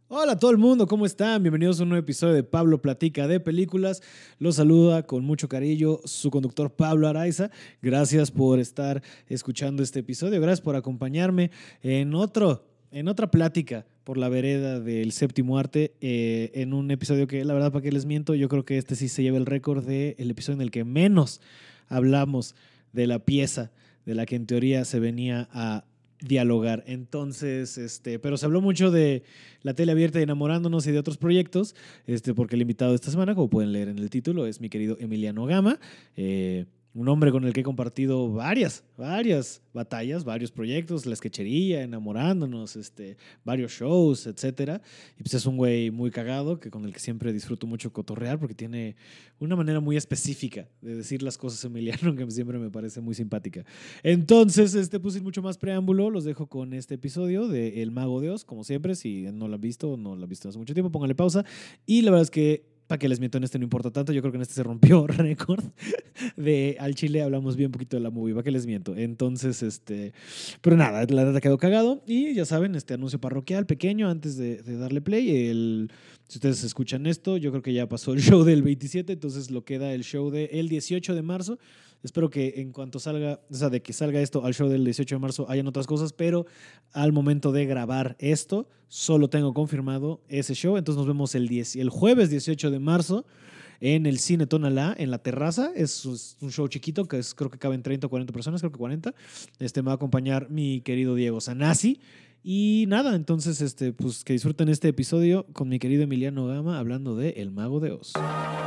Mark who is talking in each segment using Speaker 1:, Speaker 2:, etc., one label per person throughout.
Speaker 1: Hola a todo el mundo, ¿cómo están? Bienvenidos a un nuevo episodio de Pablo Platica de Películas. Los saluda con mucho cariño su conductor Pablo Araiza. Gracias por estar escuchando este episodio, gracias por acompañarme en otra plática por la vereda del séptimo arte, en un episodio que la verdad, para qué les miento, yo creo que este sí se lleva el récord del episodio en el que menos hablamos de la pieza de la que en teoría se venía a dialogar. Entonces, pero se habló mucho de la tele abierta y enamorándonos y de otros proyectos, porque el invitado de esta semana, como pueden leer en el título, es mi querido Emiliano Gama, un hombre con el que he compartido varias batallas, varios proyectos, la sketchería, enamorándonos, varios shows, etcétera. Y pues es un güey muy cagado, que con el que siempre disfruto mucho cotorrear, porque tiene una manera muy específica de decir las cosas, Emiliano, que siempre me parece muy simpática. Entonces, pues sin mucho más preámbulo, los dejo con este episodio de El Mago de Oz. Como siempre, si no lo han visto o no lo han visto hace mucho tiempo, pónganle pausa. Y la verdad es que, para que les miento, en este no importa tanto. Yo creo que en este se rompió récord de al chile. Hablamos bien poquito de la movie, para que les miento. Entonces, pero nada, la verdad quedó cagado. Y ya saben, este anuncio parroquial pequeño antes de darle play. Si ustedes escuchan esto, yo creo que ya pasó el show del 27, entonces lo queda el show del 18 de marzo. Espero que en cuanto salga, o sea, de que salga esto al show del 18 de marzo, hayan otras cosas, pero al momento de grabar esto, solo tengo confirmado ese show. Entonces nos vemos el jueves 18 de marzo en el Cine Tonalá, en la terraza. Es un show chiquito, creo que caben 30 o 40 personas, creo que 40. Me va a acompañar mi querido Diego Sanasi. Y nada, entonces, pues que disfruten este episodio con mi querido Emiliano Gama hablando de El Mago de Oz.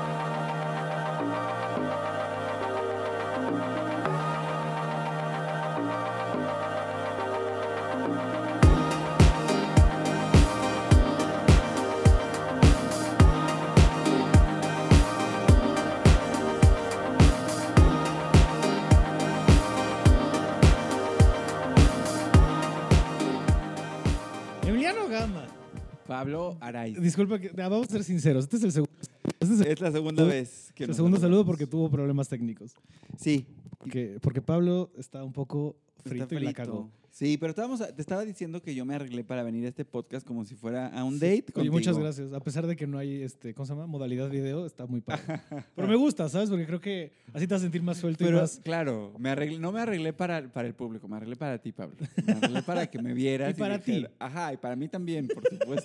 Speaker 1: Emiliano Gama.
Speaker 2: Pablo Araiza.
Speaker 1: Disculpa, vamos a ser sinceros. Este es el segundo.
Speaker 2: Es la segunda vez que
Speaker 1: el
Speaker 2: nos
Speaker 1: segundo saludo
Speaker 2: saludamos.
Speaker 1: porque tuvo problemas técnicos.
Speaker 2: Sí.
Speaker 1: Porque Pablo está un poco frito,
Speaker 2: Está
Speaker 1: y la
Speaker 2: frito.
Speaker 1: cagó.
Speaker 2: Sí, pero te estaba diciendo que yo me arreglé para venir a este podcast como si fuera a un date
Speaker 1: Oye,
Speaker 2: contigo.
Speaker 1: muchas gracias. A pesar de que no hay, ¿cómo se llama? Modalidad video, está muy padre. Pero me gusta, ¿sabes? Porque creo que así te vas a sentir más suelto y
Speaker 2: Pero
Speaker 1: más...
Speaker 2: claro, no me arreglé para el público, me arreglé para ti, Pablo. Me arreglé para que me vieras.
Speaker 1: Y para ti.
Speaker 2: Ajá, y para mí también, por supuesto.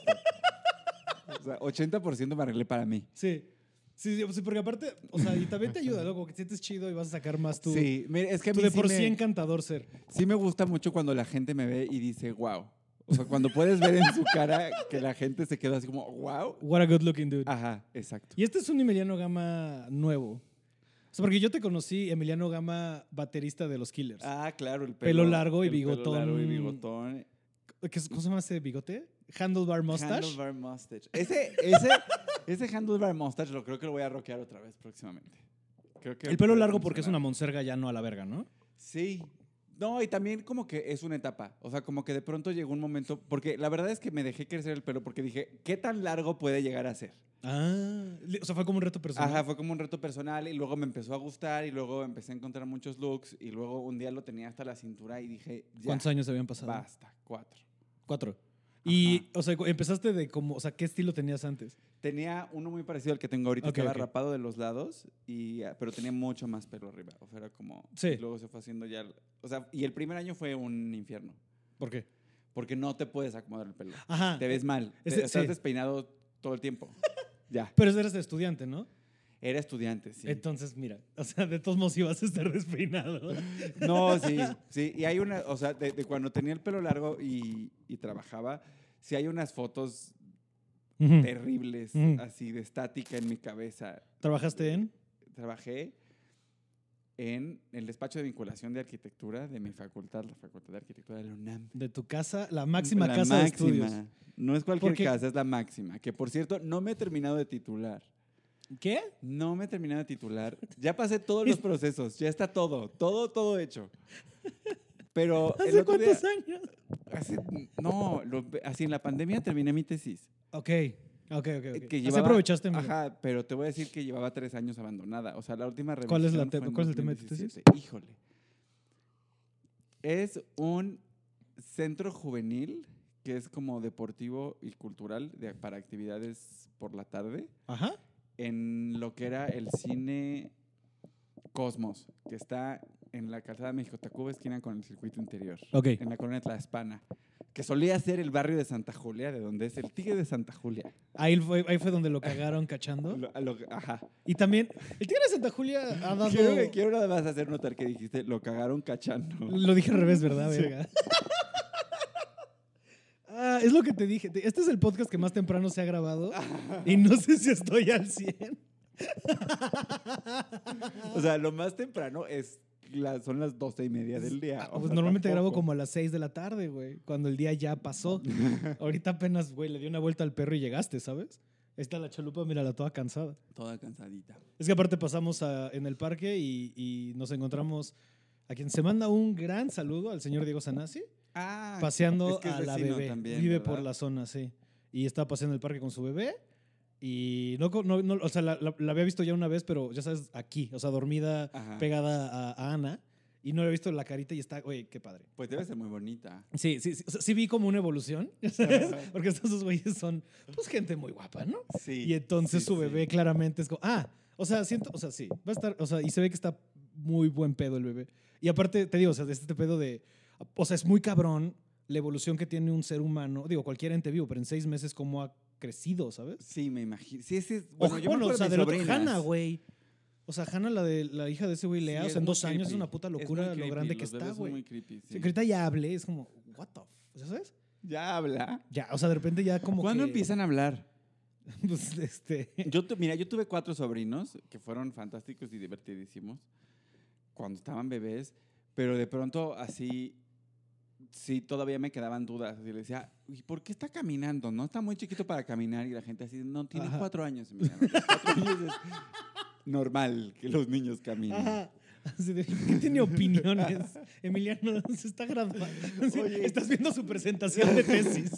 Speaker 2: O sea, 80% me arreglé para mí.
Speaker 1: Sí. Sí, porque aparte, o sea, y también te ayuda, ¿no? Como que te sientes chido y vas a sacar más tu,
Speaker 2: Sí, mira, es que a
Speaker 1: tu
Speaker 2: mí
Speaker 1: de
Speaker 2: sí
Speaker 1: por sí encantador ser.
Speaker 2: Sí me gusta mucho cuando la gente me ve y dice, wow. O sea, cuando puedes ver en su cara que la gente se queda así como, wow.
Speaker 1: What a good looking dude.
Speaker 2: Ajá, exacto.
Speaker 1: Y este es un Emiliano Gama nuevo. O sea, porque yo te conocí, Emiliano Gama, baterista de los Killers.
Speaker 2: Ah, claro, el
Speaker 1: Pelo largo y
Speaker 2: el
Speaker 1: bigotón.
Speaker 2: Pelo largo y bigotón.
Speaker 1: ¿Cómo se llama ese bigote? Handlebar mustache.
Speaker 2: Handlebar mustache. Ese handlebar mustache creo que lo voy a rockear otra vez próximamente.
Speaker 1: El pelo largo porque es una monserga ya no a la verga, ¿no?
Speaker 2: Sí. No, y también como que es una etapa. O sea, como que de pronto llegó un momento, porque la verdad es que me dejé crecer el pelo porque dije, ¿qué tan largo puede llegar a ser?
Speaker 1: Ah, o sea, fue como un reto personal.
Speaker 2: Ajá, fue como un reto personal y luego me empezó a gustar y luego empecé a encontrar muchos looks y luego un día lo tenía hasta la cintura y dije, ya.
Speaker 1: ¿Cuántos años habían pasado?
Speaker 2: Basta, 4.
Speaker 1: 4. Y, o sea, empezaste de como, o sea, ¿qué estilo tenías antes?
Speaker 2: Tenía uno muy parecido al que tengo ahorita,
Speaker 1: Okay,
Speaker 2: estaba
Speaker 1: okay.
Speaker 2: rapado de los lados, pero tenía mucho más pelo arriba. O sea, era como...
Speaker 1: Sí.
Speaker 2: Y luego se fue haciendo ya... O sea, y el primer año fue un infierno.
Speaker 1: ¿Por qué?
Speaker 2: Porque no te puedes acomodar el pelo.
Speaker 1: Ajá.
Speaker 2: Te ves mal. Estás despeinado todo el tiempo. Ya.
Speaker 1: Pero eres estudiante, ¿no?
Speaker 2: Era estudiante, sí.
Speaker 1: Entonces, mira, o sea, de todos modos ibas a estar despeinado.
Speaker 2: No, sí, sí. Y hay una, o sea, de cuando tenía el pelo largo y trabajaba, sí hay unas fotos terribles, así de estática en mi cabeza.
Speaker 1: ¿Trabajaste en?
Speaker 2: Trabajé en el despacho de vinculación de arquitectura de mi facultad, la Facultad de Arquitectura de la UNAM.
Speaker 1: De tu casa, la máxima casa de estudios.
Speaker 2: No es cualquier casa, es la máxima. Que, por cierto, no me he terminado de titular.
Speaker 1: ¿Qué?
Speaker 2: No me he terminado de titular. Ya pasé todos los procesos. Ya está todo hecho. Pero
Speaker 1: ¿Hace cuántos años?
Speaker 2: Así en la pandemia terminé mi tesis.
Speaker 1: Ok.
Speaker 2: Que
Speaker 1: Así aprovechaste.
Speaker 2: Ajá, pero te voy a decir que llevaba 3 años abandonada. O sea, la última revisión
Speaker 1: ¿Cuál es el
Speaker 2: fue
Speaker 1: tema de tu tesis?
Speaker 2: Híjole. Es un centro juvenil que es como deportivo y cultural para actividades por la tarde.
Speaker 1: Ajá.
Speaker 2: En lo que era el cine Cosmos, que está en la calzada México-Tacuba, esquina con el circuito interior.
Speaker 1: Ok.
Speaker 2: En la colonia Tlaxpana, que solía ser el barrio de Santa Julia, de donde es el Tigre de Santa Julia.
Speaker 1: Ahí fue donde lo cagaron cachando.
Speaker 2: Ajá.
Speaker 1: Y también, el Tigre de Santa Julia ha dado...
Speaker 2: Quiero nada más hacer notar que dijiste, lo cagaron cachando.
Speaker 1: Lo dije al revés, ¿verdad,
Speaker 2: Sí.
Speaker 1: verga? Es lo que te dije. Este es el podcast que más temprano se ha grabado y no sé si estoy al 100.
Speaker 2: O sea, lo más temprano son las 12:30 del día.
Speaker 1: Pues normalmente grabo como a las 6 de la tarde, güey, cuando el día ya pasó. Ahorita apenas, güey, le di una vuelta al perro y llegaste, ¿sabes? Ahí está la chalupa, mírala, toda cansada.
Speaker 2: Toda cansadita.
Speaker 1: Es que aparte pasamos en el parque y nos encontramos a quien se manda un gran saludo, al señor Diego Sanasi, paseando
Speaker 2: es que es
Speaker 1: a la
Speaker 2: vecino
Speaker 1: bebé.
Speaker 2: también,
Speaker 1: Vive
Speaker 2: ¿verdad?
Speaker 1: por la zona, sí. Y estaba paseando el parque con su bebé. Y no, o sea, la había visto ya una vez, pero ya sabes, aquí, o sea, dormida,
Speaker 2: Ajá.
Speaker 1: pegada a Ana. Y no le he visto la carita y está, oye, qué padre.
Speaker 2: Pues debe ser muy bonita.
Speaker 1: Sí, o sea, sí vi como una evolución, ¿sabes? Porque estos dos güeyes son, pues, gente muy guapa, ¿no?
Speaker 2: Sí.
Speaker 1: Y entonces
Speaker 2: sí,
Speaker 1: su bebé
Speaker 2: sí.
Speaker 1: claramente es como, o sea, sí, va a estar, o sea, y se ve que está muy buen pedo el bebé. Y aparte, te digo, o sea, este pedo o sea, es muy cabrón la evolución que tiene un ser humano, digo, cualquier ente vivo, pero en 6 meses cómo ha crecido, ¿sabes?
Speaker 2: Sí, me imagino. Sí,
Speaker 1: Bueno,
Speaker 2: yo me acuerdo
Speaker 1: o sea,
Speaker 2: de
Speaker 1: del
Speaker 2: mis
Speaker 1: otro,
Speaker 2: sobrinas.
Speaker 1: Hannah, güey. O sea, Hannah, la hija de ese güey, Lea,
Speaker 2: Sí,
Speaker 1: o sea, en
Speaker 2: muy
Speaker 1: 2 años es
Speaker 2: creepy.
Speaker 1: una puta
Speaker 2: Es muy
Speaker 1: locura lo
Speaker 2: creepy,
Speaker 1: grande que
Speaker 2: los
Speaker 1: está,
Speaker 2: bebés son
Speaker 1: güey.
Speaker 2: muy creepy, sí.
Speaker 1: Sí, que ahorita ya hable, es como, what the ¿sabes?
Speaker 2: Ya habla.
Speaker 1: Ya, o sea, de repente ya como
Speaker 2: ¿Cuándo
Speaker 1: que...
Speaker 2: empiezan a hablar?
Speaker 1: Pues,
Speaker 2: Mira, yo tuve 4 sobrinos que fueron fantásticos y divertidísimos cuando estaban bebés, pero de pronto así, sí, todavía me quedaban dudas. Y le decía, ¿y por qué está caminando? No está muy chiquito para caminar. Y la gente así, no, tiene
Speaker 1: Ajá.
Speaker 2: 4 años. Emiliano. 4 años es normal que los niños caminen.
Speaker 1: Ajá. Así de, ¿por qué tiene opiniones? Emiliano se está graduando. Sí,
Speaker 2: Oye.
Speaker 1: estás viendo su presentación de tesis.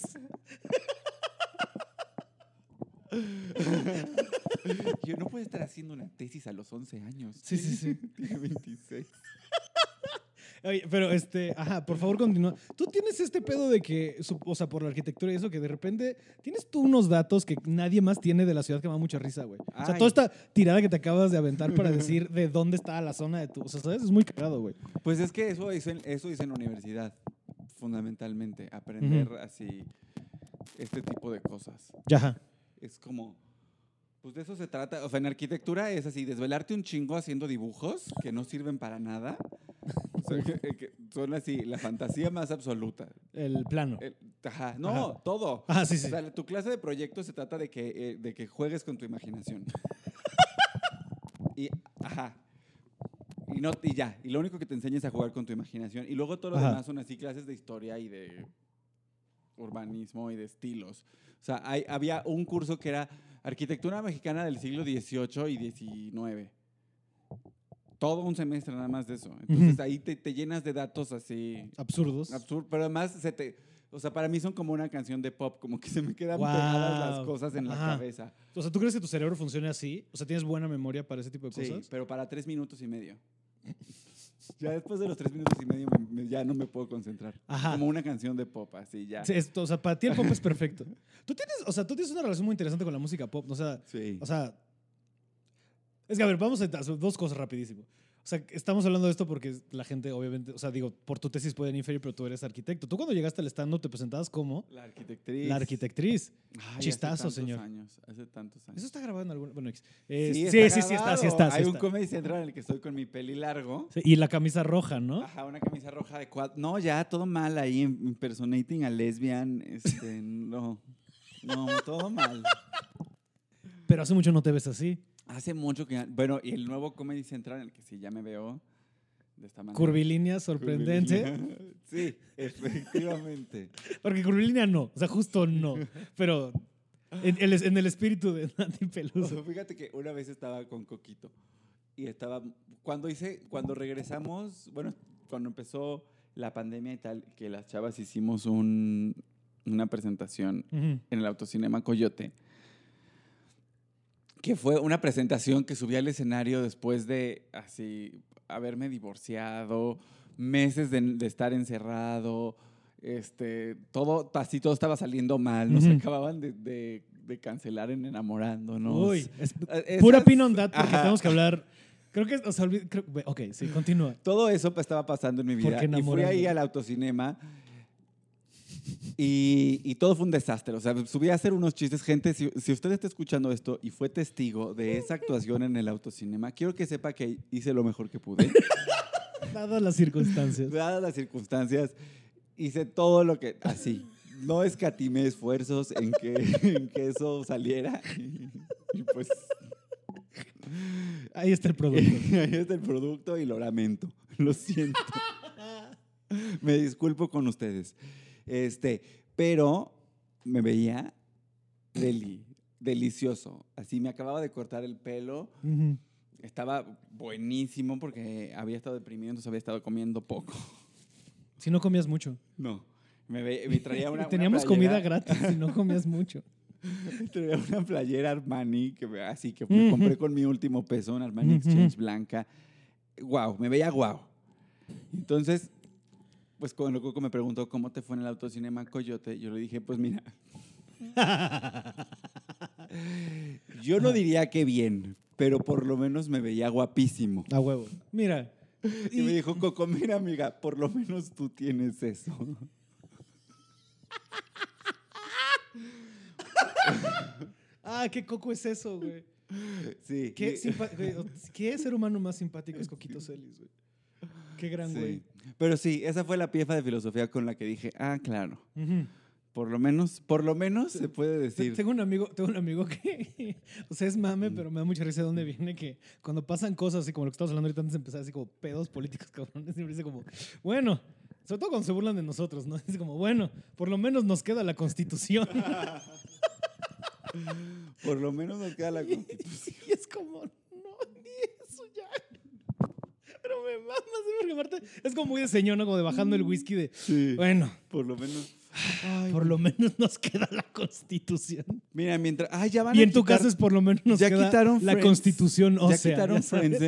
Speaker 2: Yo no puedo estar haciendo una tesis a los 11 años.
Speaker 1: Sí.
Speaker 2: Tiene 26.
Speaker 1: Oye, pero por favor, continúa. Tú tienes este pedo de que, o sea, por la arquitectura y eso, que de repente tienes tú unos datos que nadie más tiene de la ciudad que me da mucha risa, güey. O sea,
Speaker 2: Ay.
Speaker 1: toda esta tirada que te acabas de aventar para decir de dónde está la zona de tu. O sea, ¿sabes? Es muy cagado, güey.
Speaker 2: Pues es que eso hice en la universidad, fundamentalmente. Aprender así, este tipo de cosas.
Speaker 1: Ya.
Speaker 2: Es como, pues de eso se trata. O sea, en arquitectura es así, desvelarte un chingo haciendo dibujos que no sirven para nada. O sea, que son así, la fantasía más absoluta.
Speaker 1: El plano.
Speaker 2: No,
Speaker 1: Ajá.
Speaker 2: todo.
Speaker 1: Sí.
Speaker 2: O sea, tu clase de proyecto se trata de que juegues con tu imaginación. Y ya. Y lo único que te enseña es a jugar con tu imaginación. Y luego todo lo demás son así clases de historia y de urbanismo y de estilos. O sea, había un curso que era Arquitectura Mexicana del siglo XVIII y XIX. Todo un semestre nada más de eso. Entonces ahí te llenas de datos así...
Speaker 1: Absurdos.
Speaker 2: Pero además o sea, para mí son como una canción de pop, como que se me quedan pegadas las cosas en la cabeza.
Speaker 1: O sea, ¿tú crees que tu cerebro funcione así? O sea, ¿tienes buena memoria para ese tipo de cosas?
Speaker 2: Sí, pero para 3 minutos y medio. Ya después de los 3 minutos y medio ya no me puedo concentrar.
Speaker 1: Ajá.
Speaker 2: Como una canción de pop, así ya.
Speaker 1: Sí, o sea, para ti el pop es perfecto. Tú tienes una relación muy interesante con la música pop.
Speaker 2: Sí.
Speaker 1: O sea, es que a ver, vamos a hacer 2 cosas rapidísimo. O sea, estamos hablando de esto porque la gente, obviamente, o sea, digo, por tu tesis pueden inferir, pero tú eres arquitecto. Tú cuando llegaste al stand-up te presentabas como
Speaker 2: La arquitectriz.
Speaker 1: la arquitectriz.
Speaker 2: Ay,
Speaker 1: Chistazo,
Speaker 2: hace
Speaker 1: señor.
Speaker 2: Hace tantos años.
Speaker 1: ¿Eso está grabado en algún...? Bueno,
Speaker 2: Sí,
Speaker 1: está.
Speaker 2: Hay un comedy central en el que estoy con mi peli largo.
Speaker 1: Sí, y la camisa roja, ¿no?
Speaker 2: Ajá, una camisa roja de cuadro. No, ya, todo mal ahí, impersonating a lesbian. No, todo mal.
Speaker 1: Pero hace mucho no te ves así.
Speaker 2: Hace mucho que... Bueno, y el nuevo Comedy Central, en el que sí ya me veo de esta manera.
Speaker 1: Curvilínea sorprendente.
Speaker 2: Curvilínea. Sí, efectivamente.
Speaker 1: Porque curvilínea no, o sea, justo no. Pero en el espíritu de Nati Peluso.
Speaker 2: Fíjate que una vez estaba con Coquito y cuando regresamos, bueno, cuando empezó la pandemia y tal, que las chavas hicimos una presentación en el Autocinema Coyote, que fue una presentación que subí al escenario después de así haberme divorciado, meses de estar encerrado, todo estaba saliendo mal, nos acababan de cancelar en Enamorándonos.
Speaker 1: Uy, pura pin on that porque tenemos que hablar. Creo que, o sea, ok, sí, continúa.
Speaker 2: Todo eso estaba pasando en mi vida. Y fui ahí al autocinema y todo fue un desastre. O sea, subí a hacer unos chistes. Gente, si usted está escuchando esto y fue testigo de esa actuación en el autocinema, quiero que sepa que hice lo mejor que pude.
Speaker 1: Dadas las circunstancias.
Speaker 2: Dadas las circunstancias, hice todo lo que... Así. No escatimé esfuerzos en que eso saliera. Y pues...
Speaker 1: Ahí está el producto.
Speaker 2: Ahí está el producto y lo lamento. Lo siento. Me disculpo con ustedes. Pero me veía delicioso. Así me acababa de cortar el pelo. Estaba buenísimo porque había estado deprimido, entonces había estado comiendo poco.
Speaker 1: Si no comías mucho.
Speaker 2: No. Me traía una
Speaker 1: Teníamos comida gratis y no comías mucho.
Speaker 2: Traía una playera Armani así que me compré con mi último peso, una Armani Exchange blanca. Wow, me veía guau. Entonces, pues cuando Coco me preguntó cómo te fue en el autocinema Coyote, yo le dije, pues mira, yo no diría que bien, pero por lo menos me veía guapísimo.
Speaker 1: A huevo. Mira.
Speaker 2: Y me dijo, Coco, mira amiga, por lo menos tú tienes eso.
Speaker 1: ¿Qué Coco es eso, güey?
Speaker 2: Sí.
Speaker 1: ¿Qué ser humano más simpático es Coquito Celis, güey? Qué gran güey.
Speaker 2: Pero sí, esa fue la pieza de filosofía con la que dije, claro. Por lo menos se puede decir.
Speaker 1: Tengo un amigo que, o sea, es mame, pero me da mucha risa de dónde viene que cuando pasan cosas así como lo que estamos hablando ahorita antes de empezar, así como pedos políticos cabrones, siempre dice como, bueno, sobre todo cuando se burlan de nosotros, ¿no? Dice como, bueno, por lo menos nos queda la Constitución.
Speaker 2: Por lo menos nos queda la Constitución.
Speaker 1: Y es como, no, ni eso ya. Pero me mama, porque aparte es como muy de señor, ¿no? Como de bajando el whisky de,
Speaker 2: sí,
Speaker 1: bueno.
Speaker 2: Por lo menos.
Speaker 1: Por lo menos nos queda la Constitución.
Speaker 2: Mira, mientras... ya van
Speaker 1: y en tu caso es por lo menos nos queda la
Speaker 2: Friends.
Speaker 1: Constitución ósea.
Speaker 2: Ya quitaron Friends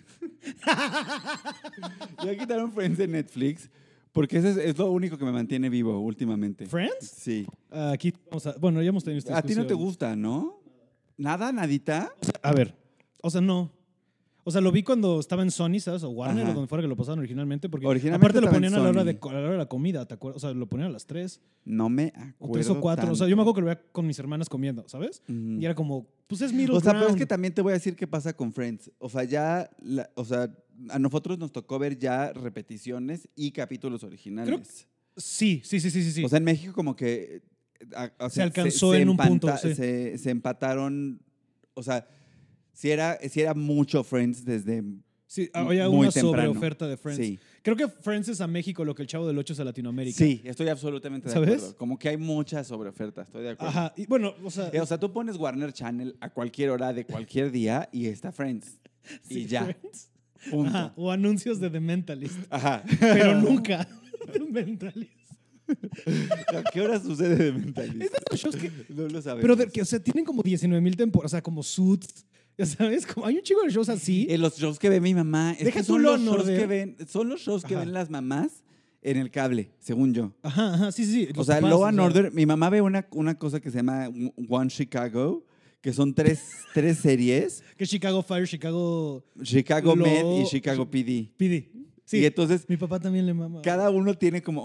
Speaker 2: ya quitaron Friends de Netflix porque es lo único que me mantiene vivo últimamente.
Speaker 1: ¿Friends?
Speaker 2: Sí.
Speaker 1: Aquí vamos a... Bueno, ya hemos tenido esta discusión.
Speaker 2: A ti no te gusta, ¿no? ¿Nada? ¿Nadita?
Speaker 1: A ver, o sea, no. O sea, lo vi cuando estaba en Sony, ¿sabes? O Warner, o donde fuera que lo pasaban originalmente. Porque aparte lo ponían a la hora de la comida, ¿te acuerdas? O sea, lo ponían a las 3.
Speaker 2: No me acuerdo.
Speaker 1: O 3 o 4. Tanto. O sea, yo me acuerdo que lo veía con mis hermanas comiendo, ¿sabes? Y era como, pues es middle ground.
Speaker 2: Pero es que también te voy a decir qué pasa con Friends. O sea, a nosotros nos tocó ver ya repeticiones y capítulos originales.
Speaker 1: Creo que, sí.
Speaker 2: O sea, en México como que...
Speaker 1: se alcanzó en un punto. Sí.
Speaker 2: Se empataron, o sea... Si era mucho Friends desde
Speaker 1: sí, había
Speaker 2: muy
Speaker 1: una
Speaker 2: temprano.
Speaker 1: Sobreoferta de Friends.
Speaker 2: Sí.
Speaker 1: Creo que Friends es a México lo que el Chavo del 8 es a Latinoamérica.
Speaker 2: Sí, estoy absolutamente de acuerdo. Como que hay mucha sobreoferta, estoy de acuerdo.
Speaker 1: Ajá, y bueno, o sea,
Speaker 2: tú pones Warner Channel a cualquier hora de cualquier día y está Friends. Sí, y ya. Friends. Punto.
Speaker 1: Ajá, o anuncios de The Mentalist.
Speaker 2: Ajá.
Speaker 1: Pero nunca The Mentalist.
Speaker 2: ¿A qué hora sucede The Mentalist?
Speaker 1: Es de los shows que...
Speaker 2: No lo sabemos.
Speaker 1: Pero o sea, tienen como 19,000 temporadas, o sea, como Suits. Ya sabes, como hay un chico de shows así.
Speaker 2: Los shows que ve mi mamá.
Speaker 1: Deja
Speaker 2: son los shows que ven. Son los shows que ven las mamás en el cable, según yo.
Speaker 1: Ajá, sí.
Speaker 2: O sea, Law and Order. Mi mamá ve una cosa que se llama One Chicago, que son tres series.
Speaker 1: Que es Chicago Fire, Chicago
Speaker 2: Med y Chicago PD.
Speaker 1: Sí.
Speaker 2: Y entonces.
Speaker 1: Mi papá también le mama.
Speaker 2: Cada uno tiene como.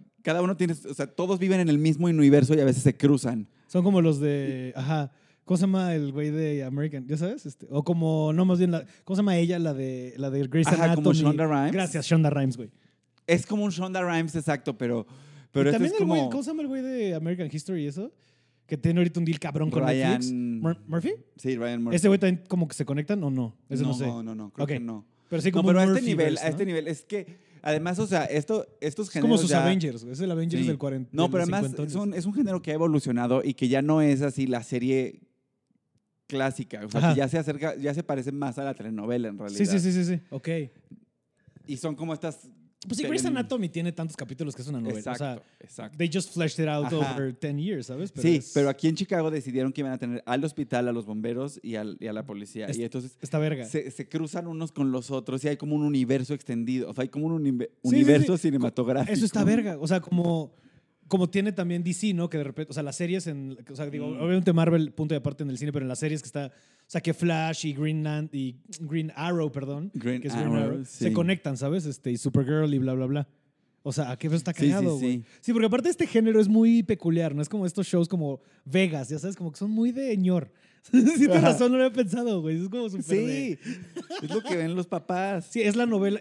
Speaker 2: O sea, todos viven en el mismo universo y a veces se cruzan.
Speaker 1: Son como los de. Ajá. ¿Cómo se llama el güey de American? ¿Ya sabes? O como, no, más bien, ¿cómo se llama ella? La de Grey's Anatomy.
Speaker 2: Como Shonda Rhimes.
Speaker 1: Gracias, Shonda Rhimes, güey.
Speaker 2: Es como un Shonda Rhimes, exacto, pero
Speaker 1: también
Speaker 2: es como...
Speaker 1: ¿cómo se llama el güey de American History y eso? Que tiene ahorita un deal cabrón con Netflix. ¿Murphy?
Speaker 2: Sí, Ryan Murphy.
Speaker 1: ¿Ese güey también como que se conectan o no? Ese no sé.
Speaker 2: No, creo que no.
Speaker 1: Pero sí como
Speaker 2: pero
Speaker 1: a
Speaker 2: este nivel, es que además, o sea, estos géneros.
Speaker 1: Es como sus Avengers, güey. Es el Avengers del 40.
Speaker 2: No, pero además es un género que ha evolucionado y que ya no es así la serie clásica. O sea, que ya se parece más a la telenovela en realidad.
Speaker 1: Sí. Ok.
Speaker 2: Y son como estas
Speaker 1: Pues sí, Grey's Anatomy tiene tantos capítulos que es una novela.
Speaker 2: Exacto,
Speaker 1: o sea,
Speaker 2: exacto.
Speaker 1: They just fleshed it out over 10 years, ¿sabes?
Speaker 2: Pero aquí en Chicago decidieron que iban a tener al hospital, a los bomberos y a la policía. Y entonces
Speaker 1: esta verga.
Speaker 2: Se cruzan unos con los otros y hay como un universo extendido. O sea, hay como un universo cinematográfico.
Speaker 1: Eso está verga. O sea, como tiene también DC, ¿no? Que de repente, o sea, las series o sea, digo, obviamente Marvel, punto de aparte en el cine, pero en las series que está, o sea, que Flash y Green Arrow, perdón,
Speaker 2: Green Arrow, sí.
Speaker 1: se conectan, ¿sabes? Y Supergirl y bla, bla, bla. O sea, ¿a qué está cagado, güey? Sí, porque aparte este género es muy peculiar, ¿no? Es como estos shows como Vegas, ya sabes, como que son muy de ñor. Sí, tienes razón, no lo había pensado, güey. Es como súper
Speaker 2: es lo que ven los papás.
Speaker 1: Sí, es la novela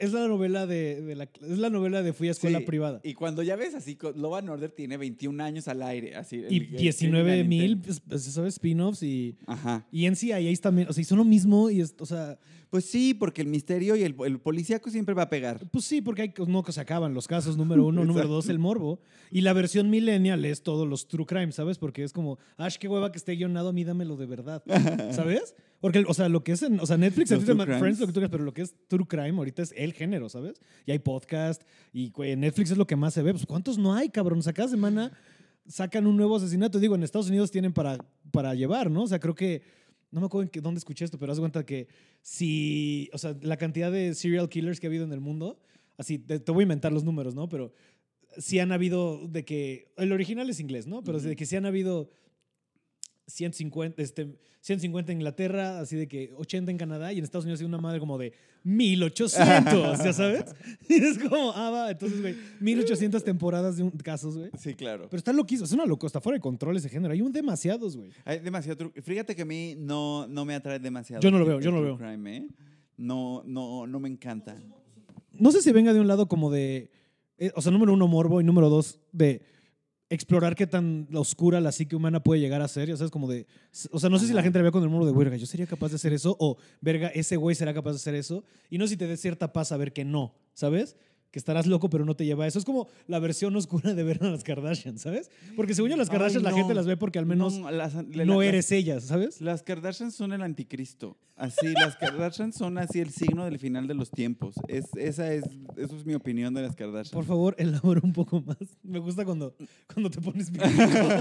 Speaker 1: de Fui a Escuela Privada.
Speaker 2: Y cuando ya ves así, Law & Order tiene 21 años al aire. Así,
Speaker 1: y 19,000, pues, ¿sabes? Spin-offs y NCIS también. O sea, y son lo mismo y o sea...
Speaker 2: Pues sí, porque el misterio y el policíaco siempre va a pegar.
Speaker 1: Pues sí, porque no se acaban los casos, número 1, número 2, el morbo. Y la versión millennial es todos los true crime, ¿sabes? Porque es como, qué hueva que esté guionado, a mí dámelo de verdad, ¿sabes? Porque, o sea, lo que es Netflix, Friends, lo que tú quieras, pero lo que es true crime ahorita es el género, ¿sabes? Y hay podcast y en Netflix es lo que más se ve. Pues ¿cuántos no hay, cabrón? O sea, cada semana sacan un nuevo asesinato. Digo, en Estados Unidos tienen para llevar, ¿no? O sea, creo que no me acuerdo dónde escuché esto, pero haz cuenta que o sea, la cantidad de serial killers que ha habido en el mundo, así, te voy a inventar los números, ¿no? Pero sí han habido el original es inglés, ¿no? Pero de que sí han habido 150 en Inglaterra, así de que 80 en Canadá y en Estados Unidos hay una madre como de 1800, ¿ya sabes? Y es como, entonces, güey, 1800 temporadas de casos, güey.
Speaker 2: Sí, claro.
Speaker 1: Pero está loquísimo, es una locura, está fuera de control ese género. Hay demasiados, güey.
Speaker 2: Hay demasiado. Fíjate que a mí no me atrae demasiado.
Speaker 1: Yo no lo veo.
Speaker 2: Crime, ¿eh? No me encanta.
Speaker 1: No sé si venga de un lado como de, o sea, número 1, morbo, y número 2, de explorar qué tan oscura la psique humana puede llegar a ser, ya sabes, como de... O sea, no sé si la gente la ve con el morbo de, verga, yo sería capaz de hacer eso, o, verga, ese güey será capaz de hacer eso, y no si te dé cierta paz saber que no, ¿sabes? Que estarás loco, pero no te lleva a eso. Es como la versión oscura de ver a las Kardashian, ¿sabes? Porque según yo las Kardashian la gente las ve porque al menos no eres ellas, ¿sabes?
Speaker 2: Las Kardashian son el anticristo. Así, las Kardashian son así el signo del final de los tiempos. Eso es mi opinión de las Kardashian.
Speaker 1: Por favor, elabora un poco más. Me gusta cuando te pones bien.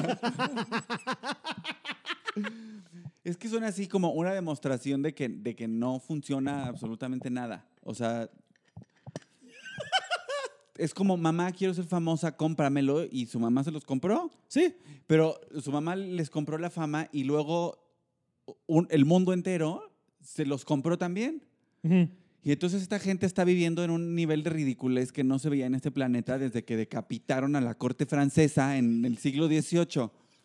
Speaker 2: Es que son así como una demostración de que no funciona absolutamente nada. O sea... Es como, mamá, quiero ser famosa, cómpramelo. Y su mamá se los compró.
Speaker 1: Sí.
Speaker 2: Pero su mamá les compró la fama y luego el mundo entero se los compró también.
Speaker 1: Uh-huh.
Speaker 2: Y entonces esta gente está viviendo en un nivel de ridiculez que no se veía en este planeta desde que decapitaron a la corte francesa en el siglo XVIII.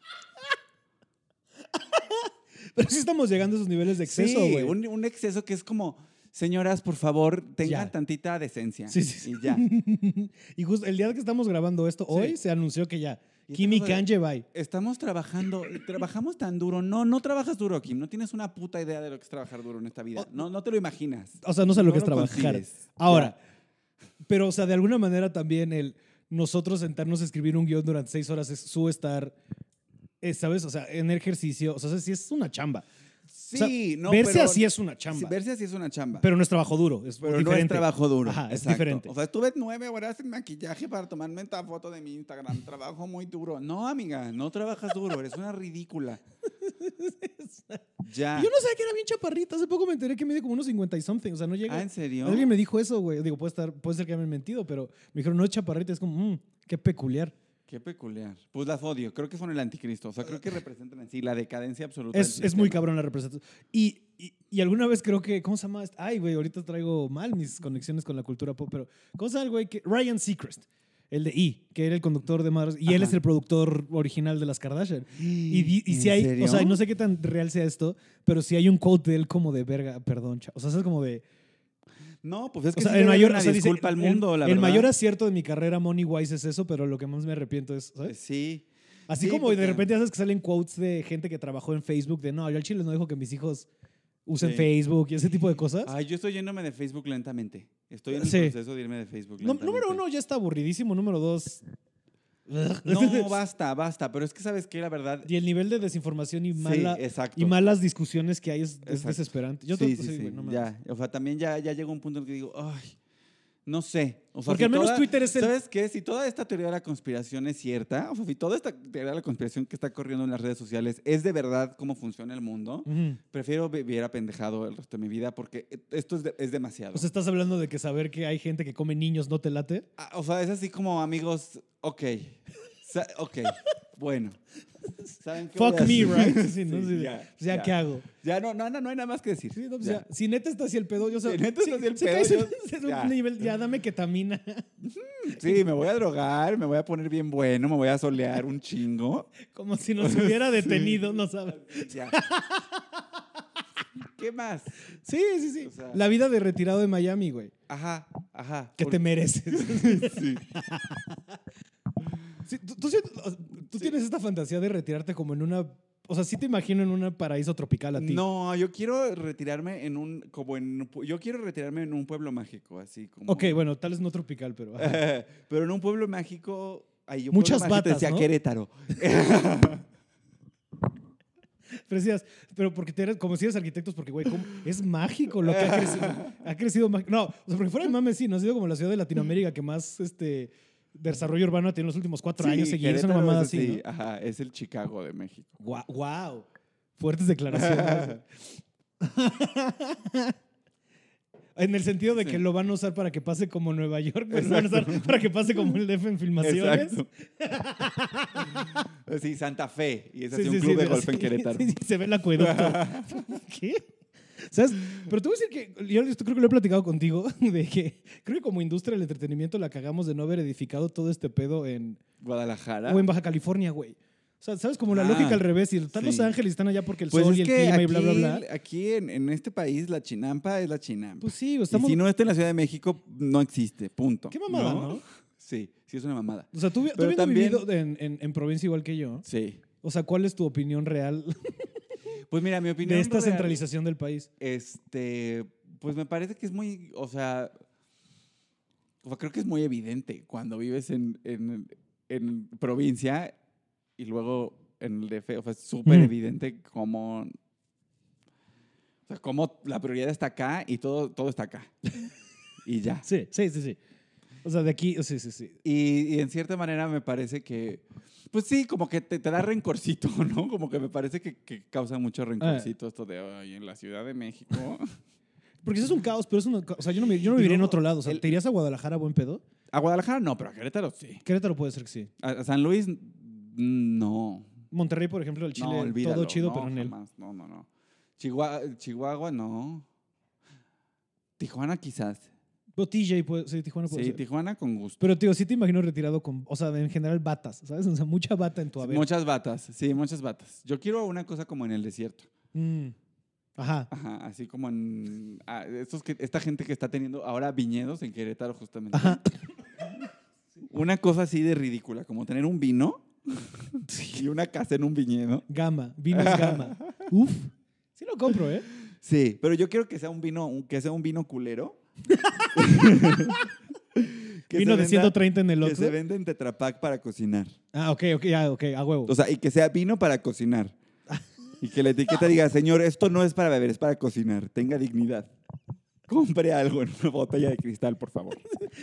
Speaker 1: Pero sí estamos llegando a esos niveles de exceso, güey.
Speaker 2: Sí, un exceso que es como... Señoras, por favor, tengan tantita decencia.
Speaker 1: Sí.
Speaker 2: Y ya.
Speaker 1: Y justo el día que estamos grabando esto, hoy se anunció que ya. Kim y Kanye, bye.
Speaker 2: Trabajamos tan duro. No trabajas duro, Kim. No tienes una puta idea de lo que es trabajar duro en esta vida. No te lo imaginas.
Speaker 1: O sea, no sé lo que es trabajar. Ahora, pero, o sea, de alguna manera también nosotros sentarnos a escribir un guión durante 6 horas es su estar, ¿sabes? O sea, en ejercicio. O sea, sí es una chamba.
Speaker 2: Sí,
Speaker 1: verse así es una chamba.
Speaker 2: Sí, verse así es una chamba.
Speaker 1: Pero no es trabajo duro.
Speaker 2: Pero no es trabajo duro.
Speaker 1: Ajá, es diferente.
Speaker 2: O sea, estuve 9 horas en maquillaje para tomarme esta foto de mi Instagram. Trabajo muy duro. No, amiga, no trabajas duro. Eres una ridícula. Ya.
Speaker 1: Yo no sabía que era bien chaparrita. Hace poco me enteré que mide como unos 50 y something. O sea, no llega.
Speaker 2: ¿En serio?
Speaker 1: Alguien me dijo eso, güey. Digo, puede ser que me hayan mentido, pero me dijeron, no es chaparrita. Es como, qué peculiar.
Speaker 2: Qué peculiar. Pues las odio. Creo que son el anticristo. O sea, creo que representan en sí la decadencia absoluta.
Speaker 1: Es muy cabrón la representación. Y alguna vez creo que... ¿Cómo se llama? Ay, güey, ahorita traigo mal mis conexiones con la cultura pop, pero... ¿Cómo se llama el güey? Ryan Seacrest, el de E!, que era el conductor de Madres. Y él es el productor original de las Kardashian. Y si hay...
Speaker 2: ¿serio?
Speaker 1: O sea, no sé qué tan real sea esto, pero si hay un quote de él como de verga, perdón, o sea, es como de...
Speaker 2: No, pues es que
Speaker 1: o sea,
Speaker 2: sí
Speaker 1: el mayor,
Speaker 2: una disculpa al mundo, la verdad.
Speaker 1: El mayor acierto de mi carrera money-wise es eso, pero lo que más me arrepiento es, ¿sabes?
Speaker 2: Sí.
Speaker 1: Así como de repente haces que salen quotes de gente que trabajó en Facebook de, no, yo al chile no dejo que mis hijos usen Facebook y ese tipo de cosas.
Speaker 2: Ay, yo estoy yéndome de Facebook lentamente. Estoy en el proceso de irme de Facebook lentamente.
Speaker 1: Número 1 ya está aburridísimo. Número 2...
Speaker 2: No, basta. Pero es que, ¿sabes qué? La verdad...
Speaker 1: Y el nivel de desinformación y malas discusiones que hay es desesperante.
Speaker 2: Yo ya. O sea, también ya llegó un punto en el que digo, ay, No sé. O sea,
Speaker 1: Porque al menos Twitter es el...
Speaker 2: ¿Sabes qué? Si toda esta teoría de la conspiración es cierta, o sea, si toda esta teoría de la conspiración que está corriendo en las redes sociales es de verdad cómo funciona el mundo, prefiero vivir apendejado el resto de mi vida porque esto es demasiado.
Speaker 1: O sea, ¿estás hablando de que saber que hay gente que come niños no te late?
Speaker 2: O sea, es así como amigos, ok, bueno. ¿Saben qué
Speaker 1: Fuck me, right? Sí,
Speaker 2: Sí,
Speaker 1: ¿no? Sí, ya, ¿qué hago?
Speaker 2: Ya no hay nada más que decir.
Speaker 1: Sí, no, pues ya. Si neta está así el pedo, yo sé.
Speaker 2: Si neta está así el
Speaker 1: si
Speaker 2: pedo,
Speaker 1: caes
Speaker 2: yo-
Speaker 1: en un
Speaker 2: ya.
Speaker 1: nivel, ya dame ketamina.
Speaker 2: Sí, me voy a drogar, me voy a poner bien bueno, me voy a solear un chingo.
Speaker 1: Como si nos hubiera detenido, no sabes.
Speaker 2: Ya. ¿Qué más?
Speaker 1: Sí.
Speaker 2: O sea-
Speaker 1: La vida de retirado de Miami, güey.
Speaker 2: Ajá.
Speaker 1: Que te mereces.
Speaker 2: Sí.
Speaker 1: Sí, tú tienes esta fantasía de retirarte como en una... O sea, sí te imagino en un paraíso tropical a ti.
Speaker 2: No, yo quiero retirarme yo quiero retirarme en un pueblo mágico, así como.
Speaker 1: Ok, bueno, tal vez no tropical, pero... ajá.
Speaker 2: Pero en un pueblo mágico.
Speaker 1: Muchas
Speaker 2: pueblo mágico te
Speaker 1: batas,
Speaker 2: decía
Speaker 1: ¿no?
Speaker 2: Querétaro.
Speaker 1: Pero decías, pero porque como si eres arquitectos, porque, güey, es mágico lo que ha crecido. Ha crecido mágico. No, o sea, porque fuera de mame, sí, no ha sido como la ciudad de Latinoamérica que más desarrollo urbano ha tenido en los últimos 4 años seguidos. Es una
Speaker 2: Querétaro
Speaker 1: mamada
Speaker 2: es
Speaker 1: así, ¿no?
Speaker 2: Ajá, es el Chicago de México.
Speaker 1: Wow. Fuertes declaraciones. En el sentido de que lo van a usar para que pase como Nueva York, pero lo van a usar para que pase como el DF en filmaciones.
Speaker 2: Exacto. Sí, Santa Fe. Y es
Speaker 1: Sí,
Speaker 2: así un
Speaker 1: sí,
Speaker 2: club
Speaker 1: sí,
Speaker 2: de golf en
Speaker 1: sí,
Speaker 2: Querétaro.
Speaker 1: sí, se ve el acueducto. ¿Qué? ¿Sabes? Pero te voy a decir que yo esto creo que lo he platicado contigo, de que creo que como industria del entretenimiento la cagamos de no haber edificado todo este pedo en...
Speaker 2: Guadalajara.
Speaker 1: O en Baja California, güey. O sea, ¿sabes? Como la
Speaker 2: Ah,
Speaker 1: lógica al revés. Y están
Speaker 2: sí.
Speaker 1: Los Ángeles están allá porque el
Speaker 2: Pues
Speaker 1: sol
Speaker 2: es
Speaker 1: y el
Speaker 2: que
Speaker 1: clima y bla, bla, bla.
Speaker 2: aquí en este país la chinampa es la chinampa.
Speaker 1: Pues sí,
Speaker 2: Y
Speaker 1: estamos...
Speaker 2: si no está en la Ciudad de México, no existe. Punto.
Speaker 1: Qué mamada, ¿no?
Speaker 2: Sí es una mamada.
Speaker 1: O sea, tú
Speaker 2: Pero
Speaker 1: habiendo
Speaker 2: también-
Speaker 1: vivido en provincia igual que yo,
Speaker 2: Sí.
Speaker 1: o sea, ¿cuál es tu opinión real
Speaker 2: Pues mira, mi opinión
Speaker 1: de esta
Speaker 2: real,
Speaker 1: centralización del país?
Speaker 2: pues me parece que es muy, o sea, creo que es muy evidente cuando vives en provincia y luego en el DF, o sea, es súper evidente cómo, o sea, cómo la prioridad está acá y todo está acá. Y ya.
Speaker 1: Sí. O sea, de aquí, sí.
Speaker 2: Y en cierta manera me parece que, pues sí, como que te da rencorcito, ¿no? Como que me parece que causa mucho rencorcito esto de, ay, en la Ciudad de México.
Speaker 1: Porque eso es un caos, pero o sea, yo no viviría en otro lado. O sea, ¿te irías a Guadalajara a buen pedo?
Speaker 2: A Guadalajara no, pero a Querétaro sí.
Speaker 1: Querétaro puede ser que sí.
Speaker 2: A San Luis, no.
Speaker 1: Monterrey, por ejemplo, el Chile,
Speaker 2: No, olvídalo.
Speaker 1: todo chido,
Speaker 2: No,
Speaker 1: pero en él.
Speaker 2: jamás. No. Chihuahua, no. Tijuana quizás.
Speaker 1: O TJ, sí, Tijuana puede
Speaker 2: Sí,
Speaker 1: ser.
Speaker 2: Tijuana con gusto.
Speaker 1: Pero, tío, sí te imagino retirado con, o sea, en general batas, ¿sabes? O sea, mucha bata en tu haber.
Speaker 2: Muchas batas, sí, muchas batas. Yo quiero una cosa como en el desierto.
Speaker 1: Ajá.
Speaker 2: Ajá, así como en esta gente que está teniendo ahora viñedos en Querétaro justamente.
Speaker 1: Ajá.
Speaker 2: Una cosa así de ridícula, como tener un vino y una casa en un viñedo.
Speaker 1: Gama, vinos gama. Uf. Sí lo compro, ¿eh?
Speaker 2: Sí, pero yo quiero que sea un vino culero. Que
Speaker 1: Vino
Speaker 2: se
Speaker 1: de
Speaker 2: venda-
Speaker 1: 130 en el
Speaker 2: Que
Speaker 1: otro.
Speaker 2: se vende en Tetra Pak para cocinar.
Speaker 1: Ah, ok, a huevo.
Speaker 2: O sea, y que sea vino para cocinar. Y que la etiqueta diga, señor, esto no es para beber, es para cocinar. Tenga dignidad. Compre algo en una botella de cristal, por favor.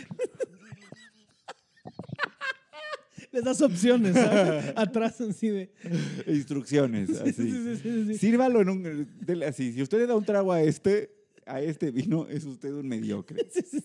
Speaker 1: Les das opciones, ¿sabes? Atrás así de...
Speaker 2: Instrucciones, así.
Speaker 1: Sí.
Speaker 2: Sírvalo así. Si usted le da un trago a este vino, es usted un mediocre.
Speaker 1: Sí.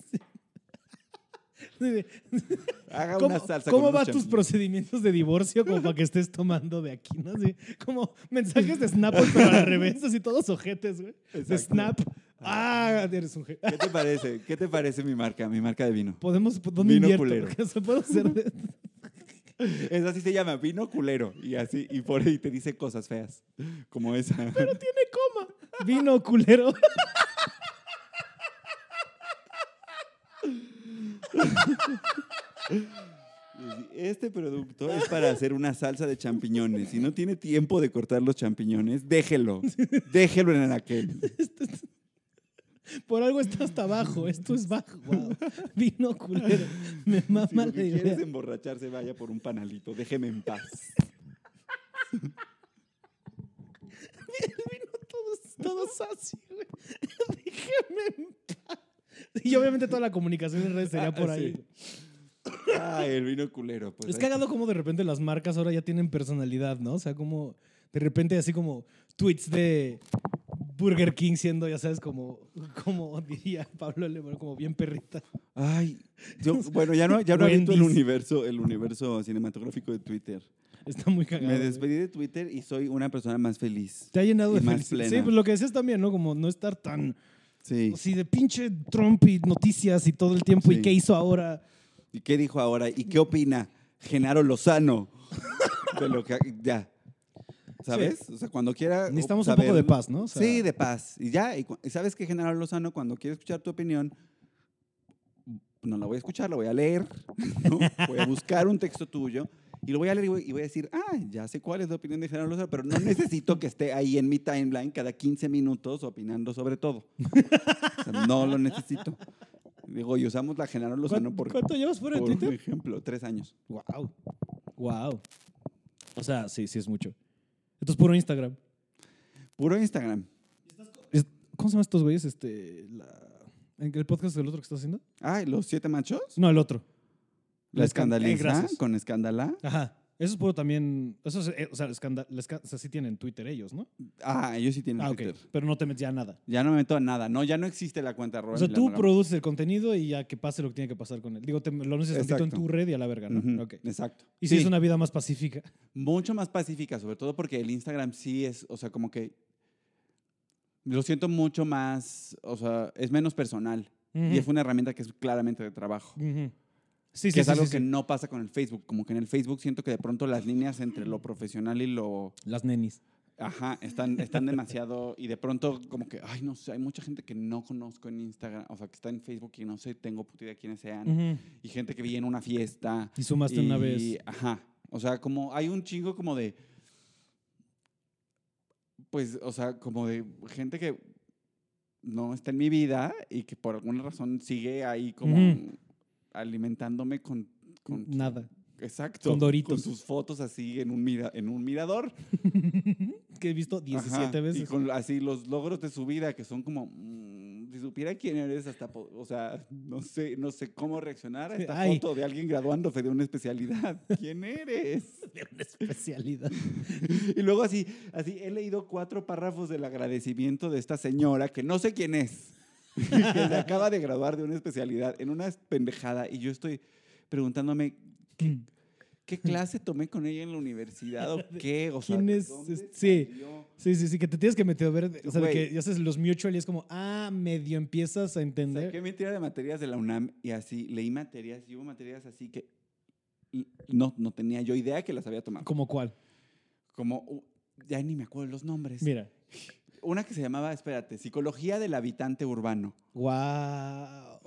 Speaker 2: Haga
Speaker 1: ¿Cómo,
Speaker 2: una salsa
Speaker 1: ¿cómo
Speaker 2: con
Speaker 1: va
Speaker 2: unos
Speaker 1: tus
Speaker 2: champiñones.
Speaker 1: procedimientos de divorcio como para que estés tomando de aquí, ¿no? Así, como mensajes de Snapple, pero al revés, así todos ojetes, güey. De
Speaker 2: Exacto.
Speaker 1: Snap. Ah, eres un...
Speaker 2: ¿Qué te parece? ¿Qué te parece mi marca de vino?
Speaker 1: ¿Dónde
Speaker 2: Vino
Speaker 1: invierto?
Speaker 2: culero.
Speaker 1: Porque se puede hacer de...
Speaker 2: Es así se llama, vino culero. Y así, y por ahí te dice cosas feas. Como esa.
Speaker 1: Pero tiene coma. Vino culero.
Speaker 2: Este producto es para hacer una salsa de champiñones. Si no tiene tiempo de cortar los champiñones, déjelo. Déjelo en el aquel.
Speaker 1: Por algo está hasta abajo. Esto es bajo. Wow. Vino culero. Me
Speaker 2: Si
Speaker 1: mama
Speaker 2: lo
Speaker 1: la
Speaker 2: que
Speaker 1: idea.
Speaker 2: quieres emborracharse, vaya por un panalito. Déjeme en paz.
Speaker 1: El vino todo así, güey. Déjeme en paz. Y obviamente toda la comunicación en redes sería por ahí.
Speaker 2: Sí. Ay, el vino culero. Pues
Speaker 1: Es cagado como de repente las marcas ahora ya tienen personalidad, ¿no? O sea, como de repente así como tweets de Burger King siendo, ya sabes, como diría Pablo Alemán, como bien perrita.
Speaker 2: Ay, bueno, ya no habito el
Speaker 1: Wendy's.
Speaker 2: universo cinematográfico de Twitter.
Speaker 1: Está muy cagado.
Speaker 2: Me despedí de Twitter y soy una persona más feliz.
Speaker 1: Te ha llenado
Speaker 2: y
Speaker 1: de
Speaker 2: más
Speaker 1: felicidad.
Speaker 2: plena.
Speaker 1: Sí, pues lo que decías también, ¿no? Como no estar tan
Speaker 2: Sí.
Speaker 1: así de pinche Trump y noticias y todo el tiempo.
Speaker 2: Sí.
Speaker 1: ¿Y qué hizo ahora?
Speaker 2: ¿Y qué dijo ahora? ¿Y qué opina Genaro Lozano? De lo que ya. ¿Sabes?
Speaker 1: Sí.
Speaker 2: O sea, cuando quiera
Speaker 1: Necesitamos un poco de paz, ¿no? O sea,
Speaker 2: sí, de paz. Y ya, y sabes que Genaro Lozano, cuando quiere escuchar tu opinión, no la voy a escuchar, la voy a leer, ¿no? Voy a buscar un texto tuyo y lo voy a leer y voy a decir, ya sé cuál es la opinión de Genaro Lozano, pero no necesito que esté ahí en mi timeline cada 15 minutos opinando sobre todo. O sea, no lo necesito. Digo, y usamos la Genaro Lozano
Speaker 1: ¿Cuánto llevas fuera de
Speaker 2: por
Speaker 1: Twitter?
Speaker 2: ejemplo, 3 años.
Speaker 1: Wow. Wow. O sea, sí es mucho. Esto es puro Instagram.
Speaker 2: Puro Instagram.
Speaker 1: ¿Cómo se llaman estos güeyes? ¿En el podcast del otro que estás haciendo?
Speaker 2: ¿Los 7 machos?
Speaker 1: No, el otro.
Speaker 2: La escandaliza
Speaker 1: gracias.
Speaker 2: con escándala.
Speaker 1: Ajá. Eso es puro también. Eso es, o sea, sí tienen Twitter ellos, ¿no?
Speaker 2: Ellos sí tienen
Speaker 1: Ok.
Speaker 2: Twitter.
Speaker 1: Pero no te metes ya a nada.
Speaker 2: Ya no me meto a nada. No, ya no existe la cuenta
Speaker 1: O sea, tú produces el contenido y ya que pase lo que tiene que pasar con él. Digo, lo anuncias tantito en tu red y a la verga, ¿no?
Speaker 2: Uh-huh.
Speaker 1: Ok.
Speaker 2: Exacto.
Speaker 1: Y sí es una vida más pacífica.
Speaker 2: Mucho más pacífica, sobre todo porque el Instagram sí es, o sea, como que lo siento mucho más, o sea, es menos personal.
Speaker 1: Uh-huh.
Speaker 2: Y es una herramienta que es claramente de trabajo.
Speaker 1: Uh-huh.
Speaker 2: Sí, es algo que no pasa con el Facebook. Como que en el Facebook siento que de pronto las líneas entre lo profesional y lo...
Speaker 1: Las nenis.
Speaker 2: Ajá, están demasiado... Y de pronto como que, no sé, hay mucha gente que no conozco en Instagram, o sea, que está en Facebook y no sé, tengo puta idea quiénes sean.
Speaker 1: Uh-huh.
Speaker 2: Y gente que vi en una fiesta.
Speaker 1: Y sumaste una vez.
Speaker 2: Ajá. O sea, como hay un chingo como de... Pues, o sea, como de gente que no está en mi vida y que por alguna razón sigue ahí como...
Speaker 1: Uh-huh.
Speaker 2: alimentándome con
Speaker 1: nada.
Speaker 2: Exacto.
Speaker 1: Con Doritos.
Speaker 2: Con sus fotos así en un mirador.
Speaker 1: Que he visto 17
Speaker 2: Ajá,
Speaker 1: veces.
Speaker 2: Y con así los logros de su vida que son como, si supiera quién eres, o sea, no sé cómo reaccionar a esta foto de alguien graduándose de una especialidad. ¿Quién eres?
Speaker 1: De una especialidad.
Speaker 2: Y luego así he leído 4 párrafos del agradecimiento de esta señora que no sé quién es. Que se acaba de graduar de una especialidad en una pendejada y yo estoy preguntándome ¿qué clase tomé con ella en la universidad o qué? O sea,
Speaker 1: ¿quién es? Sí, que te tienes que meter a ver, o sea, de que ya sabes los mutual y es como, medio empiezas a entender.
Speaker 2: Saqué mi tira de materias de la UNAM y así leí materias y hubo materias así que no tenía yo idea que las había tomado.
Speaker 1: ¿Cómo cuál?
Speaker 2: Como, ya ni me acuerdo los nombres.
Speaker 1: Mira.
Speaker 2: Una que se llamaba, espérate, Psicología del Habitante Urbano.
Speaker 1: ¡Wow!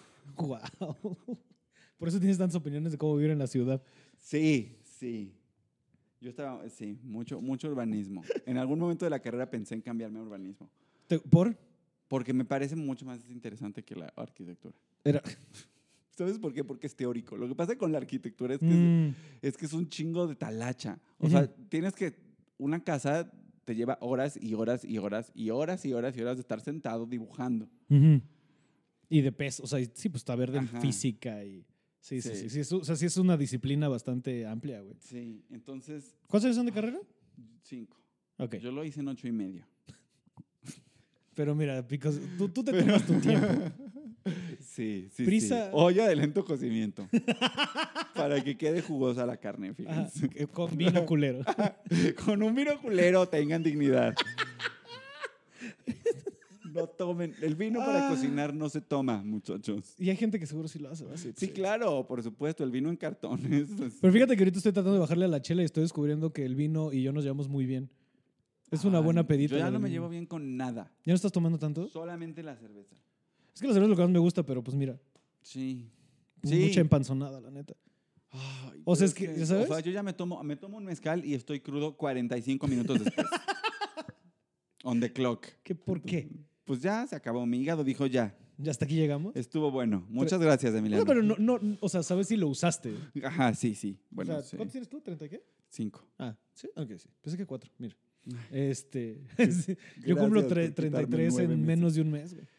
Speaker 1: Por eso tienes tantas opiniones de cómo vivir en la ciudad.
Speaker 2: Sí. Yo estaba, mucho urbanismo. En algún momento de la carrera pensé en cambiarme a urbanismo.
Speaker 1: ¿Por?
Speaker 2: Porque me parece mucho más interesante que la arquitectura. ¿Sabes por qué? Porque es teórico. Lo que pasa con la arquitectura es que es un chingo de talacha. O sea, tienes que... Una casa te lleva horas y horas y horas y horas y horas y horas de estar sentado dibujando.
Speaker 1: Y de peso. O sea, sí, pues está verde en física y... Sí. O sea, sí es una disciplina bastante amplia, güey.
Speaker 2: Sí, entonces...
Speaker 1: ¿Cuántos años son de carrera?
Speaker 2: 5.
Speaker 1: Ok.
Speaker 2: Yo lo hice en 8 y medio.
Speaker 1: Pero mira, tú te tomas tu tiempo.
Speaker 2: Sí.
Speaker 1: Prisa.
Speaker 2: Olla de lento cocimiento. Para que quede jugosa la carne, fíjense.
Speaker 1: Con vino culero.
Speaker 2: Con un vino culero tengan dignidad. No tomen. El vino para cocinar no se toma, muchachos.
Speaker 1: Y hay gente que seguro sí lo hace, ¿verdad?
Speaker 2: Sí, claro, por supuesto. El vino en cartones.
Speaker 1: Pero fíjate que ahorita estoy tratando de bajarle a la chela y estoy descubriendo que el vino y yo nos llevamos muy bien. Es una buena pedita.
Speaker 2: Yo ya no me llevo bien con nada.
Speaker 1: ¿Ya no estás tomando tanto?
Speaker 2: Solamente la cerveza.
Speaker 1: Es que la cerveza es lo que más me gusta, pero pues mira.
Speaker 2: Sí.
Speaker 1: Mucha empanzonada, la neta.
Speaker 2: Ay,
Speaker 1: o sea, es que, ¿ya sabes?
Speaker 2: O sea, yo ya me tomo un mezcal y estoy crudo 45 minutos después. On the clock.
Speaker 1: ¿Por qué?
Speaker 2: Pues ya se acabó. Mi hígado dijo ya.
Speaker 1: ¿Ya hasta aquí llegamos?
Speaker 2: Estuvo bueno. Muchas gracias, Emiliano.
Speaker 1: No, pero no, o sea, ¿sabes si lo usaste?
Speaker 2: Ajá, sí. Bueno,
Speaker 1: o sea, ¿cuántos tienes tú? ¿30 qué?
Speaker 2: 5.
Speaker 1: ¿Sí? Ok, sí. Pensé que 4, mira. Yo cumplo 33 en menos de un mes, güey.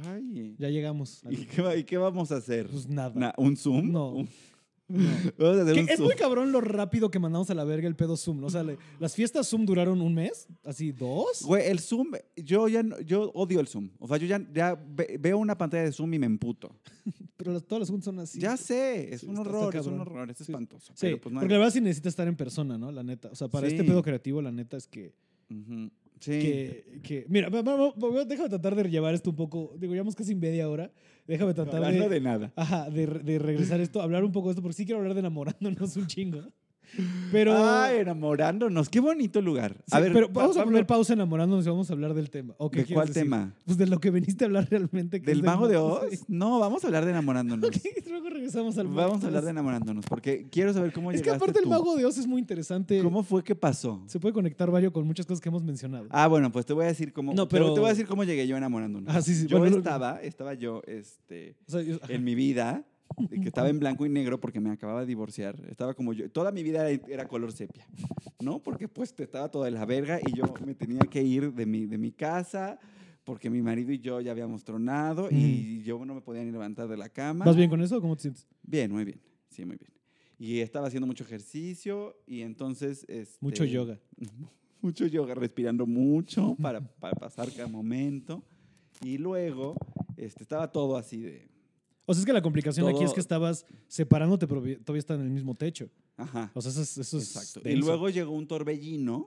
Speaker 2: Ay.
Speaker 1: Ya llegamos.
Speaker 2: ¿Y qué vamos a hacer?
Speaker 1: Pues nada.
Speaker 2: ¿Un Zoom?
Speaker 1: No.
Speaker 2: Vamos a hacer un
Speaker 1: Es
Speaker 2: Zoom.
Speaker 1: muy cabrón lo rápido que mandamos a la verga el pedo Zoom, ¿no? O sea, las fiestas Zoom duraron un mes, así 2.
Speaker 2: Güey, el Zoom, yo odio el Zoom. O sea, yo ya veo una pantalla de Zoom y me emputo.
Speaker 1: Pero todas las Zoom son así.
Speaker 2: Ya sé, es
Speaker 1: Sí,
Speaker 2: un
Speaker 1: está
Speaker 2: horror,
Speaker 1: cabrón.
Speaker 2: es
Speaker 1: Sí.
Speaker 2: espantoso.
Speaker 1: Sí,
Speaker 2: Pero pues no hay-
Speaker 1: porque la verdad sí necesita estar en persona, ¿no? La neta. O sea, para
Speaker 2: Sí.
Speaker 1: este pedo creativo, la neta es que...
Speaker 2: Ujú. Sí.
Speaker 1: Mira, déjame tratar de llevar esto un poco. Digo, llevamos casi media hora. Déjame tratar
Speaker 2: Hablando de nada.
Speaker 1: Ajá, de regresar esto, hablar un poco de esto, porque sí quiero hablar de enamorándonos un chingo. Pero.
Speaker 2: Ay, enamorándonos. Qué bonito lugar.
Speaker 1: Sí, pero vamos a poner pausa enamorándonos y vamos a hablar del tema. ¿O qué
Speaker 2: ¿De
Speaker 1: quieres
Speaker 2: cuál
Speaker 1: decir?
Speaker 2: tema?
Speaker 1: Pues de lo que veniste a hablar realmente. que
Speaker 2: ¿Del
Speaker 1: es
Speaker 2: Mago de
Speaker 1: no
Speaker 2: Oz?
Speaker 1: sé.
Speaker 2: No, vamos a hablar de enamorándonos.
Speaker 1: Ok, luego regresamos al
Speaker 2: Vamos a hablar de
Speaker 1: Oz.
Speaker 2: enamorándonos, porque quiero saber cómo
Speaker 1: Es que
Speaker 2: llegaste
Speaker 1: aparte el
Speaker 2: tú.
Speaker 1: Mago de Oz es muy interesante.
Speaker 2: ¿Cómo fue que pasó?
Speaker 1: Se puede conectar varios con muchas cosas que hemos mencionado.
Speaker 2: Ah, bueno, pues te voy a decir cómo.
Speaker 1: No, pero-
Speaker 2: Te voy a decir cómo llegué yo enamorándonos.
Speaker 1: Ah, sí.
Speaker 2: Yo
Speaker 1: Bueno,
Speaker 2: estaba yo,
Speaker 1: o sea,
Speaker 2: en mi vida, que estaba en blanco y negro porque me acababa de divorciar. Estaba como yo. Toda mi vida era color sepia, ¿no? Porque pues estaba toda de la verga y yo me tenía que ir de mi casa porque mi marido y yo ya habíamos tronado y yo no me podía ni levantar de la cama.
Speaker 1: ¿Vas bien con eso o cómo te sientes?
Speaker 2: Bien, muy bien. Sí, muy bien. Y estaba haciendo mucho ejercicio y entonces...
Speaker 1: Mucho yoga.
Speaker 2: Mucho yoga, respirando mucho para pasar cada momento. Y luego estaba todo así de...
Speaker 1: O sea, es que la complicación aquí
Speaker 2: Todo-
Speaker 1: es que estabas separándote, pero todavía están en el mismo techo.
Speaker 2: Ajá.
Speaker 1: O sea, eso es
Speaker 2: Exacto. Y
Speaker 1: denso.
Speaker 2: luego llegó un torbellino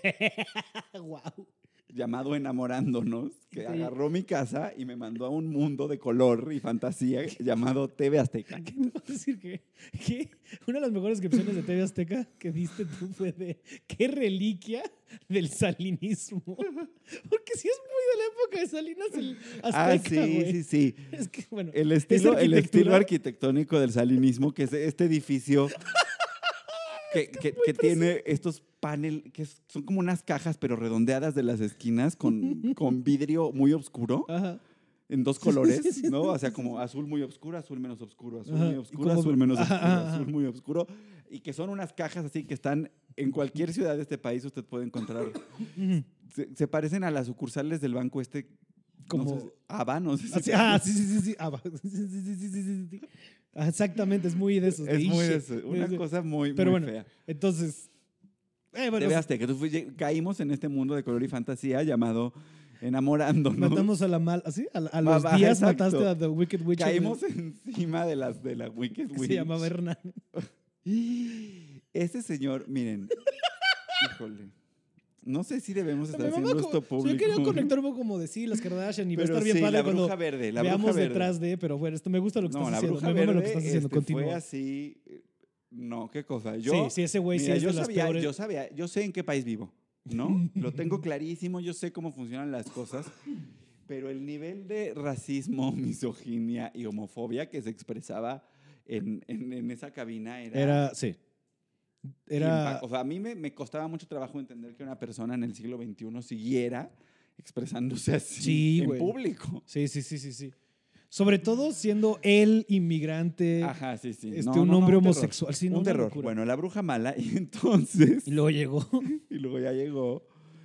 Speaker 1: Guau.
Speaker 2: llamado Enamorándonos, que
Speaker 1: Sí.
Speaker 2: agarró mi casa y me mandó a un mundo de color y fantasía llamado TV Azteca.
Speaker 1: ¿Qué me vas a decir que una de las mejores descripciones de TV Azteca que diste tú fue de qué reliquia del salinismo? Porque sí es muy de la época de Salinas el
Speaker 2: Ah,
Speaker 1: Azteca,
Speaker 2: sí,
Speaker 1: güey.
Speaker 2: sí, sí.
Speaker 1: Es que, bueno,
Speaker 2: El
Speaker 1: esa
Speaker 2: estilo
Speaker 1: arquitectura-
Speaker 2: arquitectónico del salinismo, que es este edificio que tiene estos paneles, son como unas cajas, pero redondeadas de las esquinas, con vidrio muy oscuro,
Speaker 1: Ajá.
Speaker 2: en dos
Speaker 1: Sí,
Speaker 2: colores,
Speaker 1: sí, sí,
Speaker 2: ¿no?
Speaker 1: sí,
Speaker 2: O sea,
Speaker 1: sí,
Speaker 2: como azul muy oscuro, azul menos oscuro, azul
Speaker 1: Ajá,
Speaker 2: muy
Speaker 1: y
Speaker 2: oscuro,
Speaker 1: como-
Speaker 2: azul menos
Speaker 1: ajá,
Speaker 2: oscuro,
Speaker 1: ajá,
Speaker 2: azul muy oscuro. Y que son unas cajas así que están en cualquier ciudad de este país, usted puede encontrar.
Speaker 1: Ujú.
Speaker 2: Se parecen a las sucursales del banco
Speaker 1: Como-
Speaker 2: no sé, Aba, no sé si
Speaker 1: Así- ah, sí. Ah, va. Sí. Ah, exactamente, es muy de esos.
Speaker 2: es muy
Speaker 1: Ishi.
Speaker 2: eso, una cosa muy,
Speaker 1: Pero
Speaker 2: muy
Speaker 1: bueno,
Speaker 2: fea.
Speaker 1: entonces. Bueno,
Speaker 2: TV Azteca. Caímos en este mundo de color y fantasía llamado Enamorándonos.
Speaker 1: matamos a la mal. ¿Así? A
Speaker 2: Va,
Speaker 1: los
Speaker 2: va,
Speaker 1: días
Speaker 2: exacto.
Speaker 1: mataste a The Wicked Witch.
Speaker 2: Caímos encima de la Wicked
Speaker 1: que
Speaker 2: Witch.
Speaker 1: se llamaba Hernán.
Speaker 2: Ese señor, miren, híjole, no sé si debemos estar
Speaker 1: Me mama
Speaker 2: haciendo
Speaker 1: como-
Speaker 2: esto público.
Speaker 1: Yo quería conectar un poco como de sí, las Kardashian y va a
Speaker 2: Pero
Speaker 1: estar bien
Speaker 2: sí,
Speaker 1: padre
Speaker 2: la
Speaker 1: cuando
Speaker 2: bruja verde, la
Speaker 1: veamos
Speaker 2: bruja verde.
Speaker 1: detrás de, pero bueno, esto me gusta lo que
Speaker 2: No,
Speaker 1: estás
Speaker 2: la
Speaker 1: haciendo.
Speaker 2: bruja
Speaker 1: Me mama
Speaker 2: verde
Speaker 1: lo que estás haciendo,
Speaker 2: fue
Speaker 1: continúa.
Speaker 2: así, no, qué cosa.
Speaker 1: Sí, ese güey sí
Speaker 2: Mira,
Speaker 1: es de las peores.
Speaker 2: yo sé en qué país vivo, ¿no? Lo tengo clarísimo, yo sé cómo funcionan las cosas, pero el nivel de racismo, misoginia y homofobia que se expresaba en esa cabina
Speaker 1: Sí.
Speaker 2: O sea, a mí me costaba mucho trabajo entender que una persona en el siglo XXI siguiera expresándose así
Speaker 1: Sí,
Speaker 2: en
Speaker 1: güey.
Speaker 2: público.
Speaker 1: Sí. Sobre todo siendo el inmigrante,
Speaker 2: Ajá, sí.
Speaker 1: un hombre homosexual. Sí, no,
Speaker 2: un
Speaker 1: una
Speaker 2: terror.
Speaker 1: locura.
Speaker 2: Bueno, la bruja mala, y entonces...
Speaker 1: Y luego llegó.
Speaker 2: Y luego ya llegó.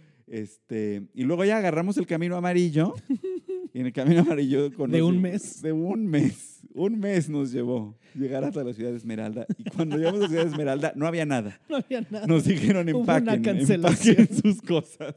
Speaker 2: Y luego ya agarramos el camino amarillo. Y en el camino amarillo...
Speaker 1: De un mes.
Speaker 2: De un mes. Un mes nos llevó llegar hasta la ciudad de Esmeralda. Y cuando llegamos a la ciudad de Esmeralda, no había nada.
Speaker 1: No había nada.
Speaker 2: Nos dijeron
Speaker 1: Hubo una
Speaker 2: empaquen
Speaker 1: cancelación.
Speaker 2: sus cosas.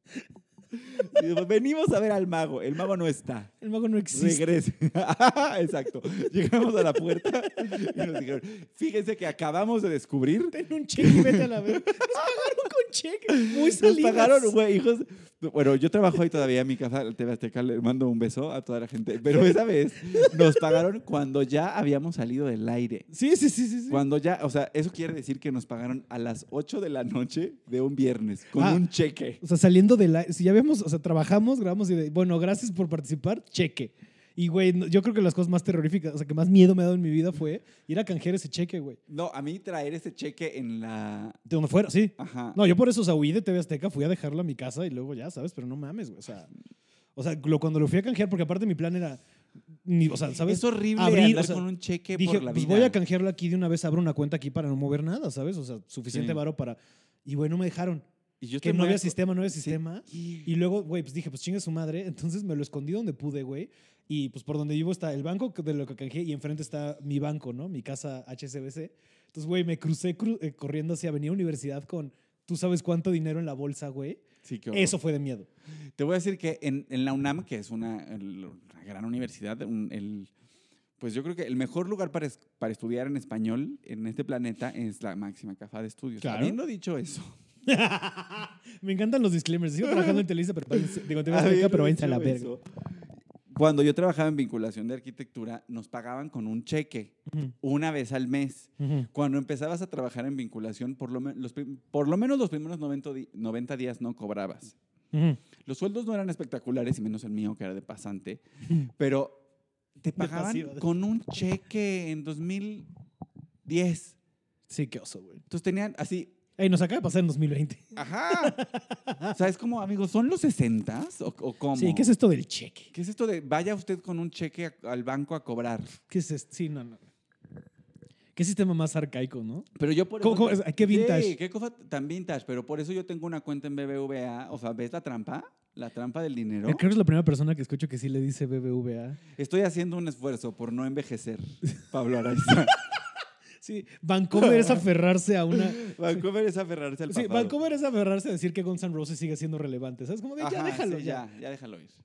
Speaker 2: Y dijimos, venimos a ver al mago. El mago no está.
Speaker 1: El mago no existe.
Speaker 2: Regrese. Exacto. Llegamos a la puerta y nos dijeron, fíjense que acabamos de descubrir.
Speaker 1: Ten un cheque y vete a la vez. Nos pagaron con cheque. Muy
Speaker 2: Nos
Speaker 1: salidas.
Speaker 2: pagaron, güey, hijos. Bueno, yo trabajo ahí todavía en mi casa, el TV Azteca, le mando un beso a toda la gente. Pero esa vez nos pagaron cuando ya habíamos salido del aire.
Speaker 1: Sí.
Speaker 2: Cuando ya, o sea, eso quiere decir que nos pagaron a las 8 de la noche de un viernes con
Speaker 1: Ah.
Speaker 2: un cheque.
Speaker 1: O sea, saliendo de la... Si ya habíamos, o sea, trabajamos, grabamos y bueno, gracias por participar, cheque. Y, güey, yo creo que las cosas más terroríficas, o sea, que más miedo me ha dado en mi vida fue ir a canjear ese cheque, güey.
Speaker 2: No, a mí traer ese cheque en la...
Speaker 1: De donde fuera, sí.
Speaker 2: Ajá.
Speaker 1: No, yo por eso, o sea, huí de TV Azteca, fui a dejarlo a mi casa y luego ya, ¿sabes? Pero no mames, güey. O sea, cuando lo fui a canjear, porque aparte mi plan era... o sea, ¿sabes?
Speaker 2: Es horrible
Speaker 1: Abrir,
Speaker 2: andar
Speaker 1: o sea,
Speaker 2: con un cheque
Speaker 1: Dije,
Speaker 2: por la
Speaker 1: pues
Speaker 2: vida.
Speaker 1: voy a canjearlo aquí de una vez, abro una cuenta aquí para no mover nada, ¿sabes? O sea, suficiente
Speaker 2: Sí.
Speaker 1: varo para... Y, güey, no me dejaron.
Speaker 2: Y yo
Speaker 1: que
Speaker 2: estoy
Speaker 1: no
Speaker 2: muy
Speaker 1: había
Speaker 2: aco-
Speaker 1: sistema, no había
Speaker 2: Sí.
Speaker 1: sistema. Y luego, güey, pues dije, pues chingue su madre. Entonces me lo escondí donde pude, güey. Y pues por donde vivo está el banco de lo que canjeé y enfrente está mi banco, ¿no? Mi casa HSBC. Entonces, güey, me crucé corriendo hacia Avenida Universidad con tú sabes cuánto dinero en la bolsa, güey.
Speaker 2: Sí, qué horror.
Speaker 1: Eso fue de miedo.
Speaker 2: Te voy a decir que en la UNAM, que es una gran universidad, pues yo creo que el mejor lugar para estudiar en español en este planeta es la máxima casa de estudios.
Speaker 1: Claro.
Speaker 2: Habiendo dicho eso.
Speaker 1: Me encantan los disclaimers. Sigo trabajando en Televisa, pero digo, en TV Azteca,
Speaker 2: habiendo
Speaker 1: pero váyanse a la
Speaker 2: dicho
Speaker 1: verga.
Speaker 2: eso, cuando yo trabajaba en vinculación de arquitectura, nos pagaban con un cheque
Speaker 1: Ujú,
Speaker 2: una vez al mes.
Speaker 1: ujú,
Speaker 2: Cuando empezabas a trabajar en vinculación, por lo menos los primeros 90 días no cobrabas.
Speaker 1: ujú.
Speaker 2: Los sueldos no eran espectaculares, y menos el mío, que era de pasante, pero te pagaban
Speaker 1: pasiva.
Speaker 2: con un cheque en 2010.
Speaker 1: Sí, qué oso, güey.
Speaker 2: Entonces tenían así,
Speaker 1: Ey, nos acaba de pasar en 2020.
Speaker 2: ajá. O sea, es como, amigos, ¿son los 60s o cómo?
Speaker 1: Sí, ¿qué es esto del cheque?
Speaker 2: ¿Qué es esto de vaya usted con un cheque al banco a cobrar?
Speaker 1: ¿Qué es esto? Sí, no. Qué sistema más arcaico, ¿no?
Speaker 2: Pero yo por
Speaker 1: ¿Cómo-
Speaker 2: eso...
Speaker 1: cómo- qué vintage?
Speaker 2: Sí, qué cosa tan vintage, pero por eso yo tengo una cuenta en BBVA. O sea, ¿ves la trampa? La trampa del dinero.
Speaker 1: Creo que es la primera persona que escucho que sí le dice BBVA.
Speaker 2: Estoy haciendo un esfuerzo por no envejecer, Pablo Araiza.
Speaker 1: Sí, Vancomer es aferrarse a una...
Speaker 2: Vancouver es aferrarse al
Speaker 1: Sí,
Speaker 2: pasado.
Speaker 1: Vancomer es aferrarse a decir que Guns N' Roses sigue siendo relevante. ¿Sabes? Como de ya
Speaker 2: Ajá,
Speaker 1: déjalo
Speaker 2: sí,
Speaker 1: ya.
Speaker 2: ya déjalo ir.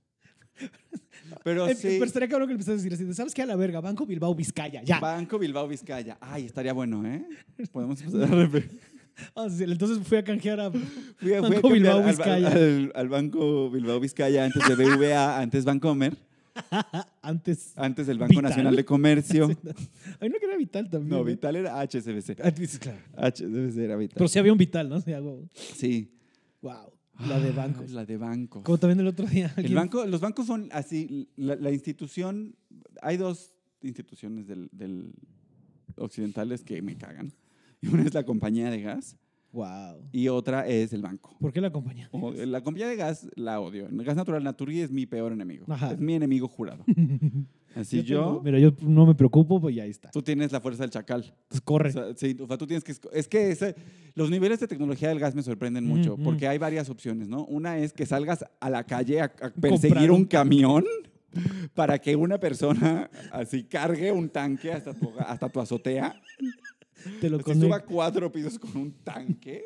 Speaker 2: Pero sí,
Speaker 1: Pero estaría cabrón que empieces a decir así, de, ¿sabes qué? A la verga, Banco Bilbao Vizcaya, ya.
Speaker 2: Banco Bilbao Vizcaya. Ay, estaría bueno, ¿eh? Podemos empezar a repetir.
Speaker 1: Ah, sí, entonces fui a canjear a
Speaker 2: Fui a
Speaker 1: Banco
Speaker 2: cambiar
Speaker 1: Bilbao Vizcaya.
Speaker 2: al Banco Bilbao Vizcaya, antes de BBVA, antes Bancomer,
Speaker 1: antes.
Speaker 2: antes del Banco
Speaker 1: ¿Vital?
Speaker 2: Nacional de Comercio.
Speaker 1: Ay, no que era Vital también.
Speaker 2: No,
Speaker 1: ¿no?
Speaker 2: Vital era HSBC.
Speaker 1: Ah, sí, claro.
Speaker 2: HSBC era Vital.
Speaker 1: Pero sí había un Vital, ¿no? Sí, hago.
Speaker 2: Sí.
Speaker 1: Wow. La de
Speaker 2: Ah,
Speaker 1: bancos.
Speaker 2: La de bancos.
Speaker 1: Como también el otro día.
Speaker 2: Los bancos son así, la institución, hay dos instituciones del occidentales que me cagan. Y una es la compañía de gas
Speaker 1: Wow.
Speaker 2: y otra es el banco.
Speaker 1: ¿Por qué la compañía?
Speaker 2: La compañía de gas la odio. El gas natural Naturgy es mi peor enemigo.
Speaker 1: Ajá.
Speaker 2: Es mi enemigo jurado. Así
Speaker 1: Mira, yo no me preocupo, pues ya ahí está.
Speaker 2: tú tienes la fuerza del chacal.
Speaker 1: Pues corre.
Speaker 2: O sea, sí, o sea, tú tienes que... Es que los niveles de tecnología del gas me sorprenden mucho,
Speaker 1: Ujú.
Speaker 2: porque hay varias opciones, ¿no? Una es que salgas a la calle a perseguir
Speaker 1: Comprar
Speaker 2: un camión para que una persona así cargue un tanque hasta tu azotea.
Speaker 1: Te lo
Speaker 2: Así
Speaker 1: conecto.
Speaker 2: suba 4 pisos con un tanque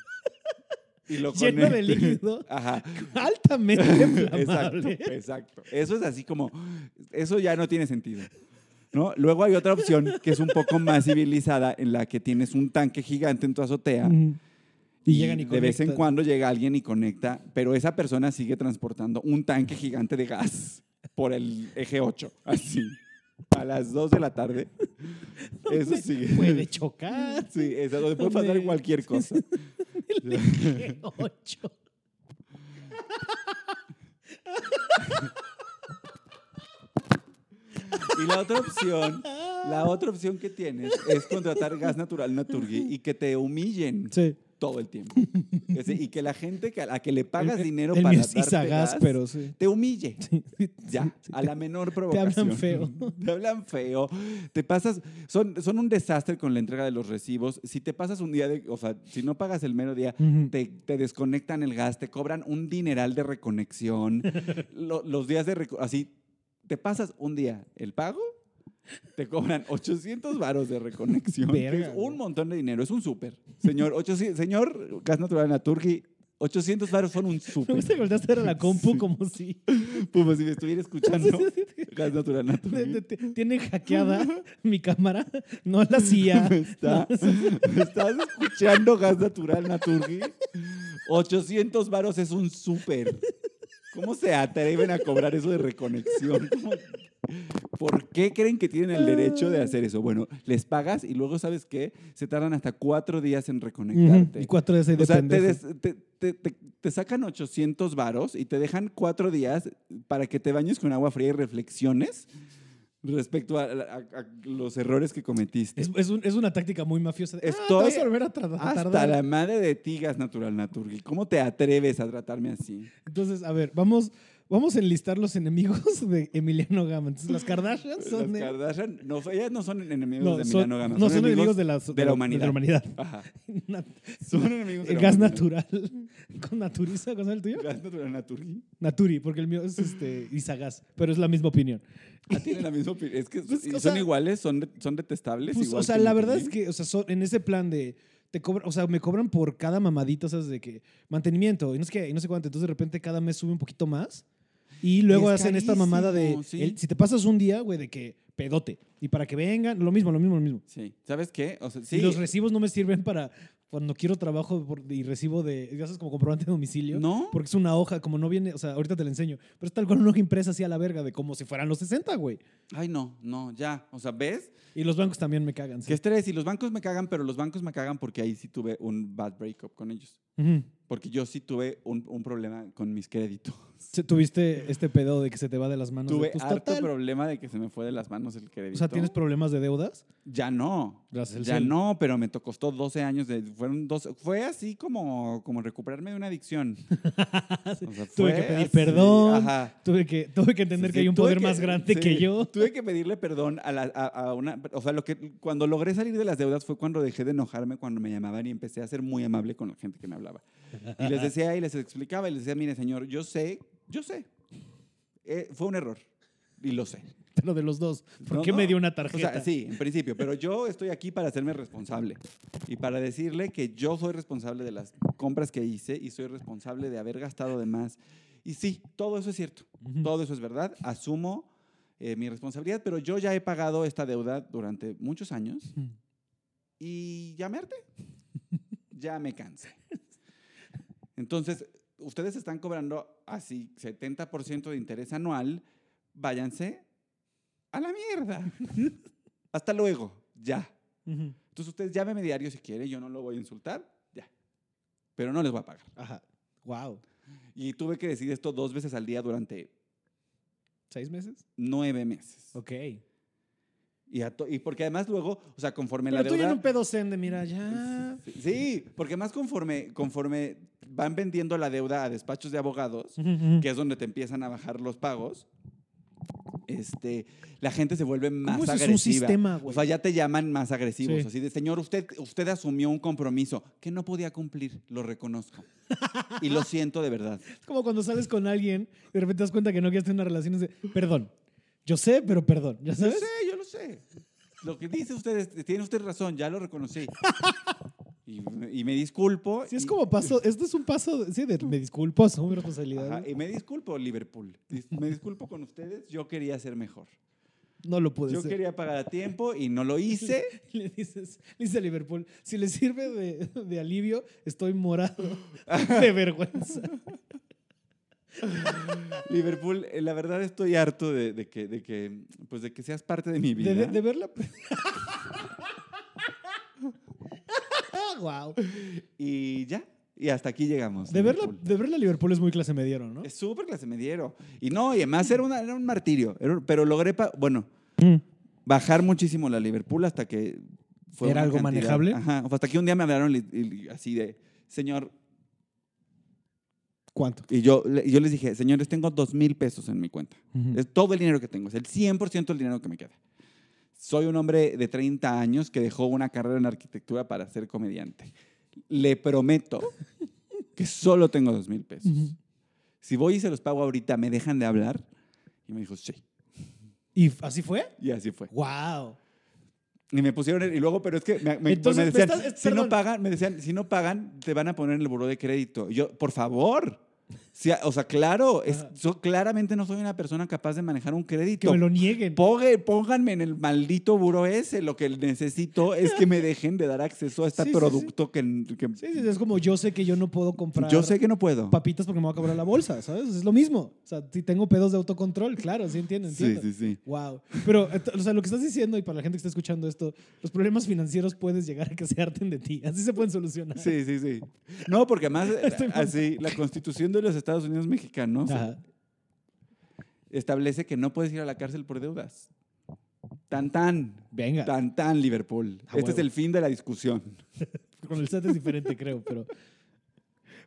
Speaker 2: y lo
Speaker 1: Lleno de
Speaker 2: conecte.
Speaker 1: líquido.
Speaker 2: Ajá.
Speaker 1: Altamente
Speaker 2: Exacto,
Speaker 1: inflamable.
Speaker 2: exacto. Eso es así como... Eso ya no tiene sentido. ¿No? Luego hay otra opción que es un poco más civilizada, en la que tienes un tanque gigante en tu azotea
Speaker 1: Mm. Y llegan y
Speaker 2: de vez en
Speaker 1: conectan.
Speaker 2: cuando llega alguien y conecta, pero esa persona sigue transportando un tanque gigante de gas por el eje 8, así, a las 2 de la tarde. Eso sigue.
Speaker 1: Puede chocar.
Speaker 2: Sí, eso donde puede pasar
Speaker 1: Hombre.
Speaker 2: cualquier cosa.
Speaker 1: El eje 8.
Speaker 2: Y la otra opción que tienes es contratar gas natural Naturgy y que te humillen
Speaker 1: Sí.
Speaker 2: todo el tiempo. Y que la gente a la que le pagas dinero
Speaker 1: el
Speaker 2: para
Speaker 1: mío es
Speaker 2: darte
Speaker 1: Isagas,
Speaker 2: gas,
Speaker 1: pero sí.
Speaker 2: te humille. Ya,
Speaker 1: Sí,
Speaker 2: a la menor
Speaker 1: Te
Speaker 2: provocación.
Speaker 1: hablan feo.
Speaker 2: Te hablan feo. Te pasas, son un desastre con la entrega de los recibos. Si te pasas un día o sea, si no pagas el mero día,
Speaker 1: Ujú.
Speaker 2: te desconectan el gas, te cobran un dineral de reconexión. Los días así, te pasas un día el pago, te cobran 800 varos de reconexión. Que
Speaker 1: Verga,
Speaker 2: es
Speaker 1: güey.
Speaker 2: un montón de dinero, es un súper. Señor Gas Natural Naturgy, 800 varos son un
Speaker 1: Me
Speaker 2: súper.
Speaker 1: gusta que volteaste a ver a la compu como si...
Speaker 2: Como si me estuviera escuchando Gas Natural Naturgy.
Speaker 1: Tiene hackeada mi cámara. No la hacía.
Speaker 2: ¿Me estás escuchando Gas Natural Naturgy? 800 varos es un súper. ¿Cómo se atreven a cobrar eso de reconexión? ¿Por qué creen que tienen el derecho de hacer eso? Bueno, les pagas y luego, ¿sabes qué? Se tardan hasta 4 días en reconectarte.
Speaker 1: Y 4 días ahí de
Speaker 2: O sea,
Speaker 1: pendejo.
Speaker 2: te sacan 800 varos y te dejan 4 días para que te bañes con agua fría y reflexiones respecto a los errores que cometiste.
Speaker 1: Es una táctica muy mafiosa. Te
Speaker 2: Estoy
Speaker 1: vas a volver a
Speaker 2: hasta
Speaker 1: tardar.
Speaker 2: la madre de ti, Gas Natural Naturgy. ¿Cómo te atreves a tratarme así?
Speaker 1: Entonces, a ver, vamos vamos a enlistar los enemigos de Emiliano Gama. Entonces, las Kardashian son...
Speaker 2: Las Kardashian, no, ellas no son enemigos
Speaker 1: No,
Speaker 2: de
Speaker 1: son,
Speaker 2: Emiliano Gama.
Speaker 1: no, son enemigos de la
Speaker 2: humanidad.
Speaker 1: De la humanidad.
Speaker 2: Ajá.
Speaker 1: Nat-
Speaker 2: Son enemigos de la
Speaker 1: gas
Speaker 2: humanidad.
Speaker 1: natural. ¿Con Naturiza? ¿Con el tuyo?
Speaker 2: Gas natural, Naturgy.
Speaker 1: Naturi, porque el mío es Isagas, pero es la misma opinión.
Speaker 2: Ah, tienen la misma opinión. Es que
Speaker 1: Pues, o
Speaker 2: son
Speaker 1: sea,
Speaker 2: iguales, son detestables.
Speaker 1: Pues,
Speaker 2: igual
Speaker 1: o sea,
Speaker 2: que
Speaker 1: la verdad es
Speaker 2: Naturgy.
Speaker 1: que, o sea, en ese plan de te cobran, o sea, me cobran por cada mamadita, ¿sabes? De que mantenimiento y no sé qué, y no sé cuánto. Entonces de repente cada mes sube un poquito más y luego
Speaker 2: Es
Speaker 1: hacen esta mamada de
Speaker 2: carísimo, sí.
Speaker 1: si te pasas un día, güey, de que pedote y para que vengan, lo mismo.
Speaker 2: Sí. ¿Sabes qué? O sea,
Speaker 1: Y
Speaker 2: sí.
Speaker 1: los recibos no me sirven para cuando quiero trabajo y recibo de, ya sabes, como comprobante de domicilio.
Speaker 2: ¿No?
Speaker 1: Porque es una hoja, como no viene, o sea, ahorita te la enseño, pero es tal cual una hoja impresa así a la verga de como si fueran los 60, güey.
Speaker 2: Ay, no, ya. O sea, ¿ves?
Speaker 1: Y los bancos también me cagan.
Speaker 2: Qué
Speaker 1: Sí.
Speaker 2: estrés. Y los bancos me cagan, pero los bancos me cagan porque ahí sí tuve un bad breakup con ellos.
Speaker 1: Ujú.
Speaker 2: Porque yo sí tuve un problema con mis créditos.
Speaker 1: ¿Tuviste este pedo de que se te va de las manos?
Speaker 2: Tuve
Speaker 1: Pues,
Speaker 2: harto
Speaker 1: total.
Speaker 2: problema de que se me fue de las manos el crédito.
Speaker 1: O sea, ¿tienes problemas de deudas?
Speaker 2: Ya no.
Speaker 1: Gracias al
Speaker 2: Ya
Speaker 1: cielo.
Speaker 2: no, pero me costó 12 años. Fue así como recuperarme de una adicción. O sea,
Speaker 1: Tuve
Speaker 2: fue
Speaker 1: que pedir
Speaker 2: así,
Speaker 1: perdón.
Speaker 2: ajá.
Speaker 1: Tuve que entender
Speaker 2: Sí,
Speaker 1: que hay un
Speaker 2: tuve
Speaker 1: poder más grande
Speaker 2: sí,
Speaker 1: que yo.
Speaker 2: Tuve que pedirle perdón a una... O sea, cuando logré salir de las deudas fue cuando dejé de enojarme cuando me llamaban y empecé a ser muy amable con la gente que me hablaba. Y les decía y les explicaba y les decía, mire, señor, yo sé. Fue un error y lo sé.
Speaker 1: Pero de los dos. ¿Por
Speaker 2: No,
Speaker 1: qué
Speaker 2: no.
Speaker 1: me dio una
Speaker 2: O
Speaker 1: tarjeta?
Speaker 2: sea, sí, en principio, pero yo estoy aquí para hacerme responsable y para decirle que yo soy responsable de las compras que hice y soy responsable de haber gastado de más. Y sí, todo eso es cierto,
Speaker 1: Ujú.
Speaker 2: todo eso es verdad, asumo mi responsabilidad, pero yo ya he pagado esta deuda durante muchos años
Speaker 1: Ujú.
Speaker 2: y ya me harté, ya me cansé. Entonces, ustedes están cobrando así 70% de interés anual, váyanse a la mierda. Hasta luego, ya.
Speaker 1: Ujú.
Speaker 2: Entonces ustedes llámenme diario si quieren, yo no lo voy a insultar, ya. Pero no les voy a pagar.
Speaker 1: Ajá. Wow.
Speaker 2: Y tuve que decir esto 2 veces al día durante
Speaker 1: 6 meses.
Speaker 2: 9 meses.
Speaker 1: Ok.
Speaker 2: Y porque además luego, o sea, conforme
Speaker 1: Pero
Speaker 2: la
Speaker 1: tú ya
Speaker 2: deuda...
Speaker 1: en un pedo zen de, mira, ya.
Speaker 2: Sí, porque más conforme van vendiendo la deuda a despachos de abogados,
Speaker 1: Ujú, ujú.
Speaker 2: que es donde te empiezan a bajar los pagos, la gente se vuelve más
Speaker 1: ¿Cómo eso es
Speaker 2: agresiva.
Speaker 1: un sistema, güey?
Speaker 2: O sea, ya te llaman más agresivos.
Speaker 1: Sí.
Speaker 2: Así de, señor, usted asumió un compromiso que no podía cumplir, lo reconozco. Y lo siento de verdad.
Speaker 1: Es como cuando sales con alguien y de repente te das cuenta que no quieres tener una relación. Es de, perdón. Yo sé, pero perdón. ¿Ya sabes?
Speaker 2: Yo lo sé. Lo que dice usted, tiene usted razón, ya lo reconocí. Y me disculpo.
Speaker 1: Sí, es como paso. Esto es un paso. Sí, me disculpo, asumo mi responsabilidad.
Speaker 2: Ajá, y me disculpo, Liverpool. Me disculpo con ustedes, yo quería ser mejor.
Speaker 1: No lo pude
Speaker 2: Yo
Speaker 1: ser.
Speaker 2: quería pagar a tiempo y no lo hice.
Speaker 1: Le dice a Liverpool, si le sirve de alivio, estoy morado de vergüenza.
Speaker 2: Liverpool, la verdad estoy harto de que seas parte de mi vida.
Speaker 1: De verla. Wow.
Speaker 2: Y ya, y hasta aquí llegamos.
Speaker 1: De verla
Speaker 2: Liverpool.
Speaker 1: a Liverpool es muy clase mediero, ¿no?
Speaker 2: Es súper clase mediero. Y no, y además era un martirio. Pero logré, bajar muchísimo la Liverpool hasta que fue
Speaker 1: ¿Era
Speaker 2: una
Speaker 1: algo
Speaker 2: cantidad.
Speaker 1: manejable?
Speaker 2: Ajá, o sea, hasta que un día me hablaron así de, señor,
Speaker 1: ¿Cuánto?
Speaker 2: y yo les dije, señores, tengo 2,000 pesos en mi cuenta.
Speaker 1: Ujú.
Speaker 2: Es todo el dinero que tengo, es el 100% del dinero que me queda. Soy un hombre de 30 años que dejó una carrera en arquitectura para ser comediante. Le prometo que solo tengo 2,000 pesos.
Speaker 1: Ujú.
Speaker 2: Si voy y se los pago ahorita, ¿me dejan de hablar? Y me dijo, sí.
Speaker 1: ¿Y así fue?
Speaker 2: Y así fue.
Speaker 1: Wow.
Speaker 2: Y me pusieron, y luego, pero es que
Speaker 1: Entonces,
Speaker 2: me decían,
Speaker 1: me estás-
Speaker 2: me decían, si no pagan, te van a poner en el buró de crédito. Y yo, por favor. Sí, o sea, claro,
Speaker 1: Ajá.
Speaker 2: claramente no soy una persona capaz de manejar un crédito.
Speaker 1: Que me lo nieguen.
Speaker 2: Pónganme en el maldito buró ese. Lo que necesito es que me dejen de dar acceso a este
Speaker 1: Sí, sí,
Speaker 2: producto que
Speaker 1: Sí, sí, es como yo sé que yo no puedo comprar
Speaker 2: yo sé que no puedo.
Speaker 1: papitas porque me voy a cobrar la bolsa, ¿sabes? Es lo mismo. O sea, si tengo pedos de autocontrol, claro, sí entiendo.
Speaker 2: Sí.
Speaker 1: Wow. Pero, o sea, lo que estás diciendo, y para la gente que está escuchando esto, los problemas financieros puedes llegar a que se harten de ti. Así se pueden solucionar.
Speaker 2: Sí. No, porque además,
Speaker 1: Estoy mal.
Speaker 2: así, la Constitución de los Estados Unidos mexicanos
Speaker 1: Ajá.
Speaker 2: establece que no puedes ir a la cárcel por deudas. Tan,
Speaker 1: Venga.
Speaker 2: Liverpool.
Speaker 1: A
Speaker 2: Este es
Speaker 1: huevo.
Speaker 2: el fin de la discusión.
Speaker 1: Con el SAT es diferente, creo, pero...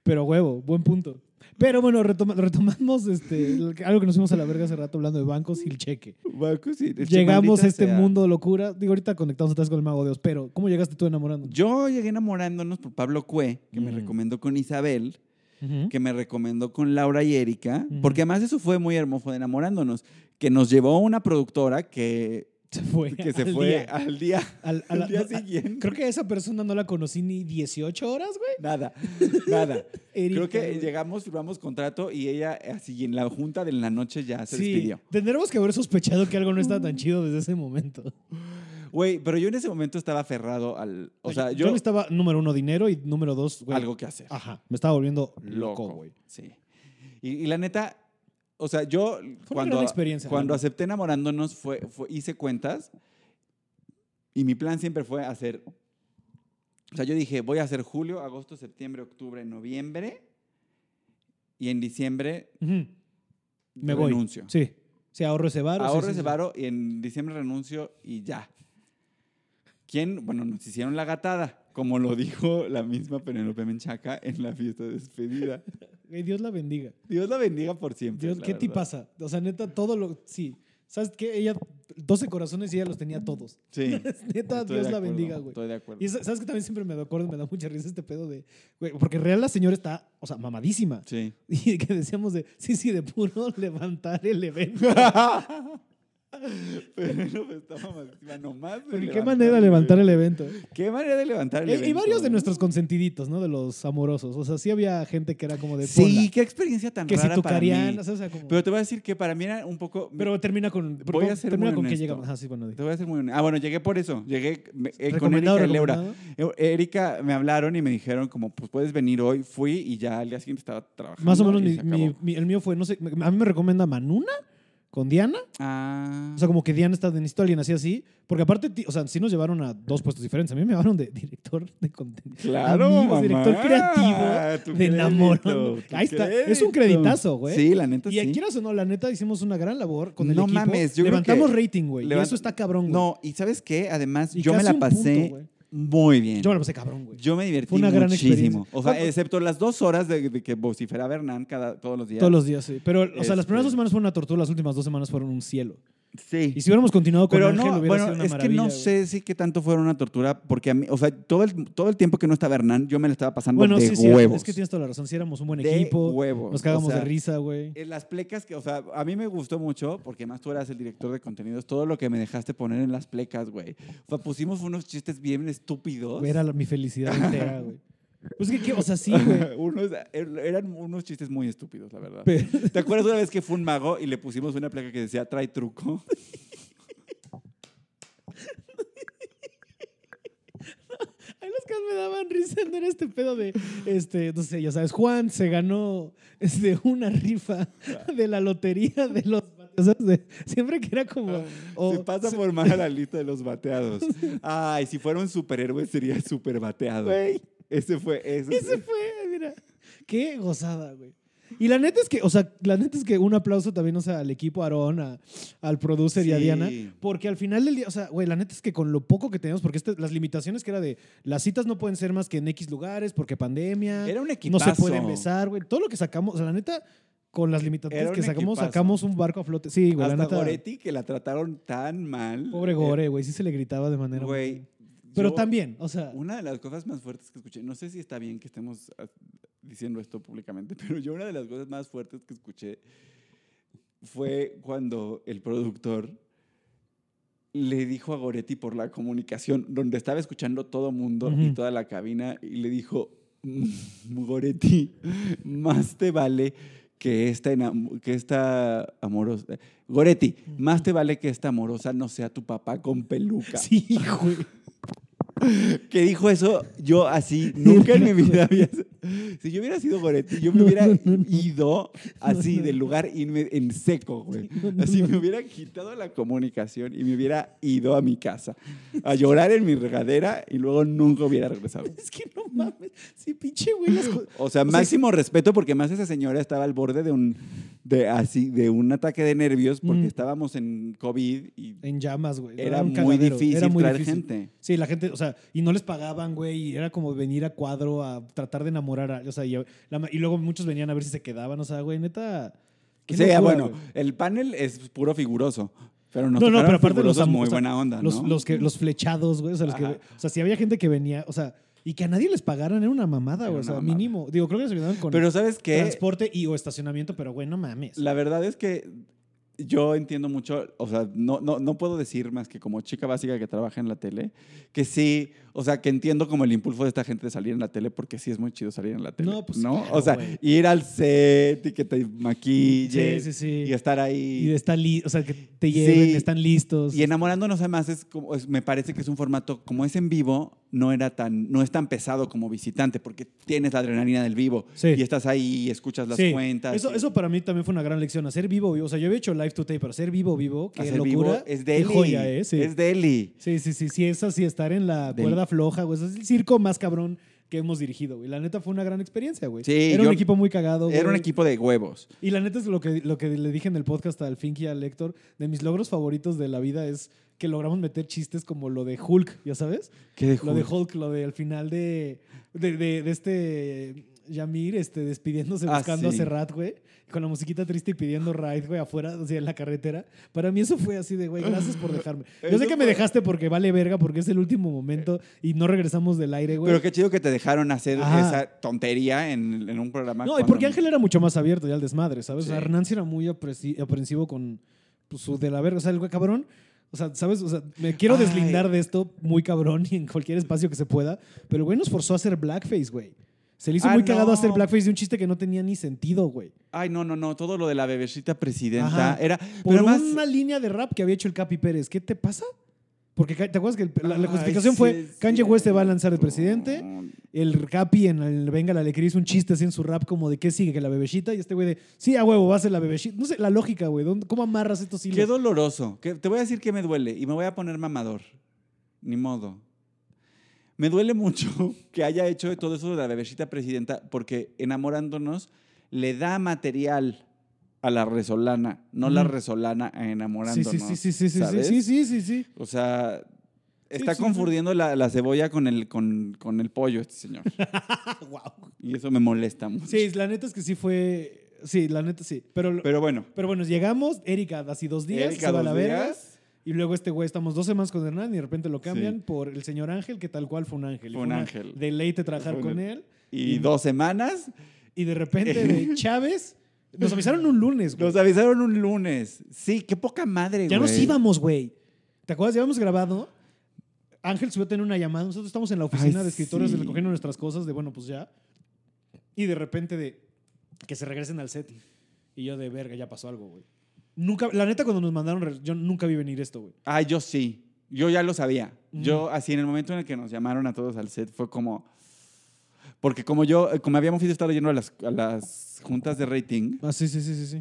Speaker 1: Pero huevo, buen punto. Pero bueno, retomamos algo que nos fuimos a la verga hace rato hablando de bancos y el cheque.
Speaker 2: Bancos y
Speaker 1: Llegamos a este mundo de locura. Digo, ahorita conectamos atrás con el Mago de Dios, pero ¿cómo llegaste tú enamorando?
Speaker 2: Yo llegué enamorándonos por Pablo Cue, que me recomendó con Isabel, que me recomendó con Laura y Erika, porque además eso fue muy hermoso de enamorándonos, que nos llevó una productora que se fue al día siguiente.
Speaker 1: Creo que a esa persona no la conocí ni 18 horas, güey.
Speaker 2: Nada. Creo que llegamos, firmamos contrato y ella así en la junta de la noche ya se despidió.
Speaker 1: Tendremos que haber sospechado que algo no estaba tan chido desde ese momento.
Speaker 2: Güey, pero yo en ese momento estaba aferrado al... O sea,
Speaker 1: yo estaba, número 1, dinero y número 2, güey.
Speaker 2: Algo que hacer.
Speaker 1: Ajá, me estaba volviendo loco, güey.
Speaker 2: Sí. Y la neta... O sea, yo cuando acepté enamorándonos hice cuentas y mi plan siempre fue hacer... O sea, yo dije, voy a hacer julio, agosto, septiembre, octubre, noviembre y en diciembre
Speaker 1: me
Speaker 2: renuncio.
Speaker 1: Voy. Sí, ahorro ese varo.
Speaker 2: Ese varo y en diciembre renuncio y ya. Bueno, nos hicieron la gatada, como lo dijo la misma Penélope Menchaca en la fiesta de despedida.
Speaker 1: Dios la bendiga.
Speaker 2: Dios la bendiga por siempre.
Speaker 1: Dios, ¿qué te pasa? O sea, neta, sí. ¿Sabes qué? Ella, 12 corazones y ella los tenía todos.
Speaker 2: Sí.
Speaker 1: Neta, Dios la bendiga, güey.
Speaker 2: Estoy de acuerdo.
Speaker 1: Y ¿sabes que también siempre me acuerdo, me da mucha risa este pedo de... Güey, porque real la señora está, o sea, mamadísima.
Speaker 2: Sí.
Speaker 1: Y que decíamos de puro levantar el evento.
Speaker 2: Pero no está mamadísima nomás.
Speaker 1: Porque qué manera de levantar el evento.
Speaker 2: Qué manera de levantar el evento.
Speaker 1: Y varios de nuestros consentiditos, ¿no? De los amorosos. O sea, sí había gente que era como de...
Speaker 2: Sí, qué experiencia tan
Speaker 1: que
Speaker 2: rara
Speaker 1: si tu
Speaker 2: para
Speaker 1: Cariana,
Speaker 2: mí.
Speaker 1: o sea, como...
Speaker 2: Pero te voy a decir que para mí era un poco...
Speaker 1: Pero termina con...
Speaker 2: Voy a ser muy
Speaker 1: con que
Speaker 2: honesto.
Speaker 1: llegamos. Ah, sí, bueno.
Speaker 2: Te voy a ser muy honesto. Bueno, llegué por eso. Llegué con Erika y Laura. Erika me hablaron y me dijeron como, pues puedes venir hoy. Fui y ya al día siguiente estaba trabajando.
Speaker 1: Más o menos el mío fue, no sé, a mí me recomienda Manuna con Diana.
Speaker 2: Ah.
Speaker 1: O sea, como que Diana necesito a alguien así. Porque aparte, o sea, sí nos llevaron a 2 puestos diferentes. A mí me llevaron de director de contenido.
Speaker 2: Claro,
Speaker 1: amigos, director creativo de Enamorando. Ahí está. Es un creditazo, güey.
Speaker 2: Sí, la neta,
Speaker 1: y
Speaker 2: sí.
Speaker 1: quieras o no, la neta, hicimos una gran labor con el
Speaker 2: no
Speaker 1: equipo.
Speaker 2: Mames, yo
Speaker 1: levantamos
Speaker 2: creo que
Speaker 1: rating, güey. Y eso está cabrón, güey.
Speaker 2: No, y ¿sabes qué? Además,
Speaker 1: y
Speaker 2: yo me la pasé...
Speaker 1: Punto,
Speaker 2: muy bien.
Speaker 1: Yo me la pasé cabrón, güey.
Speaker 2: Yo me divertí
Speaker 1: Fue una gran
Speaker 2: muchísimo. O sea, excepto las 2 horas de que vociferaba Hernán todos los días.
Speaker 1: Todos los días, sí. Pero, o sea, las primeras 2 semanas fueron una tortura, las últimas 2 semanas fueron un cielo.
Speaker 2: Sí.
Speaker 1: Y si hubiéramos continuado con Ángel, hubiera sido una maravilla.
Speaker 2: Es que no sé si qué tanto fuera una tortura, porque a mí, o sea, todo el tiempo que no estaba Hernán, yo me la estaba pasando de huevos.
Speaker 1: Es que tienes toda la razón. Sí, éramos un buen
Speaker 2: de
Speaker 1: equipo.
Speaker 2: Huevos.
Speaker 1: Nos cagamos de risa, güey.
Speaker 2: Las plecas que, o sea, a mí me gustó mucho, porque además tú eras el director de contenidos, todo lo que me dejaste poner en las plecas, güey. O sea, pusimos unos chistes bien estúpidos.
Speaker 1: Era mi felicidad entera, güey. Pues que, o sea, sí, güey.
Speaker 2: Eran unos chistes muy estúpidos, la verdad. ¿Te acuerdas una vez que fue un mago y le pusimos una placa que decía, trae truco?
Speaker 1: A los que me daban risa no era este pedo de, no sé, ya sabes, Juan se ganó una rifa de la lotería de los bateados. Siempre que era como...
Speaker 2: se pasa por más a la lista de los bateados. Ay, si fuera un superhéroe sería super bateado.
Speaker 1: Güey.
Speaker 2: Ese fue,
Speaker 1: mira. Qué gozada, güey. Y la neta es que un aplauso también, o sea, al equipo, a Aarón, al producer y a Diana, porque al final del día, o sea, güey, la neta es que con lo poco que teníamos, porque las limitaciones que era de las citas no pueden ser más que en X lugares, porque pandemia,
Speaker 2: era un equipazo.
Speaker 1: No se pueden besar, güey, todo lo que sacamos, o sea, la neta, con las limitaciones que sacamos un barco a flote. Sí, güey,
Speaker 2: hasta
Speaker 1: la neta.
Speaker 2: Goretti, que la trataron tan mal.
Speaker 1: Pobre Gore, güey, sí se le gritaba de manera...
Speaker 2: Güey.
Speaker 1: Pero también, o sea...
Speaker 2: Una de las cosas más fuertes que escuché, no sé si está bien que estemos diciendo esto públicamente, pero yo una de las cosas más fuertes que escuché fue cuando el productor le dijo a Goretti por la comunicación, donde estaba escuchando todo mundo y toda la cabina, y le dijo, Goretti, más te vale que esta amorosa... Goretti, más te vale que esta amorosa no sea tu papá con peluca.
Speaker 1: Sí, güey.
Speaker 2: Que dijo eso, yo así, nunca en mi vida había... Si yo hubiera sido Goretti, yo me hubiera ido así del lugar en seco, güey. Así me hubiera quitado la comunicación y me hubiera ido a mi casa a llorar en mi regadera y luego nunca hubiera regresado.
Speaker 1: Es que no mames, sí, pinche güey.
Speaker 2: O sea, máximo respeto porque más esa señora estaba al borde de de un ataque de nervios porque estábamos en COVID y
Speaker 1: en llamas, güey.
Speaker 2: era muy difícil traer gente.
Speaker 1: Sí, la gente, o sea, y no les pagaban, güey, y era como venir a cuadro a tratar de enamorar a, o sea, y luego muchos venían a ver si se quedaban, o sea, güey, neta.
Speaker 2: Sí, locura, bueno, güey. El panel es puro figuroso. Pero nos
Speaker 1: pero aparte los
Speaker 2: muy buena onda, ¿no?
Speaker 1: Los flechados, güey, o sea, si había gente que venía, o sea, y que a nadie les pagaran era una mamada, güey, o sea, mínimo. Digo, creo que les ayudaban con
Speaker 2: pero ¿sabes qué?
Speaker 1: Transporte o estacionamiento, pero güey, no mames.
Speaker 2: La verdad es que yo entiendo mucho, o sea, no puedo decir más que como chica básica que trabaja en la tele, que sí, o sea, que entiendo como el impulso de esta gente de salir en la tele, porque sí es muy chido salir en la tele. No, pues ¿no? Claro, o sea, wey. Ir al set y que te maquilles y estar ahí.
Speaker 1: Y estar o sea, que te lleven, están listos.
Speaker 2: Y enamorándonos además me parece que es un formato, como es en vivo, no es tan pesado como visitante, porque tienes la adrenalina del vivo y estás ahí y escuchas las cuentas.
Speaker 1: Eso para mí también fue una gran lección, hacer vivo. O sea, yo había hecho live to tape, pero hacer vivo, qué hacer locura.
Speaker 2: Vivo es deli.
Speaker 1: Qué joya, sí.
Speaker 2: Es deli.
Speaker 1: Sí, es así, estar en la cuerda floja, güey. Es el circo más cabrón que hemos dirigido, güey. La neta fue una gran experiencia, güey.
Speaker 2: Sí,
Speaker 1: era un equipo muy cagado, güey.
Speaker 2: Era un equipo de huevos.
Speaker 1: Y la neta es lo que le dije en el podcast al Finky y al Héctor, de mis logros favoritos de la vida es que logramos meter chistes como lo de Hulk, ¿ya sabes?
Speaker 2: ¿Qué de Hulk?
Speaker 1: Lo de Hulk, lo de al final de este Yamir despidiéndose buscando a Serrat, güey, con la musiquita triste y pidiendo ride, güey, afuera, o sea, en la carretera. Para mí eso fue así de, güey, gracias por dejarme. Yo sé que me dejaste porque vale verga, porque es el último momento y no regresamos del aire, güey.
Speaker 2: Pero qué chido que te dejaron hacer esa tontería en un programa.
Speaker 1: No, y porque Ángel era mucho más abierto ya al desmadre, ¿sabes? Sí. O sea, Nancy era muy aprensivo con su de la verga. O sea, el güey cabrón... O sea, ¿sabes? O sea, me quiero deslindar de esto muy cabrón y en cualquier espacio que se pueda, pero el güey nos forzó a hacer blackface, güey. Se le hizo muy cagado hacer blackface de un chiste que no tenía ni sentido, güey.
Speaker 2: Ay, no. Todo lo de la bebecita presidenta era...
Speaker 1: Por una línea de rap que había hecho el Capi Pérez. ¿Qué te pasa? Porque ¿te acuerdas que la justificación fue Kanye West se va a lanzar de presidente? El Capi en el Venga la Alegría hizo un chiste así en su rap como de ¿qué sigue? Que la bebecita. Y este güey de sí, a huevo, va a ser la bebecita. No sé, la lógica, güey. ¿Cómo amarras estos hilos?
Speaker 2: Qué doloroso. Te voy a decir que me duele y me voy a poner mamador. Ni modo. Me duele mucho que haya hecho todo eso de la bebecita presidenta porque enamorándonos le da material a la resolana, no la resolana a enamorándonos.
Speaker 1: Sí.
Speaker 2: O sea, está confundiendo la cebolla con el pollo este señor.
Speaker 1: Wow.
Speaker 2: Y eso me molesta mucho.
Speaker 1: Sí, la neta es que sí fue... Sí, la neta sí. Pero bueno, llegamos, Erika así 2 días, se va a la verga. Y luego este güey, estamos 2 semanas con Hernán y de repente lo cambian por el señor Ángel, que tal cual fue un ángel.
Speaker 2: Fue un ángel.
Speaker 1: Deleite trabajar con él.
Speaker 2: Y 2 semanas.
Speaker 1: Y de repente de Chávez... Nos avisaron un lunes, güey.
Speaker 2: Nos avisaron un lunes. Sí, qué poca madre, güey.
Speaker 1: Ya nos íbamos, güey. ¿Te acuerdas? Ya habíamos grabado. Ángel subió a tener una llamada. Nosotros estamos en la oficina de escritores recogiendo nuestras cosas de, bueno, pues ya. Y de repente de que se regresen al set. Y yo de verga, ya pasó algo, güey. Nunca, la neta, cuando nos mandaron, yo nunca vi venir esto, güey.
Speaker 2: Ay, yo sí. Yo ya lo sabía. Yo, así, en el momento en el que nos llamaron a todos al set, fue como... Porque como habíamos ido a estar leyendo a las juntas de rating.
Speaker 1: Ah, sí.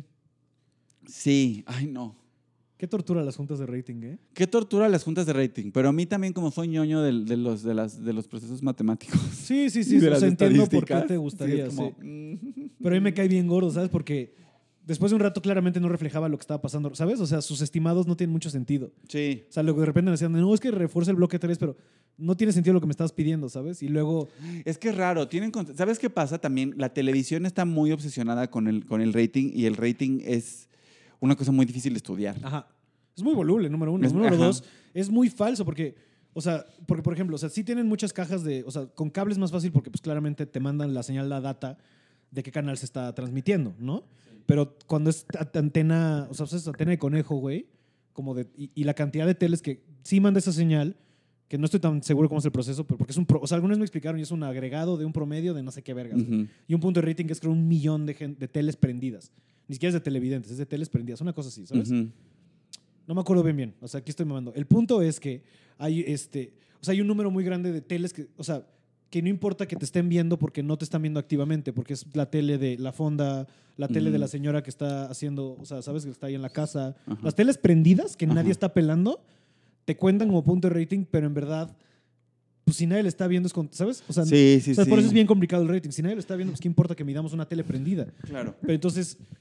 Speaker 2: Sí, ay no.
Speaker 1: Qué tortura las juntas de rating, ¿eh?
Speaker 2: Qué tortura las juntas de rating. Pero a mí también, como soy ñoño de los procesos matemáticos.
Speaker 1: Sí. O sea, entiendo por qué te gustaría. Sí, como... Pero a mí me cae bien gordo, ¿sabes? Porque después de un rato claramente no reflejaba lo que estaba pasando, ¿sabes? O sea, sus estimados no tienen mucho sentido.
Speaker 2: Sí.
Speaker 1: O sea, luego de repente me decían, no, es que refuerza el bloque 3, pero no tiene sentido lo que me estabas pidiendo, ¿sabes? Y luego...
Speaker 2: Es que es raro. ¿Sabes qué pasa también? La televisión está muy obsesionada con el rating y el rating es una cosa muy difícil de estudiar.
Speaker 1: Ajá. Es muy voluble, número 1. Número 2, es muy falso porque, por ejemplo, o sea, sí tienen muchas cajas de... O sea, con cable es más fácil porque pues claramente te mandan la señal, la data de qué canal se está transmitiendo, ¿no? Pero cuando es antena, o sea, es antena de conejo, güey, y la cantidad de teles que sí manda esa señal, que no estoy tan seguro cómo es el proceso, pero porque o sea, algunos me explicaron y es un agregado de un promedio de no sé qué vergas. Y un punto de rating que es creo 1 millón de teles prendidas. Ni siquiera es de televidentes, es de teles prendidas, una cosa así, ¿sabes? No me acuerdo bien. O sea, aquí estoy mamando. El punto es que hay o sea, hay un número muy grande de teles que, o sea, que no importa que te estén viendo porque no te están viendo activamente, porque es la tele de la fonda, la tele de la señora que está haciendo, o sea, sabes que está ahí en la casa. Las teles prendidas que nadie está pelando te cuentan como punto de rating, pero en verdad, pues si nadie le está viendo, ¿sabes? O sea,
Speaker 2: sí.
Speaker 1: Por eso es bien complicado el rating. Si nadie lo está viendo, pues qué importa que midamos una tele prendida.
Speaker 2: Claro.
Speaker 1: Pero entonces,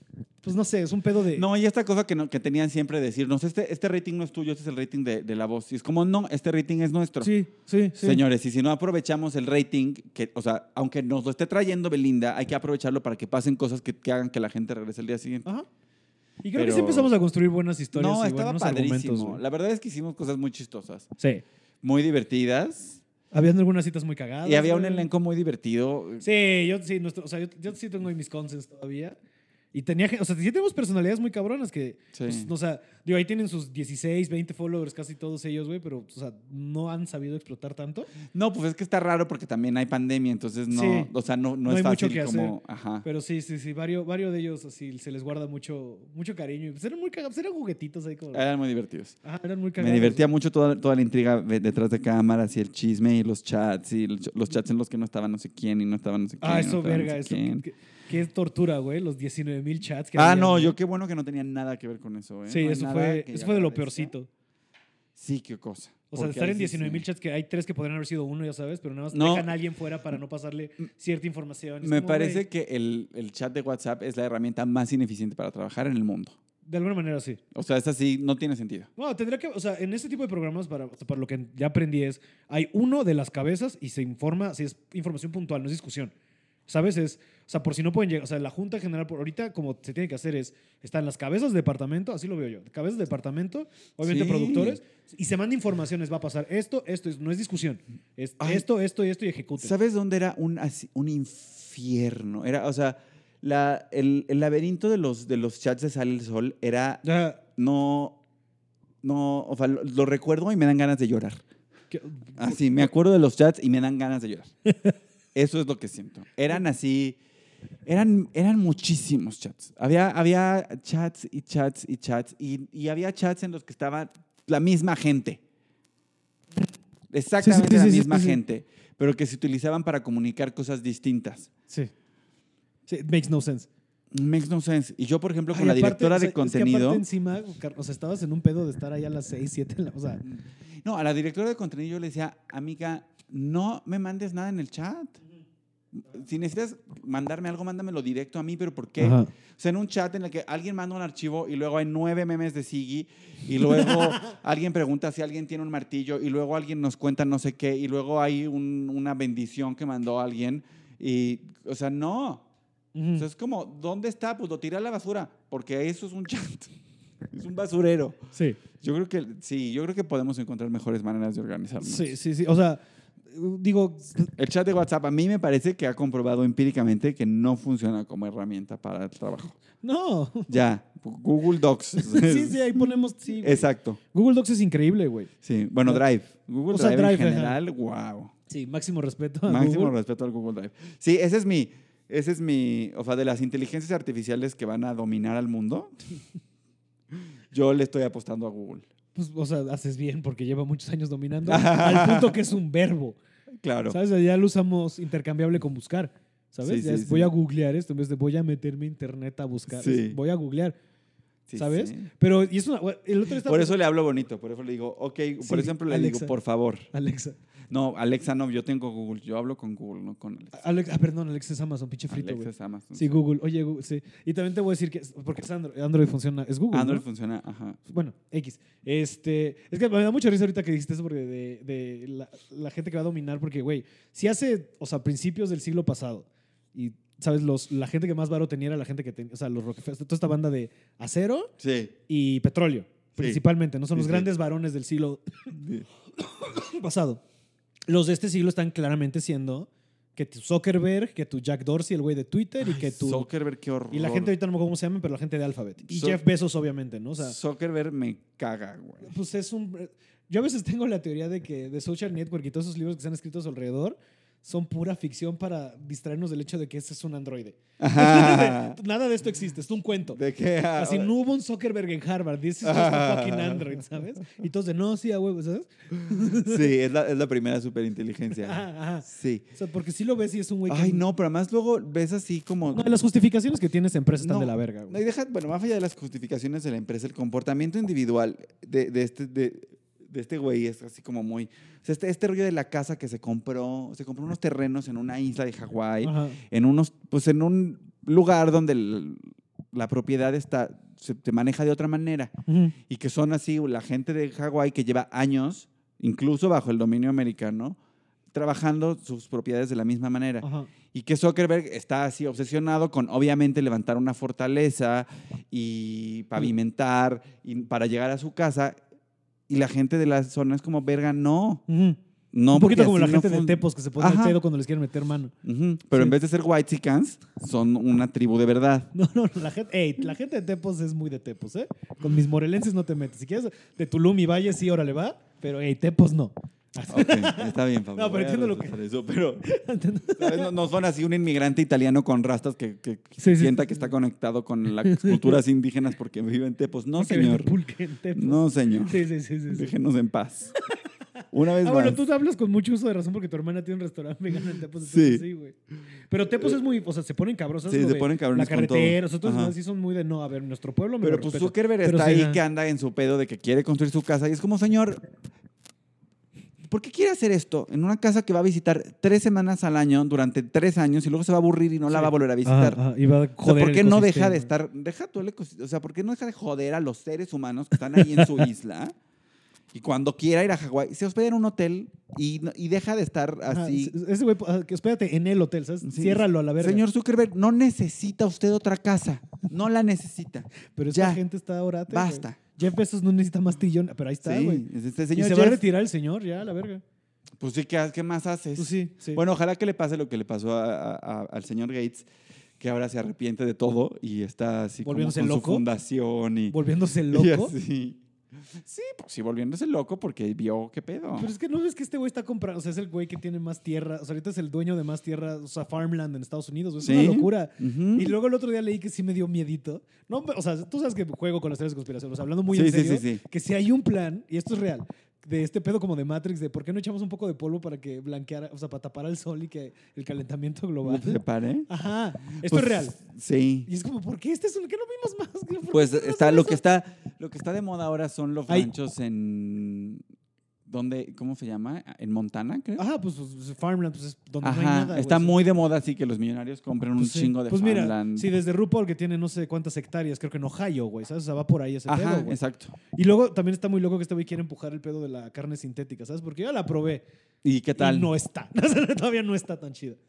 Speaker 1: pues no sé, es un pedo de...
Speaker 2: No, y esta cosa que tenían siempre de decirnos, este rating no es tuyo, este es el rating de La Voz. Y es como, no, este rating es nuestro.
Speaker 1: Sí.
Speaker 2: Señores, y si no aprovechamos el rating, o sea, aunque nos lo esté trayendo Belinda, hay que aprovecharlo para que pasen cosas que hagan que la gente regrese el día siguiente.
Speaker 1: Ajá. Y creo que sí empezamos a construir buenas historias y
Speaker 2: estaba
Speaker 1: buenos
Speaker 2: padrísimo.
Speaker 1: argumentos. Güey.
Speaker 2: La verdad es que hicimos cosas muy chistosas.
Speaker 1: Sí.
Speaker 2: Muy divertidas.
Speaker 1: Habían algunas citas muy cagadas.
Speaker 2: Y había un
Speaker 1: güey.
Speaker 2: elenco muy divertido.
Speaker 1: Sí, yo sí tengo ahí mis consens todavía. Y sí tenemos personalidades muy cabronas que,
Speaker 2: Sí.
Speaker 1: pues, o sea, digo, ahí tienen sus 16, 20 followers, casi todos ellos, güey, pero, o sea, no han sabido explotar tanto.
Speaker 2: No, pues es que está raro porque también hay pandemia, entonces no,
Speaker 1: Sí.
Speaker 2: o sea, no
Speaker 1: No
Speaker 2: es
Speaker 1: hay
Speaker 2: fácil
Speaker 1: mucho que
Speaker 2: como,
Speaker 1: hacer.
Speaker 2: ajá.
Speaker 1: Pero sí, varios de ellos así se les guarda mucho cariño. Y pues eran muy cagados, eran juguetitos ahí como...
Speaker 2: Eran muy divertidos.
Speaker 1: Ajá, eran muy cagados.
Speaker 2: Me divertía mucho toda la intriga detrás de cámaras y el chisme y los chats los chats en los que no estaba no sé quién y no estaba no sé quién.
Speaker 1: Eso,
Speaker 2: no estaba
Speaker 1: verga,
Speaker 2: no sé
Speaker 1: eso.
Speaker 2: quién.
Speaker 1: Qué tortura, güey, los 19,000 chats que había,
Speaker 2: No,
Speaker 1: güey.
Speaker 2: yo qué bueno que no tenía nada que ver con eso, ¿eh?
Speaker 1: Sí,
Speaker 2: No hay
Speaker 1: eso
Speaker 2: nada
Speaker 1: fue
Speaker 2: que
Speaker 1: de
Speaker 2: llamara
Speaker 1: lo
Speaker 2: de
Speaker 1: peorcito.
Speaker 2: Sí, qué cosa.
Speaker 1: O sea, de
Speaker 2: Porque
Speaker 1: estar
Speaker 2: ahí
Speaker 1: en
Speaker 2: sí
Speaker 1: 19,000 chats que hay 3 que podrían haber sido uno, ya sabes, pero nada más
Speaker 2: No.
Speaker 1: dejan a alguien fuera para no pasarle cierta información. Es
Speaker 2: Me
Speaker 1: como,
Speaker 2: parece
Speaker 1: güey,
Speaker 2: que el chat de WhatsApp es la herramienta más ineficiente para trabajar en el mundo.
Speaker 1: de alguna manera sí.
Speaker 2: O sea, esa sí no tiene sentido.
Speaker 1: No, tendría que, o sea, en este tipo de programas, para lo que ya aprendí es, hay uno de las cabezas y se informa, si es información puntual, no es discusión. ¿Sabes? O sea, por si no pueden llegar, o sea, la Junta General, por ahorita, como se tiene que hacer están las cabezas de departamento, así lo veo yo, cabezas de departamento, obviamente
Speaker 2: Sí.
Speaker 1: productores, y se manda informaciones, va a pasar esto, no es discusión, es
Speaker 2: Ay.
Speaker 1: esto y ejecuten.
Speaker 2: ¿Sabes dónde era un infierno? Era, o sea, el laberinto de los chats de Sale el Sol era,
Speaker 1: Ya,
Speaker 2: no, o sea, lo recuerdo y me dan ganas de llorar.
Speaker 1: que-
Speaker 2: Así, me acuerdo de los chats y me dan ganas de llorar. Eso es lo que siento. Eran así, eran muchísimos chats. Había chats y chats y chats y había chats en los que estaba la misma gente. Exactamente la misma gente, pero que se utilizaban para comunicar cosas distintas.
Speaker 1: Sí. Sí, it makes no sense.
Speaker 2: Makes no sense. Y yo, por ejemplo, con
Speaker 1: Ay,
Speaker 2: la
Speaker 1: aparte,
Speaker 2: directora
Speaker 1: o sea,
Speaker 2: de contenido...
Speaker 1: Es que aparte encima, o sea, estabas en un pedo de estar ahí a las 6, 7, o sea...
Speaker 2: No, a la directora de contenido yo le decía, amiga, no me mandes nada en el chat. Si necesitas mandarme algo, mándamelo directo a mí, pero ¿por qué?
Speaker 1: Ajá.
Speaker 2: O sea, en un chat en el que alguien manda un archivo y luego hay 9 memes de Siggy y luego alguien pregunta si alguien tiene un martillo y luego alguien nos cuenta no sé qué y luego hay una bendición que mandó alguien y, o sea, no. O sea, es como, ¿dónde está? Pues lo tiré a la basura, porque eso es un chat. Es un basurero.
Speaker 1: Sí.
Speaker 2: Yo creo que podemos encontrar mejores maneras de organizarnos.
Speaker 1: Sí. O sea, digo...
Speaker 2: El chat de WhatsApp a mí me parece que ha comprobado empíricamente que no funciona como herramienta para el trabajo.
Speaker 1: No.
Speaker 2: Ya, Google Docs.
Speaker 1: Sí, ahí ponemos... Sí, güey.
Speaker 2: Exacto.
Speaker 1: Google Docs es increíble, güey.
Speaker 2: Sí, bueno, Drive. Google
Speaker 1: O sea,
Speaker 2: Drive en
Speaker 1: Drive,
Speaker 2: general, wow.
Speaker 1: Sí, máximo respeto a
Speaker 2: Máximo
Speaker 1: Google.
Speaker 2: respeto al Google Drive. Sí, ese es mi, o sea, de las inteligencias artificiales que van a dominar al mundo, yo le estoy apostando a Google.
Speaker 1: Pues, o sea, haces bien porque lleva muchos años dominando al punto que es un verbo.
Speaker 2: Claro.
Speaker 1: ¿Sabes? Ya lo usamos intercambiable con buscar. ¿Sabes?
Speaker 2: Sí,
Speaker 1: Ya
Speaker 2: sí,
Speaker 1: voy
Speaker 2: sí.
Speaker 1: a googlear esto en vez de voy a meterme a internet a buscar.
Speaker 2: Sí.
Speaker 1: Es, voy a googlear.
Speaker 2: Sí,
Speaker 1: ¿Sabes?
Speaker 2: sí.
Speaker 1: Pero, y es una... El otro está...
Speaker 2: Por eso le hablo bonito, por eso le digo, ok, por
Speaker 1: Sí,
Speaker 2: ejemplo le
Speaker 1: Alexa.
Speaker 2: digo, por favor.
Speaker 1: Alexa.
Speaker 2: No, Alexa no, yo tengo Google, yo hablo con Google, no con Alexa.
Speaker 1: Perdón, Alexa es Amazon, pinche frito,
Speaker 2: Alexa
Speaker 1: güey.
Speaker 2: es Amazon.
Speaker 1: Sí, Google. Oye, Google, sí. Y también te voy a decir que, porque es Android funciona, es Google,
Speaker 2: Android
Speaker 1: ¿no?
Speaker 2: funciona, ajá.
Speaker 1: Bueno, X. Es que me da mucha risa ahorita que dijiste eso porque de la gente que va a dominar, porque, güey, si hace, o sea, principios del siglo pasado, y, ¿sabes? La gente que más varo tenía era la gente que tenía, o sea, los Rockefeller, toda esta banda de acero
Speaker 2: Sí.
Speaker 1: y petróleo, principalmente, ¿no? Son
Speaker 2: Sí,
Speaker 1: los
Speaker 2: sí.
Speaker 1: grandes varones del siglo pasado. Los de este siglo están claramente siendo que tu Zuckerberg, que tu Jack Dorsey, el güey de Twitter, y que tu...
Speaker 2: Zuckerberg, qué horror.
Speaker 1: Y la gente ahorita no me acuerdo cómo se llaman, pero la gente de Alphabet. Y
Speaker 2: Zo-
Speaker 1: Jeff Bezos, obviamente, ¿no? O sea,
Speaker 2: Zuckerberg me caga, güey.
Speaker 1: pues es un... Yo a veces tengo la teoría de que The Social Network y todos esos libros que se han escrito a su alrededor son pura ficción para distraernos del hecho de que ese es un androide.
Speaker 2: Ajá.
Speaker 1: Nada de esto existe, es un cuento.
Speaker 2: ¿De qué?
Speaker 1: Así, no hubo un Zuckerberg en Harvard. This is just a fucking Android, ¿sabes? Y todos de, no, sí, a huevo, ¿sabes?
Speaker 2: Sí, es la primera superinteligencia.
Speaker 1: Ajá.
Speaker 2: Sí.
Speaker 1: O sea, porque sí lo ves y es un güey que...
Speaker 2: Ay, no, pero además luego ves así como...
Speaker 1: No, las justificaciones que tiene esa empresa están
Speaker 2: No,
Speaker 1: de la verga,
Speaker 2: No,
Speaker 1: güey.
Speaker 2: y deja, bueno, más allá de las justificaciones de la empresa, el comportamiento individual de este güey es así como muy... O sea, este rollo de la casa que se compró unos terrenos en una isla de Hawái,
Speaker 1: Ajá.
Speaker 2: en un lugar donde la propiedad se maneja de otra manera. Y que son así, la gente de Hawái que lleva años, incluso bajo el dominio americano, trabajando sus propiedades de la misma manera.
Speaker 1: Ajá.
Speaker 2: Y que Zuckerberg está así obsesionado con, obviamente, levantar una fortaleza y pavimentar para llegar a su casa. Y la gente de la zona es como, verga, no. No,
Speaker 1: un poquito
Speaker 2: porque
Speaker 1: como la
Speaker 2: así no
Speaker 1: gente de Tepos que se pone el pedo cuando les quieren meter mano.
Speaker 2: Pero
Speaker 1: Sí.
Speaker 2: en vez de ser whitexicans, son una tribu de verdad.
Speaker 1: No, la gente de Tepos es muy de Tepos, ¿eh? Con mis morelenses no te metes. Si quieres de Tulum y Valle, sí, órale, va. Pero, Tepos no.
Speaker 2: Ok, está bien, Pablo.
Speaker 1: No, pero entiendo lo que...
Speaker 2: Eso, pero, ¿sabes? No son así un inmigrante italiano con rastas que
Speaker 1: Sí,
Speaker 2: sienta que está conectado con las culturas indígenas porque vive en Tepos. No,
Speaker 1: Porque
Speaker 2: señor.
Speaker 1: vende pulque en Tepos.
Speaker 2: No, señor.
Speaker 1: Sí.
Speaker 2: Déjenos en paz. Una vez más.
Speaker 1: Bueno, tú hablas con mucho uso de razón porque tu hermana tiene un restaurante vegano en Tepos.
Speaker 2: Sí.
Speaker 1: Sí, güey. Pero Tepos es muy... O sea, se ponen cabrosas.
Speaker 2: Sí, se ponen cabrones
Speaker 1: la
Speaker 2: con todo.
Speaker 1: carretera. Nosotros
Speaker 2: Ajá.
Speaker 1: sí son muy de no. A ver, nuestro pueblo me
Speaker 2: Pero
Speaker 1: lo
Speaker 2: pues
Speaker 1: respeto.
Speaker 2: Zuckerberg
Speaker 1: Pero
Speaker 2: está
Speaker 1: sí,
Speaker 2: ahí
Speaker 1: ajá.
Speaker 2: que anda en su pedo de que quiere construir su casa. Y es como, señor, ¿por qué quiere hacer esto en una casa que va a visitar 3 semanas al año durante 3 años y luego se va a aburrir y no la va a volver a visitar?
Speaker 1: Ajá, y va a
Speaker 2: O sea,
Speaker 1: joder
Speaker 2: ¿por qué
Speaker 1: el
Speaker 2: no deja de
Speaker 1: ecosistema?
Speaker 2: estar, deja tú el ecosistema, o sea, ¿por qué no deja de joder a los seres humanos que están ahí en su isla? Y cuando quiera ir a Hawái, se hospeda en un hotel y deja de estar
Speaker 1: Ajá,
Speaker 2: así.
Speaker 1: ese güey, que espérate en el hotel, ¿sabes?
Speaker 2: Sí.
Speaker 1: Ciérralo a la verga.
Speaker 2: Señor Zuckerberg, no necesita usted otra casa. No la necesita.
Speaker 1: Pero esta
Speaker 2: ya,
Speaker 1: gente está orate.
Speaker 2: basta.
Speaker 1: Güey. Jeff Bezos no necesita más trillón, pero ahí está,
Speaker 2: Sí,
Speaker 1: güey.
Speaker 2: este
Speaker 1: Y
Speaker 2: señor
Speaker 1: se va a
Speaker 2: Jeff,
Speaker 1: retirar el señor, ya, a la verga.
Speaker 2: pues sí, ¿qué más haces?
Speaker 1: Pues sí.
Speaker 2: Bueno, ojalá que le pase lo que le pasó al señor Gates, que ahora se arrepiente de todo y está así como
Speaker 1: Volviéndose
Speaker 2: con su
Speaker 1: loco.
Speaker 2: fundación y
Speaker 1: Volviéndose
Speaker 2: y
Speaker 1: loco.
Speaker 2: así. Sí, pues sí, volviéndose loco porque vio qué pedo.
Speaker 1: Pero es que no ves que este güey está comprando, o sea, es el güey que tiene más tierra, o sea, ahorita es el dueño de más tierra, o sea, farmland en Estados Unidos, güey. Es una locura.
Speaker 2: Ujú.
Speaker 1: Y luego el otro día leí que sí me dio miedito. No, o sea, tú sabes que juego con las teorías de conspiración, o sea, hablando muy en serio,
Speaker 2: Sí.
Speaker 1: que si hay un plan, y esto es real, de este pedo como de Matrix, de por qué no echamos un poco de polvo para que blanqueara, o sea, para tapar al sol y que el calentamiento global.
Speaker 2: ¿Te pare?
Speaker 1: Ajá, esto
Speaker 2: Pues,
Speaker 1: es real.
Speaker 2: Sí.
Speaker 1: Y es como, ¿por qué ¿Qué no vimos más? ¿Por qué
Speaker 2: Pues
Speaker 1: no
Speaker 2: está
Speaker 1: hacen
Speaker 2: lo
Speaker 1: eso?
Speaker 2: que está de moda ahora son los
Speaker 1: Ay.
Speaker 2: ranchos en ¿dónde? ¿Cómo se llama? En Montana, creo.
Speaker 1: Ajá, pues farmland, pues es donde no hay
Speaker 2: Ajá,
Speaker 1: nada.
Speaker 2: está
Speaker 1: güey.
Speaker 2: muy de moda así que los millonarios compren un
Speaker 1: Pues sí.
Speaker 2: chingo de
Speaker 1: Pues mira,
Speaker 2: farmland.
Speaker 1: sí, desde RuPaul que tiene no sé cuántas hectáreas, creo que en Ohio, güey, ¿sabes? O sea, va por ahí ese
Speaker 2: Ajá,
Speaker 1: pedo, güey.
Speaker 2: exacto.
Speaker 1: Y luego también está muy loco que este güey quiere empujar el pedo de la carne sintética, ¿sabes? Porque yo la probé
Speaker 2: ¿Y qué tal?
Speaker 1: y no está. Todavía no está tan chida.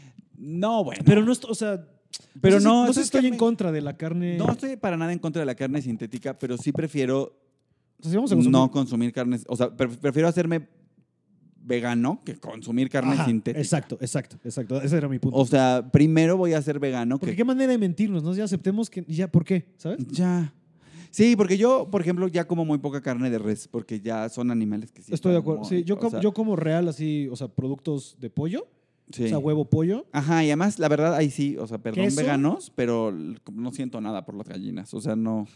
Speaker 2: No, bueno.
Speaker 1: Pero no, o sea,
Speaker 2: Pero
Speaker 1: sé
Speaker 2: no,
Speaker 1: no
Speaker 2: eso
Speaker 1: sé si
Speaker 2: es
Speaker 1: estoy en
Speaker 2: carne-
Speaker 1: contra de la carne.
Speaker 2: No estoy para nada en contra de la carne sintética, pero sí prefiero
Speaker 1: O sea, si vamos a consumir-
Speaker 2: no consumir carnes. O sea, prefiero hacerme vegano que consumir carne
Speaker 1: Ajá,
Speaker 2: sintética.
Speaker 1: Exacto. Ese era mi punto.
Speaker 2: O sea, primero voy a ser vegano
Speaker 1: Porque
Speaker 2: que
Speaker 1: qué manera de mentirnos, ¿no? Ya aceptemos que ya, ¿por qué? ¿Sabes?
Speaker 2: ya. Sí, porque yo, por ejemplo, ya como muy poca carne de res, porque ya son animales que sí.
Speaker 1: Estoy de
Speaker 2: están
Speaker 1: acuerdo. Sí,
Speaker 2: muy-
Speaker 1: yo,
Speaker 2: o sea,
Speaker 1: yo como real así, o sea, productos de pollo,
Speaker 2: sí.
Speaker 1: o sea, huevo pollo.
Speaker 2: Ajá, y además, la verdad, ahí sí, o sea, perdón,
Speaker 1: ¿Queso?
Speaker 2: veganos, pero no siento nada por las gallinas. O sea, no,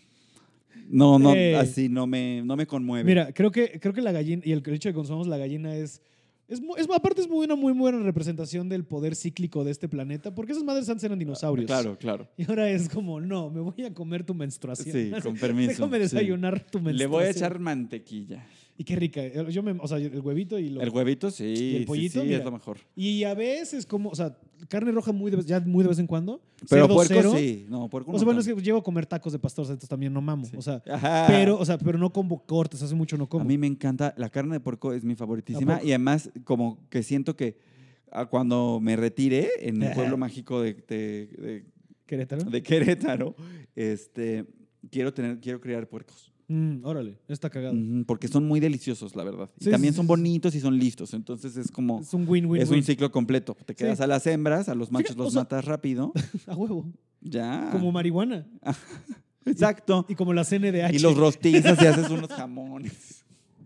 Speaker 2: así no me conmueve.
Speaker 1: Mira, creo que la gallina y el hecho de que consumamos la gallina aparte es una muy buena representación del poder cíclico de este planeta, porque esas madres antes eran dinosaurios.
Speaker 2: Claro.
Speaker 1: Y ahora es como, no, me voy a comer tu menstruación.
Speaker 2: Sí, con permiso.
Speaker 1: Déjame
Speaker 2: sí.
Speaker 1: desayunar tu menstruación.
Speaker 2: Le voy a echar mantequilla.
Speaker 1: Y qué rica. O sea, el huevito y lo...
Speaker 2: El huevito, sí.
Speaker 1: Y el pollito,
Speaker 2: sí,
Speaker 1: mira.
Speaker 2: es lo mejor.
Speaker 1: Y a veces como, o sea, carne roja muy de vez en cuando.
Speaker 2: Pero
Speaker 1: cerdo
Speaker 2: puerco
Speaker 1: cero.
Speaker 2: sí. No, puerco
Speaker 1: O sea, bueno, es
Speaker 2: tanto.
Speaker 1: que llego a comer tacos de pastor, entonces también no mamo.
Speaker 2: Sí.
Speaker 1: O sea,
Speaker 2: Ajá.
Speaker 1: pero no como cortes, hace mucho no como.
Speaker 2: A mí me encanta, la carne de puerco es mi
Speaker 1: ¿A
Speaker 2: favoritísima
Speaker 1: poco?
Speaker 2: y además como que siento que cuando me retire en el
Speaker 1: Ajá.
Speaker 2: pueblo mágico de
Speaker 1: ¿Querétaro?
Speaker 2: Querétaro, quiero criar puercos.
Speaker 1: Órale, está cagado.
Speaker 2: Ujú, porque son muy deliciosos, la verdad. Y
Speaker 1: Sí,
Speaker 2: también
Speaker 1: sí,
Speaker 2: son
Speaker 1: sí.
Speaker 2: bonitos y son listos. Entonces es como,
Speaker 1: Es un win-win.
Speaker 2: es un ciclo completo. Te quedas
Speaker 1: Sí.
Speaker 2: a las hembras, a los machos
Speaker 1: Fíjate, o
Speaker 2: los
Speaker 1: sea-
Speaker 2: matas rápido.
Speaker 1: A huevo.
Speaker 2: Ya.
Speaker 1: Como marihuana.
Speaker 2: Exacto.
Speaker 1: Y como la CNDH.
Speaker 2: Y los rostizas y haces unos jamones.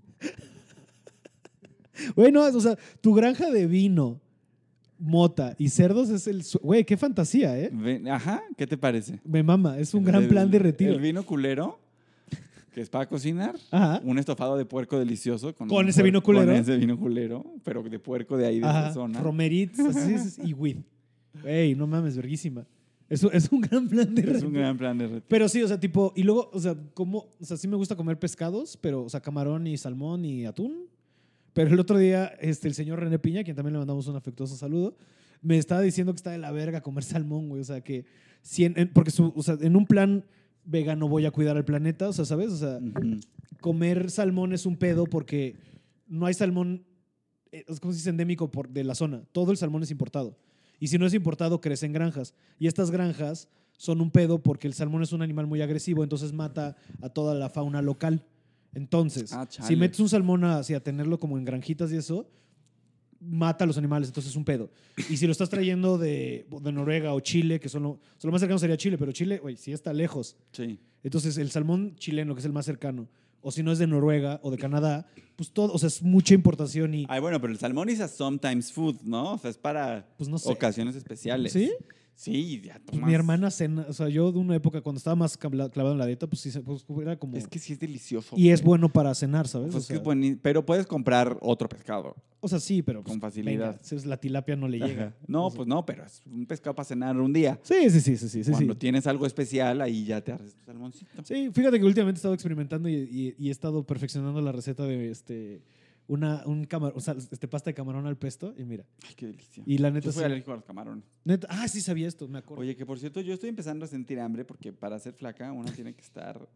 Speaker 1: Güey, no, o sea, tu granja de vino, mota y cerdos es el... Güey, qué fantasía, ¿eh?
Speaker 2: Ajá, ¿qué te parece?
Speaker 1: Me mama, es un gran plan de retiro.
Speaker 2: El vino culero, que es para cocinar.
Speaker 1: Ajá.
Speaker 2: Un estofado de puerco delicioso.
Speaker 1: Con
Speaker 2: un
Speaker 1: ese vino culero.
Speaker 2: Con ese vino culero, pero de puerco de ahí, de
Speaker 1: Ajá.
Speaker 2: esa zona.
Speaker 1: Romeritz, así es, y weed. Güey, no mames, verguísima. Es un gran plan de
Speaker 2: Es
Speaker 1: retiro.
Speaker 2: un gran plan de retiro.
Speaker 1: Pero sí, o sea, tipo, y luego, o sea, sí me gusta comer pescados, pero, o sea, camarón y salmón y atún. Pero el otro día, el señor René Piña, quien también le mandamos un afectuoso saludo, me estaba diciendo que está de la verga comer salmón, güey. O sea, que porque o sea, en un plan vegano voy a cuidar al planeta, o sea, ¿sabes? O sea, comer salmón es un pedo porque no hay salmón, es como si es endémico de la zona. Todo el salmón es importado. Y si no es importado, crece en granjas. Y estas granjas son un pedo porque el salmón es un animal muy agresivo, entonces mata a toda la fauna local. Entonces, si metes un salmón a tenerlo como en granjitas y eso, mata a los animales, entonces es un pedo. Y si lo estás trayendo de Noruega o Chile, que lo más cercano sería Chile, pero Chile, güey, sí está lejos.
Speaker 2: Sí.
Speaker 1: Entonces, el salmón chileno, que es el más cercano, o si no es de Noruega o de Canadá, pues todo, o sea, es mucha importación y...
Speaker 2: Ay, bueno, pero el salmón is a sometimes food, ¿no? O sea, es para
Speaker 1: pues no sé.
Speaker 2: ocasiones especiales.
Speaker 1: ¿Sí?
Speaker 2: Sí, ya tomas.
Speaker 1: Pues mi hermana cena, o sea, yo de una época cuando estaba más clavado en la dieta, pues sí, pues era como...
Speaker 2: Es que sí es delicioso.
Speaker 1: Y es bueno para cenar, ¿sabes?
Speaker 2: Pues
Speaker 1: o sea,
Speaker 2: que es buenísimo, pero puedes comprar otro pescado.
Speaker 1: O sea, sí, pero...
Speaker 2: Con
Speaker 1: pues,
Speaker 2: facilidad.
Speaker 1: venga, la tilapia no le llega.
Speaker 2: No,
Speaker 1: o sea,
Speaker 2: pues no, pero es un pescado para cenar un día.
Speaker 1: Sí.
Speaker 2: Cuando tienes algo especial, ahí ya te haces tu salmoncito.
Speaker 1: Sí, fíjate que últimamente he estado experimentando y he estado perfeccionando la receta de o sea, pasta de camarón al pesto y mira.
Speaker 2: Ay, qué delicia.
Speaker 1: Y la neta
Speaker 2: Yo soy
Speaker 1: sí.
Speaker 2: alérgico a los camarones.
Speaker 1: Neta, sí sabía esto, me acuerdo.
Speaker 2: Oye, que por cierto, yo estoy empezando a sentir hambre porque para ser flaca uno tiene que estar,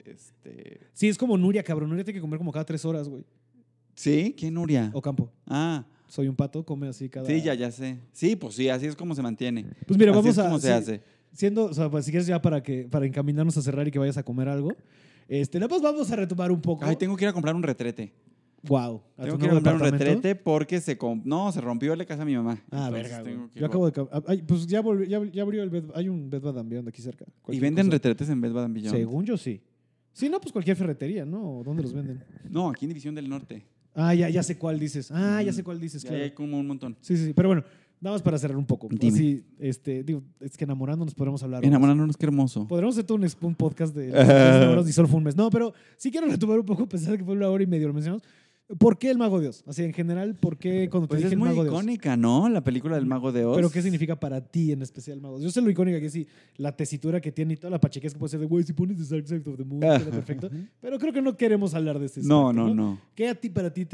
Speaker 1: Sí, es como Nuria, cabrón. Nuria tiene que comer como cada 3 horas, güey.
Speaker 2: ¿Sí? ¿Quién, Nuria?
Speaker 1: Ocampo.
Speaker 2: Ah.
Speaker 1: Soy un pato, come así cada...
Speaker 2: Sí, ya sé. Sí, pues sí, así es como se mantiene.
Speaker 1: Pues mira,
Speaker 2: así
Speaker 1: vamos
Speaker 2: es como se hace.
Speaker 1: O sea, pues si quieres ya para encaminarnos a cerrar y que vayas a comer algo, nada más vamos a retomar un poco.
Speaker 2: Ay, tengo que ir a comprar un retrete.
Speaker 1: Wow.
Speaker 2: Tengo que ir a comprar un retrete porque se rompió la casa de mi mamá.
Speaker 1: Ah, verga, güey. Yo acabo de... Pues ya abrió el Bed... Hay un Bed Bath & Beyond aquí cerca.
Speaker 2: ¿Y venden retretes en Bed Bath & Beyond?
Speaker 1: Según yo, sí. Sí, no, pues cualquier ferretería, ¿no? ¿Dónde los venden?
Speaker 2: No, aquí en División del Norte.
Speaker 1: Ah, ya sé cuál dices. Ya sé cuál dices,
Speaker 2: Ya
Speaker 1: claro.
Speaker 2: hay como un montón.
Speaker 1: Sí. Pero bueno, nada más para cerrar un poco.
Speaker 2: Dime.
Speaker 1: Así, digo, es que enamorándonos podremos hablar.
Speaker 2: Enamorándonos, qué hermoso.
Speaker 1: Podremos hacer un podcast de enamorados y solo fue un mes. No, pero sí quiero retomar un poco, a pesar de que fue 1 hora y media, lo mencionamos. ¿Por qué el Mago de Oz? Así, en general, ¿por qué cuando te
Speaker 2: Pues
Speaker 1: dije
Speaker 2: es
Speaker 1: el
Speaker 2: muy
Speaker 1: Mago de Oz?
Speaker 2: icónica, ¿no? La película del Mago de Oz.
Speaker 1: ¿Pero qué significa para ti en especial el Mago de Oz? Yo sé lo icónica que es, sí, la tesitura que tiene y toda la pachequez que puede ser de, güey, si pones The Dark Side of the Moon, queda perfecto. Pero creo que no queremos hablar de este
Speaker 2: No.
Speaker 1: ¿Qué para ti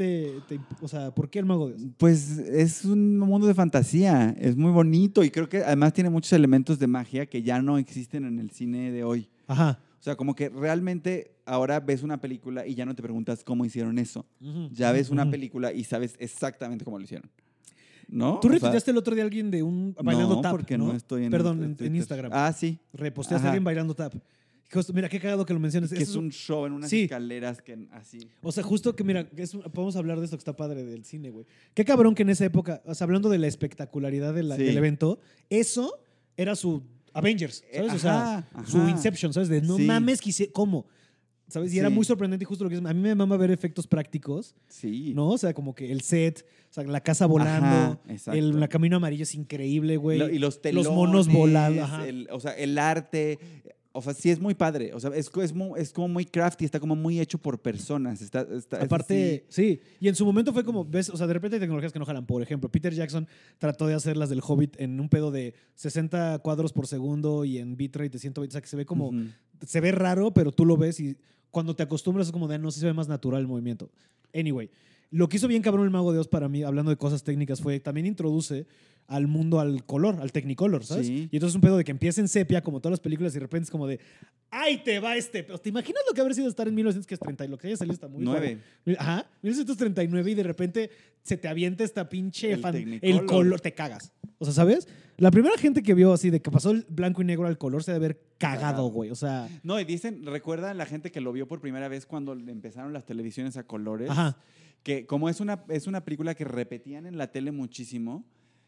Speaker 1: o sea, ¿por qué el Mago de Oz?
Speaker 2: Pues es un mundo de fantasía, es muy bonito y creo que además tiene muchos elementos de magia que ya no existen en el cine de hoy.
Speaker 1: Ajá.
Speaker 2: O sea, como que realmente ahora ves una película y ya no te preguntas cómo hicieron eso. Ya ves una película y sabes exactamente cómo lo hicieron. ¿No?
Speaker 1: Tú retuiteaste el otro día a alguien de bailando tap,
Speaker 2: porque no estoy en
Speaker 1: Perdón, en Instagram.
Speaker 2: Ah, sí.
Speaker 1: Reposteaste a alguien bailando tap. Mira, qué cagado que lo menciones.
Speaker 2: Que es un show en unas escaleras que así.
Speaker 1: O sea, justo que, mira, podemos hablar de esto que está padre del cine, güey. Qué cabrón que en esa época, o sea, hablando de la espectacularidad del evento, eso era su Avengers, ¿sabes? O sea, su Inception, ¿sabes? De no mames, ¿cómo? ¿Sabes? Y era muy sorprendente y justo lo que es. A mí me mama ver efectos prácticos.
Speaker 2: Sí.
Speaker 1: ¿No? O sea, como que el set, o sea, la casa volando, el camino amarillo es increíble, güey.
Speaker 2: Y los telones,
Speaker 1: los monos volando.
Speaker 2: O sea, el arte. O sea, sí es muy padre. O sea, es como muy crafty, está como muy hecho por personas.
Speaker 1: Aparte, sí. Y en su momento fue como, ves, o sea, de repente hay tecnologías que no jalan. Por ejemplo, Peter Jackson trató de hacer las del Hobbit en un pedo de 60 cuadros por segundo y en bitrate de 120. O sea, que se ve como, se ve raro, pero tú lo ves y cuando te acostumbras es como de, no sé, se ve más natural el movimiento. Anyway, lo que hizo bien cabrón el Mago de Oz para mí, hablando de cosas técnicas, fue también introduce al mundo al color, al Technicolor, ¿sabes?
Speaker 2: Sí.
Speaker 1: Y entonces es un pedo de que empieza en sepia, como todas las películas, y de repente es como de, ¡ay, te va ¿te imaginas lo que habría sido estar en 1930 y lo que haya salido está muy
Speaker 2: 9.
Speaker 1: Ajá, 1939 y de repente se te avienta esta pinche
Speaker 2: el
Speaker 1: color, te cagas. O sea, ¿sabes? La primera gente que vio así de que pasó el blanco y negro al color se debe haber cagado, güey. O sea...
Speaker 2: No, y recuerda la gente que lo vio por primera vez cuando empezaron las televisiones a colores.
Speaker 1: Ajá.
Speaker 2: Que como es una película que repetían en la tele muchísimo,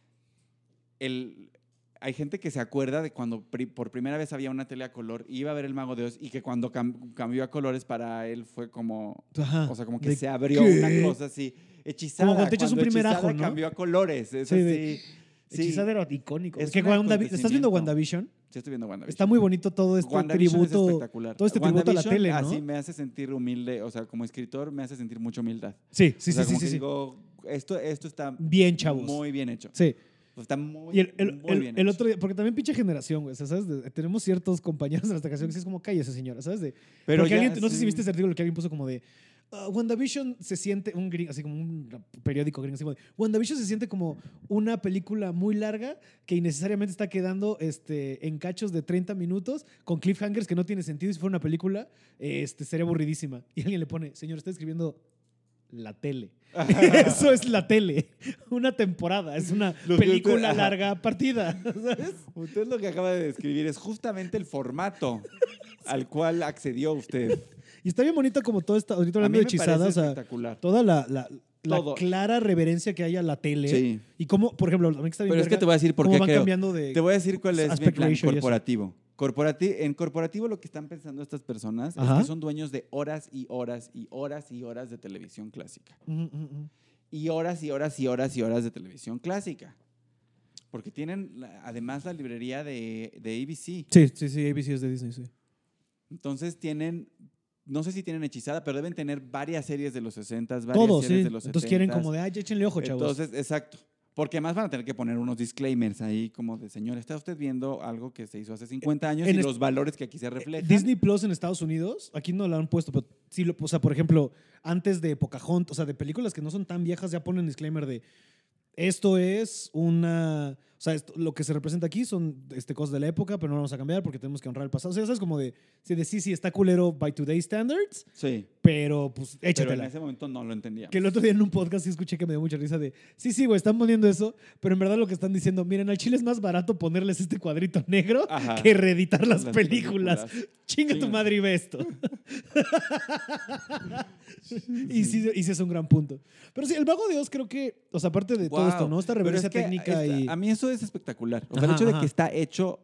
Speaker 2: hay gente que se acuerda de cuando por primera vez había una tele a color y iba a ver El Mago de Oz y que cuando cambió a colores para él fue como...
Speaker 1: Ajá.
Speaker 2: O sea, como que se abrió una cosa así hechizada.
Speaker 1: Como cuando te echas un primer ajo, ¿no?
Speaker 2: Cambió a colores. Es
Speaker 1: sí, Hechizada era icónico.
Speaker 2: Es
Speaker 1: ¿Estás viendo WandaVision?
Speaker 2: Sí, estoy viendo WandaVision.
Speaker 1: Está muy bonito todo este tributo.
Speaker 2: Es espectacular.
Speaker 1: Todo este tributo a la tele, ¿no?
Speaker 2: Así me hace sentir humilde. O sea, como escritor me hace sentir mucha humildad.
Speaker 1: Sí.
Speaker 2: Digo, esto está
Speaker 1: bien, chavos.
Speaker 2: Muy bien hecho.
Speaker 1: Sí.
Speaker 2: Está muy,
Speaker 1: y
Speaker 2: muy bien.
Speaker 1: El otro día, porque también pinche generación, güey. ¿Sabes? Tenemos ciertos compañeros de nuestra generación que sí es como, cállese, señora, ¿sabes?
Speaker 2: Pero
Speaker 1: porque alguien, no sé si viste ese artículo que alguien puso como de, WandaVision se siente, así como un periódico gringo, así como WandaVision se siente como una película muy larga que innecesariamente está quedando en cachos de 30 minutos con cliffhangers que no tiene sentido. Si fuera una película, sería aburridísima. Y alguien le pone, señor, está escribiendo la tele. Eso es la tele. Una temporada. Es una película larga partida. ¿Sabes?
Speaker 2: Usted lo que acaba de describir es justamente el formato al cual accedió usted.
Speaker 1: Y está bien bonita como todo esto, ahorita hablando de hechizadas,
Speaker 2: espectacular.
Speaker 1: Toda la clara reverencia que hay a la tele.
Speaker 2: Sí.
Speaker 1: Y cómo, por ejemplo, también está bien.
Speaker 2: Pero es que te voy a decir por qué
Speaker 1: van
Speaker 2: creo.
Speaker 1: Cambiando de
Speaker 2: te voy a decir cuál es mi plan corporativo.
Speaker 1: Y
Speaker 2: En corporativo lo que están pensando estas personas es que son dueños de horas y horas y horas y horas de televisión clásica. Y horas y horas y horas y horas de televisión clásica. Porque tienen además la librería de ABC.
Speaker 1: Sí, ABC es de Disney, sí.
Speaker 2: Entonces tienen, no sé si tienen hechizada, pero deben tener varias series de los 60s, varias
Speaker 1: Todos,
Speaker 2: series
Speaker 1: sí.
Speaker 2: de los 70s.
Speaker 1: Entonces quieren como de, ay, échenle ojo, chavos.
Speaker 2: Entonces, exacto. Porque además van a tener que poner unos disclaimers ahí como de, señor, está usted viendo algo que se hizo hace 50 años y los valores que aquí se reflejan.
Speaker 1: Disney Plus en Estados Unidos, aquí no lo han puesto, pero sí, o sea, por ejemplo, antes de Pocahontas, o sea, de películas que no son tan viejas, ya ponen disclaimer de, esto es una... O sea, lo que se representa aquí son cosas de la época, pero no vamos a cambiar porque tenemos que honrar el pasado. O sea, eso es como de sí, está culero by today's standards.
Speaker 2: Sí.
Speaker 1: Pero, pues, échatela.
Speaker 2: Pero en ese momento no lo entendía.
Speaker 1: Que el otro día en un podcast sí escuché que me dio mucha risa de, sí, güey, están poniendo eso, pero en verdad lo que están diciendo, miren, al chile es más barato ponerles este cuadrito negro que reeditar las películas. Chinga tu madre y ve esto. Y sí es un gran punto. Pero sí, el Mago de Oz creo que, o sea, aparte de todo esto, ¿no? Esta reverencia técnica y...
Speaker 2: A mí eso es espectacular. O sea, el hecho de que está hecho.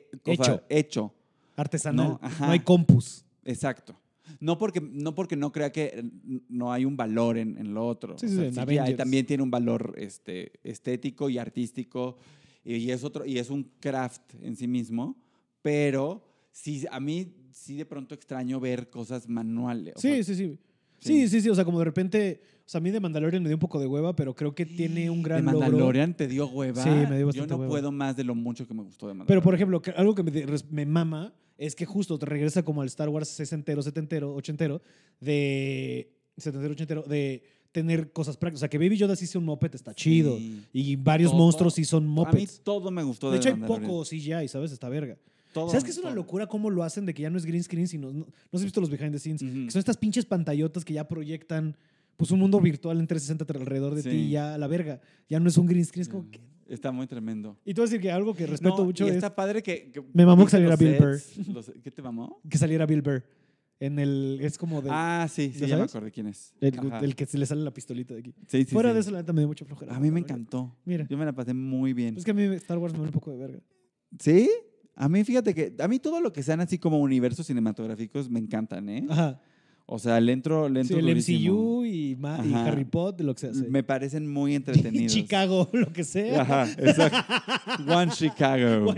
Speaker 1: Artesanal. No hay compus.
Speaker 2: Exacto. No porque no crea que no hay un valor en lo otro.
Speaker 1: Sí,
Speaker 2: o sea, sí también tiene un valor estético y artístico y es un craft en sí mismo, pero sí, a mí sí de pronto extraño ver cosas manuales.
Speaker 1: Sí, o sea, como de repente, o sea, a mí de Mandalorian me dio un poco de hueva, pero creo que tiene un gran logro.
Speaker 2: ¿De Mandalorian te dio hueva?
Speaker 1: Sí, me dio bastante
Speaker 2: hueva. Yo no puedo más de lo mucho que me gustó de Mandalorian.
Speaker 1: Pero, por ejemplo, algo que me mama es que justo te regresa como al Star Wars 60, 70, 80 de 70, 80 de tener cosas prácticas. O sea, que Baby Yoda sí sea un moped está chido. Y varios monstruos sí son mopeds.
Speaker 2: A mí todo me gustó de Mandalorian.
Speaker 1: De hecho, hay poco CGI, ¿sabes? Esta verga. ¿Sabes qué es una locura cómo lo hacen de que ya no es green screen, sino no has visto los behind the scenes? Que son estas pinches pantallotas que ya proyectan pues un mundo virtual en 360 alrededor de ti y ya a la verga. Ya no es un green screen, es como que...
Speaker 2: Está muy tremendo.
Speaker 1: Y te voy a decir que algo que respeto mucho
Speaker 2: y está padre que
Speaker 1: me mamó que saliera Bill Burr.
Speaker 2: ¿Qué te mamó?
Speaker 1: Que saliera Bill Burr. Es como de...
Speaker 2: sí, ya me acordé quién es.
Speaker 1: El que se le sale la pistolita de aquí.
Speaker 2: Sí,
Speaker 1: Fuera de eso, la neta me dio mucha flojera.
Speaker 2: A mí me encantó.
Speaker 1: Mira.
Speaker 2: Yo me la pasé muy bien.
Speaker 1: Es que a mí Star Wars me da un poco de verga.
Speaker 2: ¿Sí? A mí, fíjate que a mí todo lo que sean así como universos cinematográficos me encantan, ¿eh?
Speaker 1: Ajá.
Speaker 2: O sea, le entro
Speaker 1: el MCU y Harry Potter, lo que sea. Sí.
Speaker 2: Me parecen muy entretenidos.
Speaker 1: Y Chicago, lo que sea.
Speaker 2: Ajá, exacto. One Chicago.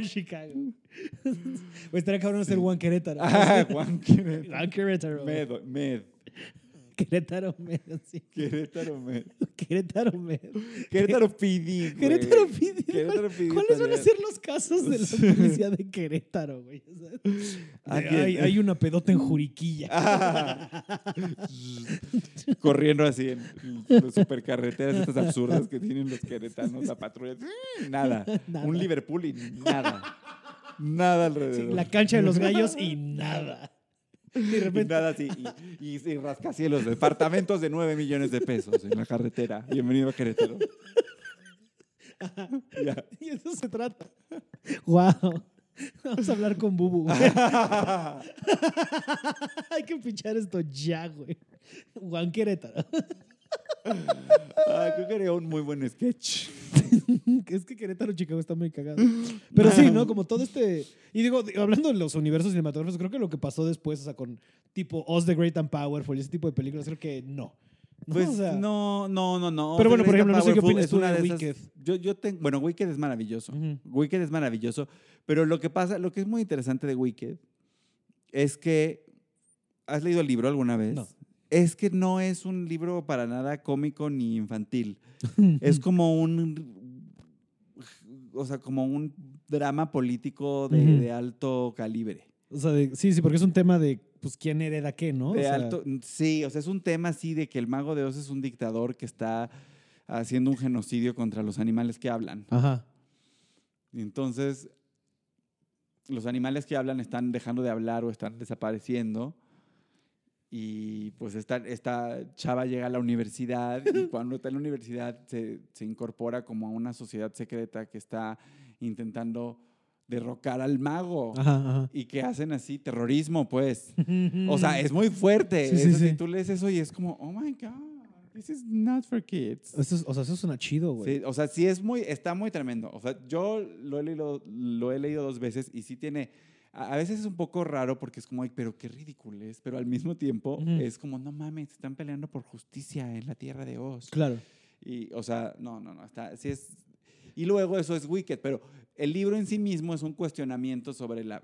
Speaker 1: Pues estaría cabrón hacer One Querétaro.
Speaker 2: One Querétaro.
Speaker 1: One Querétaro.
Speaker 2: Med.
Speaker 1: Querétaro Med, sí.
Speaker 2: Querétaro Med.
Speaker 1: Querétaro Med.
Speaker 2: Querétaro PD, güey.
Speaker 1: Querétaro PD. ¿Cuáles van a ser los casos de la policía de Querétaro, güey? Hay una pedota en Juriquilla.
Speaker 2: Corriendo así en las supercarreteras estas absurdas que tienen los queretanos, la patrulla. Nada. Un Liverpool y nada. Nada alrededor.
Speaker 1: Sí, la cancha de los gallos y nada. De repente.
Speaker 2: Nada así. Y rascacielos, departamentos de 9 millones de pesos en la carretera. Bienvenido a Querétaro.
Speaker 1: Ya. Y eso se trata. Wow. Vamos a hablar con Bubu. Hay que pinchar esto ya, güey. Juan Querétaro.
Speaker 2: Creo que haría un muy buen sketch.
Speaker 1: Es que Querétaro, Chicago está muy cagado. Pero sí, ¿no? Como todo Y digo, hablando de los universos cinematográficos, creo que lo que pasó después, o sea, con tipo Oz the Great and Powerful y ese tipo de películas, creo que no.
Speaker 2: Pues
Speaker 1: o sea,
Speaker 2: no.
Speaker 1: Pero bueno, por ejemplo, no sé qué opinas tú de
Speaker 2: Wicked. Bueno, Wicked es maravilloso. Wicked es maravilloso. Pero lo que es muy interesante de Wicked es que... ¿Has leído el libro alguna vez?
Speaker 1: No.
Speaker 2: Es que no es un libro para nada cómico ni infantil. Es como como un drama político de alto calibre.
Speaker 1: O sea, sí, porque es un tema de, pues, quién hereda qué, ¿no?
Speaker 2: De alto, sí, o sea, es un tema así de que el Mago de Oz es un dictador que está haciendo un genocidio contra los animales que hablan.
Speaker 1: Ajá.
Speaker 2: Y entonces, los animales que hablan están dejando de hablar o están desapareciendo. Y pues esta chava llega a la universidad y cuando está en la universidad se incorpora como a una sociedad secreta que está intentando derrocar al mago.
Speaker 1: Ajá.
Speaker 2: Y que hacen así terrorismo, pues. O sea, es muy fuerte.
Speaker 1: Sí.
Speaker 2: Si tú lees eso y es como, oh my God, this is not for kids.
Speaker 1: Eso suena chido, güey.
Speaker 2: Sí, o sea, sí está muy tremendo. O sea, yo lo he leído 2 veces y sí tiene... A veces es un poco raro porque es como, ay, pero qué ridículo es. Pero al mismo tiempo es como, no mames, están peleando por justicia en la tierra de Oz.
Speaker 1: Claro.
Speaker 2: Y, o sea, no, sí es... Y luego eso es Wicked, pero el libro en sí mismo es un cuestionamiento sobre la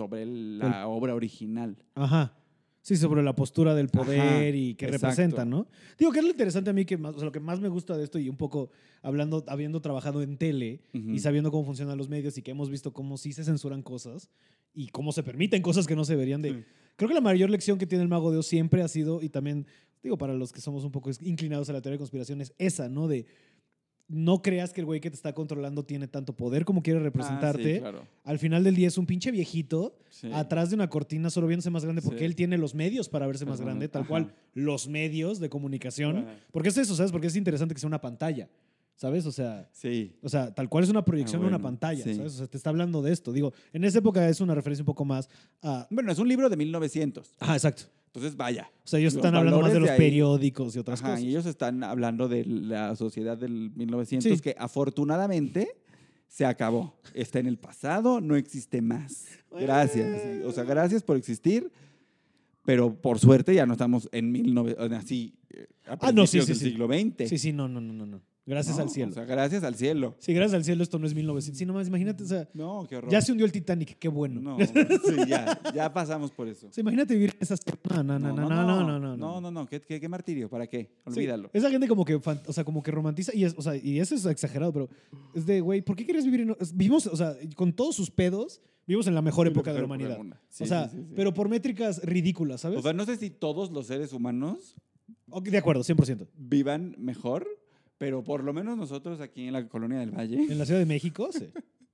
Speaker 2: obra original.
Speaker 1: Ajá. Sí, sobre la postura del poder. Ajá, y que
Speaker 2: exacto.
Speaker 1: representa, ¿no? Digo, que es lo interesante a mí, o sea, lo que más me gusta de esto y un poco habiendo trabajado en tele y sabiendo cómo funcionan los medios y que hemos visto cómo sí se censuran cosas y cómo se permiten cosas que no se deberían de... Sí. Creo que la mayor lección que tiene el Mago de Oz siempre ha sido, y también, digo, para los que somos un poco inclinados a la teoría de conspiración, es esa, ¿no? De no creas que el güey que te está controlando tiene tanto poder como quiere representarte.
Speaker 2: Sí, claro.
Speaker 1: Al final del día es un pinche viejito atrás de una cortina solo viéndose más grande porque él tiene los medios para verse más grande, tal cual los medios de comunicación. Porque es eso, ¿sabes? Porque es interesante que sea una pantalla, ¿sabes? O sea, tal cual es una proyección de una pantalla, ¿sabes? O sea, te está hablando de esto. Digo, en esa época es una referencia un poco más a...
Speaker 2: Bueno, es un libro de 1900.
Speaker 1: Ajá, exacto.
Speaker 2: Entonces, vaya.
Speaker 1: O sea, ellos están hablando más de los periódicos y otras cosas.
Speaker 2: Y ellos están hablando de la sociedad del 1900 que afortunadamente se acabó. Está en el pasado, no existe más. Gracias. O sea, gracias por existir, pero por suerte ya no estamos en 1900, así, a principios del siglo XX.
Speaker 1: Sí, no. Gracias al cielo.
Speaker 2: O sea, gracias al cielo.
Speaker 1: Sí, gracias al cielo esto no es 1900. Sí, nomás imagínate, o sea,
Speaker 2: no, qué horror.
Speaker 1: Ya se hundió el Titanic, qué bueno.
Speaker 2: No, sí, ya pasamos por eso.
Speaker 1: O sea, imagínate vivir esas...
Speaker 2: No, ¿qué martirio? ¿Para qué? Olvídalo.
Speaker 1: Sí, esa gente como que, o sea, como que romantiza y eso es exagerado, pero es de, güey, ¿por qué quieres vivir en... Vivimos, o sea, con todos sus pedos, vivimos en la mejor época de la humanidad. Sí, o sea, pero por métricas ridículas, ¿sabes?
Speaker 2: O sea, no sé si todos los seres humanos...
Speaker 1: De acuerdo, 100%.
Speaker 2: Vivan mejor, pero por lo menos nosotros aquí en la Colonia del Valle.
Speaker 1: En la Ciudad de México, sí.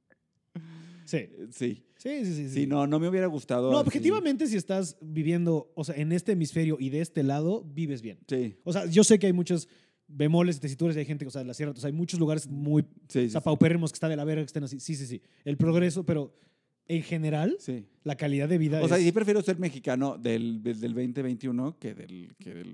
Speaker 2: Sí.
Speaker 1: Sí.
Speaker 2: No me hubiera gustado.
Speaker 1: No, objetivamente, si estás viviendo, o sea, en este hemisferio y de este lado, vives bien.
Speaker 2: Sí.
Speaker 1: O sea, yo sé que hay muchos bemoles y tesituras y hay gente, o sea, en la sierra, o sea, hay muchos lugares muy paupérrimos que está de la verga, que estén así. Sí. El progreso, pero en general, la calidad de vida
Speaker 2: o sea, sí prefiero ser mexicano del 2021 que del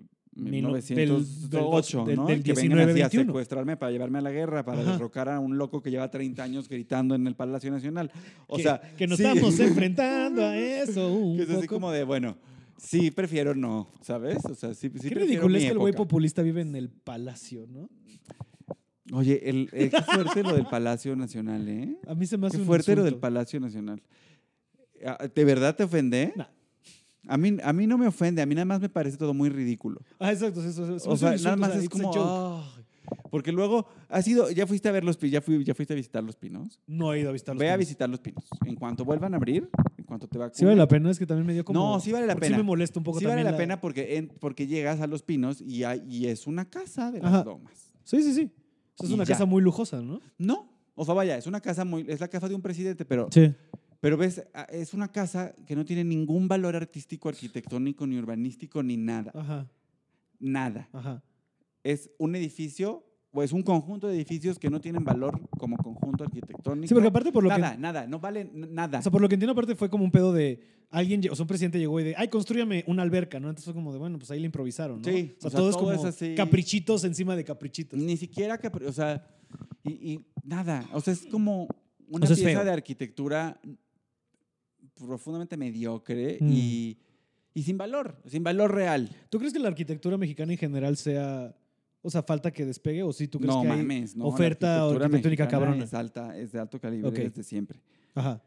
Speaker 2: 1908, ¿no?
Speaker 1: Del
Speaker 2: que vengan así a
Speaker 1: 1921.
Speaker 2: secuestrarme para llevarme a la guerra, para derrocar a un loco que lleva 30 años gritando en el Palacio Nacional. O sea,
Speaker 1: que nos estamos enfrentando a eso un
Speaker 2: que es
Speaker 1: poco.
Speaker 2: Así como de, bueno, sí prefiero no, ¿sabes? O sea, sí
Speaker 1: Qué ridículo es que el güey populista vive en el Palacio, ¿no?
Speaker 2: Oye, qué fuerte lo del Palacio Nacional, ¿eh?
Speaker 1: A mí se me hace
Speaker 2: qué
Speaker 1: un
Speaker 2: fuerte
Speaker 1: insulto.
Speaker 2: Lo del Palacio Nacional. ¿De verdad te ofende?
Speaker 1: Nah.
Speaker 2: A mí no me ofende, a mí nada más me parece todo muy ridículo.
Speaker 1: Exacto.
Speaker 2: O sea, nada más es como... porque luego ya fuiste a ver los pinos, ya fuiste a visitar los pinos.
Speaker 1: No he ido a visitar los pinos.
Speaker 2: Ve a visitar los pinos. En cuanto vuelvan a abrir, en cuanto te vacunen.
Speaker 1: Sí vale la pena, es que también me dio como...
Speaker 2: No, sí vale la pena.
Speaker 1: Sí me molesta un poco
Speaker 2: sí
Speaker 1: también.
Speaker 2: Sí vale la pena porque llegas a los pinos y es una casa de las lomas.
Speaker 1: Sí. O sea, es una casa muy lujosa, ¿no?
Speaker 2: No, o sea, vaya, es la casa de un presidente, pero...
Speaker 1: Sí.
Speaker 2: Pero ves, es una casa que no tiene ningún valor artístico, arquitectónico, ni urbanístico, ni nada.
Speaker 1: Ajá.
Speaker 2: Nada.
Speaker 1: Ajá.
Speaker 2: Es un edificio, o es un conjunto de edificios que no tienen valor como conjunto arquitectónico.
Speaker 1: Sí, porque aparte por lo
Speaker 2: Nada, no vale nada.
Speaker 1: O sea, por lo que entiendo, aparte fue como un pedo de alguien, o sea, un presidente llegó y de, ay, construyame una alberca, ¿no? Entonces fue como de, bueno, pues ahí le improvisaron, ¿no?
Speaker 2: Sí.
Speaker 1: O sea, todo es como
Speaker 2: así,
Speaker 1: caprichitos encima de caprichitos.
Speaker 2: Ni siquiera, o sea, y nada. O sea, es como una pieza de arquitectura profundamente mediocre y sin valor real.
Speaker 1: ¿Tú crees que la arquitectura mexicana en general sea, o sea, falta que despegue o sí tú crees que hay oferta arquitectónica cabrona?
Speaker 2: Es de alto calibre desde siempre.
Speaker 1: Ajá.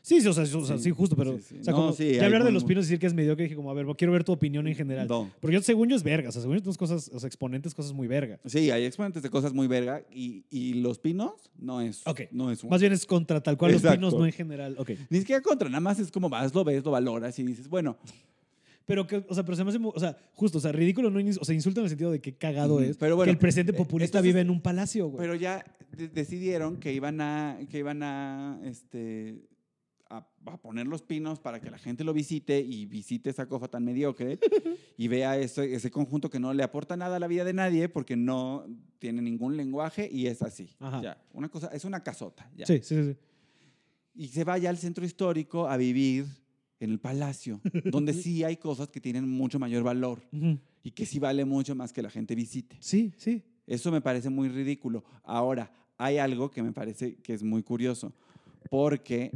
Speaker 1: Sí, sí, o sea, sí, justo, pero o sea, como ya hablar de Los Pinos y decir que es mediocre, dije como, a ver, quiero ver tu opinión en general.
Speaker 2: No.
Speaker 1: Porque yo, según yo, es verga. O sea, según yo, tus cosas, o sea, exponentes, cosas muy verga.
Speaker 2: Sí, hay exponentes de cosas muy verga y Los Pinos no es, no es
Speaker 1: Más bien es contra tal cual
Speaker 2: Exacto.
Speaker 1: Los Pinos, no en general.
Speaker 2: Ni siquiera contra, nada más es como vas, lo ves, lo valoras y dices, bueno.
Speaker 1: Pero que, o sea, pero se me hace, o sea, justo, o sea, ridículo, no, o sea, insulta en el sentido de que cagado es
Speaker 2: pero bueno,
Speaker 1: que el presidente populista vive en un palacio, güey.
Speaker 2: Pero ya decidieron que iban a poner Los Pinos para que la gente lo visite y visite esa cosa tan mediocre y vea ese conjunto que no le aporta nada a la vida de nadie porque no tiene ningún lenguaje y es así. Ya, una cosa, es una casota. Ya.
Speaker 1: Sí, sí, sí.
Speaker 2: Y se vaya al centro histórico a vivir en el palacio, donde sí hay cosas que tienen mucho mayor valor y que sí vale mucho más que la gente visite.
Speaker 1: Sí, sí.
Speaker 2: Eso me parece muy ridículo. Ahora, hay algo que me parece que es muy curioso, porque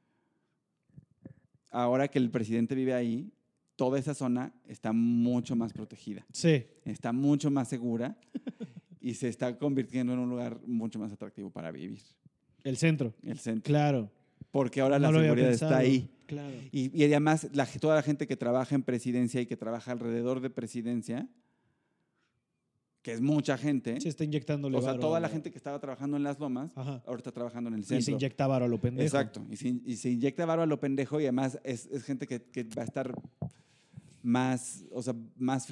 Speaker 2: ahora que el presidente vive ahí, toda esa zona está mucho más protegida.
Speaker 1: Sí.
Speaker 2: Está mucho más segura y se está convirtiendo en un lugar mucho más atractivo para vivir.
Speaker 1: El centro.
Speaker 2: El centro.
Speaker 1: Claro.
Speaker 2: Porque ahora la seguridad está ahí.
Speaker 1: Claro.
Speaker 2: Y además, toda la gente que trabaja en presidencia y que trabaja alrededor de presidencia, que es mucha gente.
Speaker 1: Se está inyectándole.
Speaker 2: O sea, toda la gente que estaba trabajando en las lomas, ahora está trabajando en el centro.
Speaker 1: Y se inyecta varo a lo pendejo.
Speaker 2: Exacto. Y se inyecta varo a lo pendejo y además es gente que va a estar más, o sea,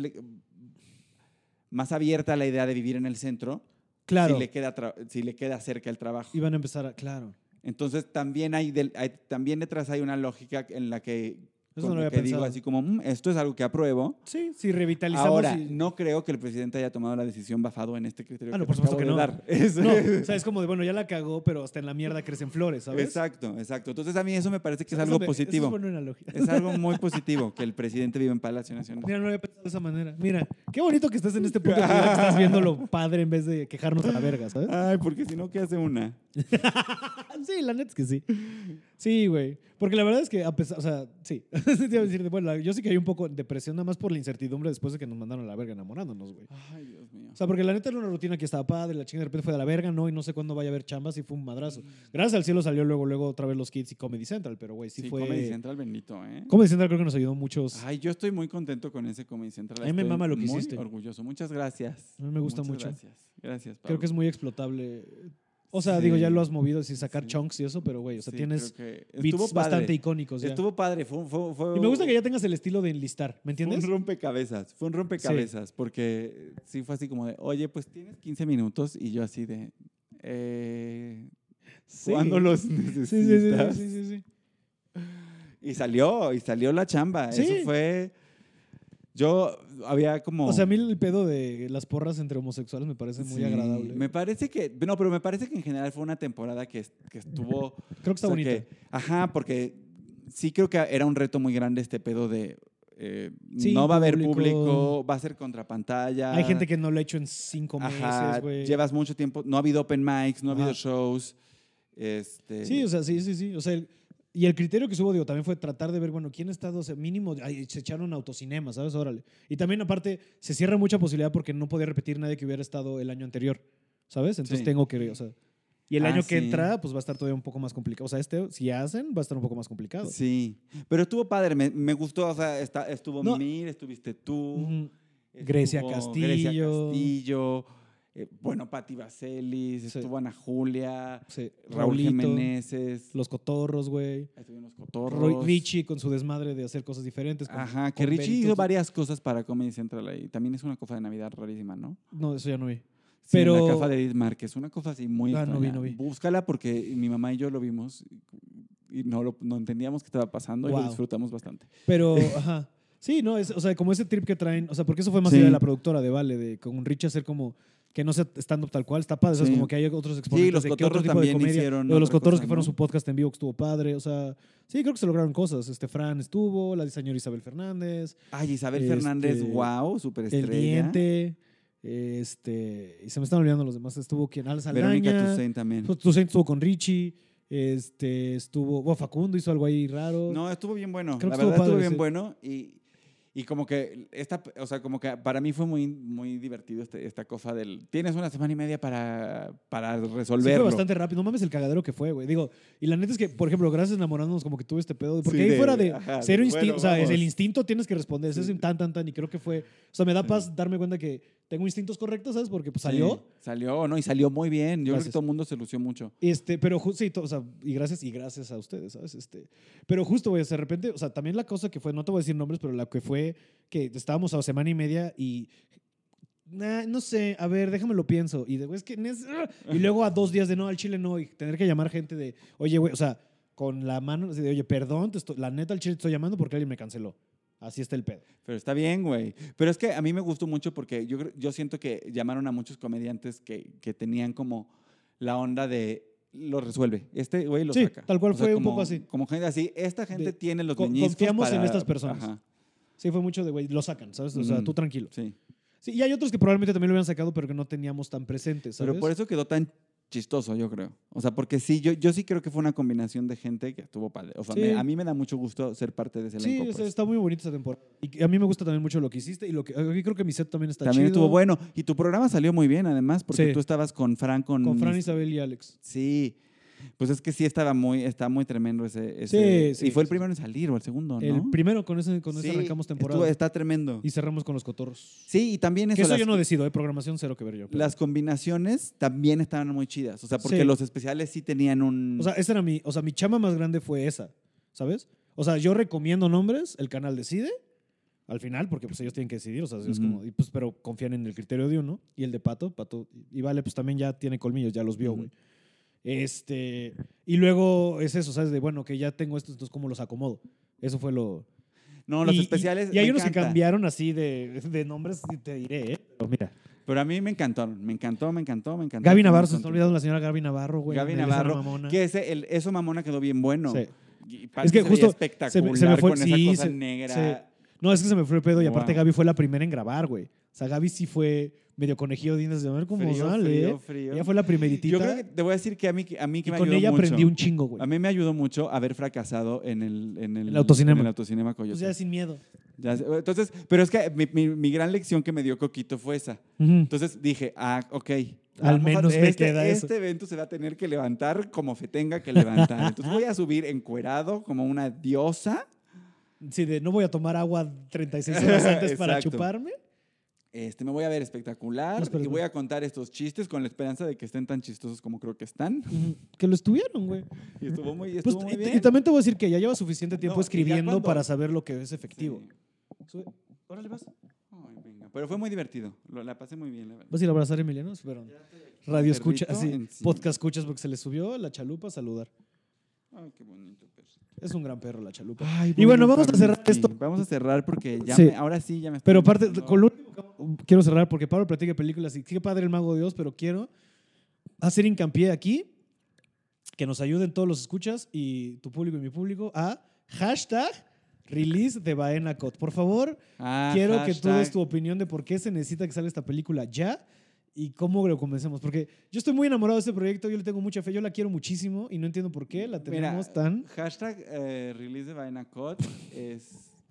Speaker 2: más abierta a la idea de vivir en el centro.
Speaker 1: Claro.
Speaker 2: Si le queda cerca el trabajo.
Speaker 1: Y van a empezar a, claro.
Speaker 2: Entonces también también detrás hay una lógica en la que,
Speaker 1: eso no lo había
Speaker 2: digo así como, esto es algo que apruebo.
Speaker 1: Sí, sí, revitalizamos.
Speaker 2: Ahora, no creo que el presidente haya tomado la decisión basado en este criterio.
Speaker 1: No, por supuesto que no. No, o sea, es como de, bueno, ya la cagó, pero hasta en la mierda crecen flores, ¿sabes?
Speaker 2: Exacto, exacto. Entonces a mí eso me parece que es algo positivo.
Speaker 1: Eso es buena analogía.
Speaker 2: Es algo muy positivo que el presidente vive en Palacio Nacional.
Speaker 1: Mira, no había pensado de esa manera. Mira, qué bonito que estés en este punto que estás viendo lo padre en vez de quejarnos a la verga, ¿sabes?
Speaker 2: Ay, porque si no, ¿qué hace una?
Speaker 1: Sí, la neta es que sí. Sí, güey. Porque la verdad es que a pesar, o sea, sí. Te iba a decir, bueno, yo sí que hay un poco de depresión nada más por la incertidumbre después de que nos mandaron a la verga enamorándonos, güey.
Speaker 2: Ay, Dios mío.
Speaker 1: O sea, porque la neta era una rutina que estaba padre, la chingada de repente fue de la verga, ¿no? Y no sé cuándo vaya a haber chambas y fue un madrazo. Gracias al cielo salió luego otra vez los Kids y Comedy Central, pero güey, sí fue...
Speaker 2: Comedy Central, bendito, ¿eh?
Speaker 1: Comedy Central creo que nos ayudó muchos.
Speaker 2: Ay, yo estoy muy contento con ese Comedy Central.
Speaker 1: A mí me mama lo que hiciste.
Speaker 2: Muy orgulloso. Muchas gracias.
Speaker 1: A mí me gusta
Speaker 2: mucho. Gracias, Pablo.
Speaker 1: Creo que es muy explotable. O sea, digo, ya lo has movido sin sacar chunks y eso, pero güey, o sea, tienes beats bastante icónicos. Ya.
Speaker 2: Estuvo padre.
Speaker 1: Y me gusta que ya tengas el estilo de enlistar, ¿me entiendes?
Speaker 2: Fue un rompecabezas, porque sí fue así como de, oye, pues tienes 15 minutos y yo así de, ¿cuándo los necesitas?
Speaker 1: Sí.
Speaker 2: Y salió la chamba.
Speaker 1: Sí.
Speaker 2: Eso fue... Yo había como...
Speaker 1: O sea, a mí el pedo de las porras entre homosexuales me parece muy agradable.
Speaker 2: Me parece que... No, pero me parece que en general fue una temporada que estuvo...
Speaker 1: Creo que está bonita.
Speaker 2: Porque sí creo que era un reto muy grande este pedo de...
Speaker 1: sí,
Speaker 2: no va a haber público, va a ser contra pantalla.
Speaker 1: Hay gente que no lo ha hecho en 5 meses, güey.
Speaker 2: Llevas mucho tiempo... No ha habido open mics, no ha habido shows.
Speaker 1: Sí, o sea, sí. O sea... Y el criterio que subo, digo, también fue tratar de ver, bueno, quién ha estado, o sea, mínimo, se echaron autocinema, ¿sabes? Órale. Y también, aparte, se cierra mucha posibilidad porque no podía repetir nadie que hubiera estado el año anterior, ¿sabes? Entonces tengo que, o sea... Y el año que entra, pues va a estar todavía un poco más complicado. O sea, si hacen, va a estar un poco más complicado.
Speaker 2: Sí, pero estuvo padre, me gustó, o sea, estuvo Mir, estuviste tú.
Speaker 1: Grecia Castillo.
Speaker 2: Bueno, Patti Vaselis, estuvo Ana Julia, Raúl
Speaker 1: Raulito,
Speaker 2: Jiménez.
Speaker 1: Los Cotorros, güey.
Speaker 2: Estuvieron los Cotorros.
Speaker 1: Richie con su desmadre de hacer cosas diferentes.
Speaker 2: Que Richie hizo varias cosas para Comedy Central ahí. También es una cosa de Navidad rarísima, ¿no?
Speaker 1: No, eso ya no vi.
Speaker 2: Sí, pero la caja de Edith Márquez, una cosa así muy extraña.
Speaker 1: No vi.
Speaker 2: Búscala porque mi mamá y yo lo vimos y no entendíamos qué estaba pasando y lo disfrutamos bastante.
Speaker 1: Pero, ajá. Sí, no, o sea, como ese trip que traen, o sea, porque eso fue más allá de la productora de Vale, de con Richie hacer como que no sea stand-up tal cual, está padre. O sea, es como que hay otros exponentes
Speaker 2: los
Speaker 1: de que otro tipo de comedia.
Speaker 2: Hicieron
Speaker 1: los Cotorros que fueron su podcast en vivo que estuvo padre. O sea, sí, creo que se lograron cosas. Fran estuvo, la diseñadora Isabel Fernández.
Speaker 2: Ay, Isabel Fernández, wow, súper estrella.
Speaker 1: El Diente. Y se me están olvidando los demás. Estuvo quien, Al Saldaña.
Speaker 2: Verónica Toussaint también.
Speaker 1: Toussaint estuvo con Richie. Estuvo, Facundo hizo algo ahí raro.
Speaker 2: No, estuvo bien bueno.
Speaker 1: Creo
Speaker 2: la
Speaker 1: que
Speaker 2: verdad estuvo
Speaker 1: padre,
Speaker 2: bien bueno y Y como que o sea, como que para mí fue muy, muy divertido esta cosa del tienes una semana y media para resolverlo.
Speaker 1: Sí, fue bastante rápido. No mames el cagadero que fue, güey. Digo, y la neta es que, por ejemplo, gracias a enamorándonos como que tuve este pedo. Porque
Speaker 2: Sí,
Speaker 1: ahí fuera de
Speaker 2: ajá,
Speaker 1: cero
Speaker 2: bueno,
Speaker 1: instinto, o sea, es
Speaker 2: vamos.
Speaker 1: el instinto tienes que responder.
Speaker 2: Sí.
Speaker 1: Es tan. Y creo que fue, o sea, me da paz darme cuenta que tengo instintos correctos, ¿sabes? Porque pues,
Speaker 2: Sí,
Speaker 1: salió.
Speaker 2: salió, ¿no? Y salió muy bien. Yo creo que
Speaker 1: Gracias.
Speaker 2: todo el mundo se lució mucho.
Speaker 1: Pero sí, o sea, y gracias a ustedes, ¿sabes? Pero justo, güey, de repente, o sea, también la cosa que fue, no te voy a decir nombres, pero la que fue que estábamos a semana y media y no sé, a ver, déjame lo pienso. Y de, güey, es que y luego a 2 días de no, al chile no, y tener que llamar gente de, oye, güey, o sea, con la mano, así de, oye, perdón, la neta al chile te estoy llamando porque alguien me canceló. Así está el pedo.
Speaker 2: Pero está bien, güey. Pero es que a mí me gustó mucho porque yo siento que llamaron a muchos comediantes que tenían como la onda de lo resuelve. Este güey lo
Speaker 1: Sí,
Speaker 2: saca.
Speaker 1: tal cual
Speaker 2: O sea,
Speaker 1: fue un
Speaker 2: como-
Speaker 1: poco así.
Speaker 2: Como gente así, esta gente
Speaker 1: De-
Speaker 2: tiene los meñiscos
Speaker 1: confiamos en
Speaker 2: para-
Speaker 1: estas personas.
Speaker 2: Ajá,
Speaker 1: Sí, fue mucho de, güey, lo sacan, ¿sabes? O sea,
Speaker 2: Ujú.
Speaker 1: tú tranquilo.
Speaker 2: sí.
Speaker 1: Sí, y hay otros que probablemente también lo hubieran sacado, pero que no teníamos tan presentes, ¿sabes?
Speaker 2: Pero por eso quedó tan chistoso, yo creo. O sea, porque sí, yo sí creo que fue una combinación de gente que estuvo padre. O sea,
Speaker 1: Sí.
Speaker 2: a mí me da mucho gusto ser parte de ese
Speaker 1: Sí,
Speaker 2: elenco. pues.
Speaker 1: está muy bonita esta temporada. Y a mí me gusta también mucho lo que hiciste y aquí creo que mi set también está
Speaker 2: También
Speaker 1: chido.
Speaker 2: estuvo bueno. Y tu programa salió muy bien, además, porque
Speaker 1: Sí.
Speaker 2: tú estabas con Fran,
Speaker 1: Con Fran, Isabel y Alex.
Speaker 2: Sí. Pues es que sí está muy tremendo ese.
Speaker 1: Sí,
Speaker 2: y fue el
Speaker 1: sí.
Speaker 2: primero en salir o el segundo, ¿no?
Speaker 1: El primero, con ese
Speaker 2: Sí,
Speaker 1: arrancamos temporada.
Speaker 2: está tremendo.
Speaker 1: Y cerramos con los cotorros.
Speaker 2: Sí, y también
Speaker 1: Que
Speaker 2: eso.
Speaker 1: eso yo no decido, programación cero que ver yo. pero-
Speaker 2: Las combinaciones también estaban muy chidas. O sea, porque
Speaker 1: Sí.
Speaker 2: los especiales sí tenían un.
Speaker 1: O sea, esa era mi chamba más grande fue esa, ¿sabes? O sea, yo recomiendo nombres, el canal decide, al final, porque pues ellos tienen que decidir, o sea, es
Speaker 2: Ujú.
Speaker 1: como, y, pues, pero confían en el criterio de uno. Y el de Pato, y Vale, pues también ya tiene colmillos, ya los vio,
Speaker 2: Ujú.
Speaker 1: güey. Y luego es eso, ¿sabes? De, bueno, que ya tengo esto, entonces, ¿cómo los acomodo? Eso fue lo...
Speaker 2: No, los
Speaker 1: Y-
Speaker 2: especiales.
Speaker 1: Y hay
Speaker 2: me
Speaker 1: unos que
Speaker 2: encanta.
Speaker 1: cambiaron así de nombres, y te diré, ¿eh? Pero mira,
Speaker 2: Pero a mí me encantaron. Me encantó.
Speaker 1: Gaby Navarro, se está olvidando la señora Gaby Navarro, güey.
Speaker 2: Gaby
Speaker 1: de Esa
Speaker 2: Navarro.
Speaker 1: Mamona.
Speaker 2: Que eso mamona quedó bien bueno.
Speaker 1: Sí.
Speaker 2: Y
Speaker 1: Es
Speaker 2: Patty
Speaker 1: que
Speaker 2: se
Speaker 1: justo
Speaker 2: veía espectacular
Speaker 1: se me fue,
Speaker 2: con
Speaker 1: sí,
Speaker 2: esa cosa negra.
Speaker 1: No, es que se me fue el pedo y aparte
Speaker 2: Wow.
Speaker 1: Gaby fue la primera en grabar, güey. O sea, Gaby sí fue medio conejillo de indias de a ver cómo
Speaker 2: Frío,
Speaker 1: sale.
Speaker 2: frío,
Speaker 1: ¿eh?
Speaker 2: frío.
Speaker 1: Ella fue la primeritita.
Speaker 2: Yo creo que te voy a decir que a mí que
Speaker 1: y
Speaker 2: me
Speaker 1: con
Speaker 2: ayudó
Speaker 1: ella
Speaker 2: mucho.
Speaker 1: aprendí un chingo, güey.
Speaker 2: A mí me ayudó mucho haber fracasado en el
Speaker 1: autocinema.
Speaker 2: En el autocinema Coyote.
Speaker 1: Pues ya sin miedo.
Speaker 2: Entonces, pero es que mi gran lección que me dio Coquito fue esa.
Speaker 1: Ujú.
Speaker 2: Entonces dije, ok.
Speaker 1: Al menos me queda eso.
Speaker 2: Este evento se va a tener que levantar como se tenga que levantar. Entonces voy a subir encuerado como una diosa.
Speaker 1: Sí, de no voy a tomar agua 36 horas antes para
Speaker 2: Exacto.
Speaker 1: chuparme.
Speaker 2: Me voy a ver espectacular
Speaker 1: No, espera,
Speaker 2: y voy a contar estos chistes con la esperanza de que estén tan chistosos como creo que están.
Speaker 1: Ujú. Que lo estuvieron, güey.
Speaker 2: Y estuvo muy
Speaker 1: Pues,
Speaker 2: muy
Speaker 1: y
Speaker 2: bien.
Speaker 1: también te voy a decir que ya lleva suficiente tiempo
Speaker 2: No, y ya
Speaker 1: escribiendo
Speaker 2: cuando-
Speaker 1: para saber lo que es efectivo.
Speaker 2: Sí.
Speaker 1: Órale, vas.
Speaker 2: Ay, venga. Pero fue muy divertido. La pasé muy bien, la verdad.
Speaker 1: ¿Vas a ir a abrazar a Emiliano? Pero radio escucha,
Speaker 2: perrito
Speaker 1: así,
Speaker 2: encima.
Speaker 1: podcast escuchas porque se le subió la chalupa a saludar.
Speaker 2: Ay, qué bonito perro.
Speaker 1: Es un gran perro la chalupa.
Speaker 2: Ay,
Speaker 1: Y bueno, vamos a cerrar esto.
Speaker 2: Vamos a cerrar porque ya
Speaker 1: Sí.
Speaker 2: ahora sí ya me estoy
Speaker 1: Pero aparte,
Speaker 2: empezando-
Speaker 1: con lo último que quiero cerrar, porque Pablo platica películas y qué padre el Mago de Dios, pero quiero hacer hincapié aquí, que nos ayuden todos los escuchas y tu público y mi público a hashtag release de Baena Cot. Por favor, quiero que tú des
Speaker 2: hashtag.
Speaker 1: tu opinión de por qué se necesita que salga esta película ya y cómo lo comencemos. Porque yo estoy muy enamorado de este proyecto, yo le tengo mucha fe, yo la quiero muchísimo y no entiendo por qué la tenemos
Speaker 2: Mira,
Speaker 1: tan...
Speaker 2: Hashtag release de Vainacot es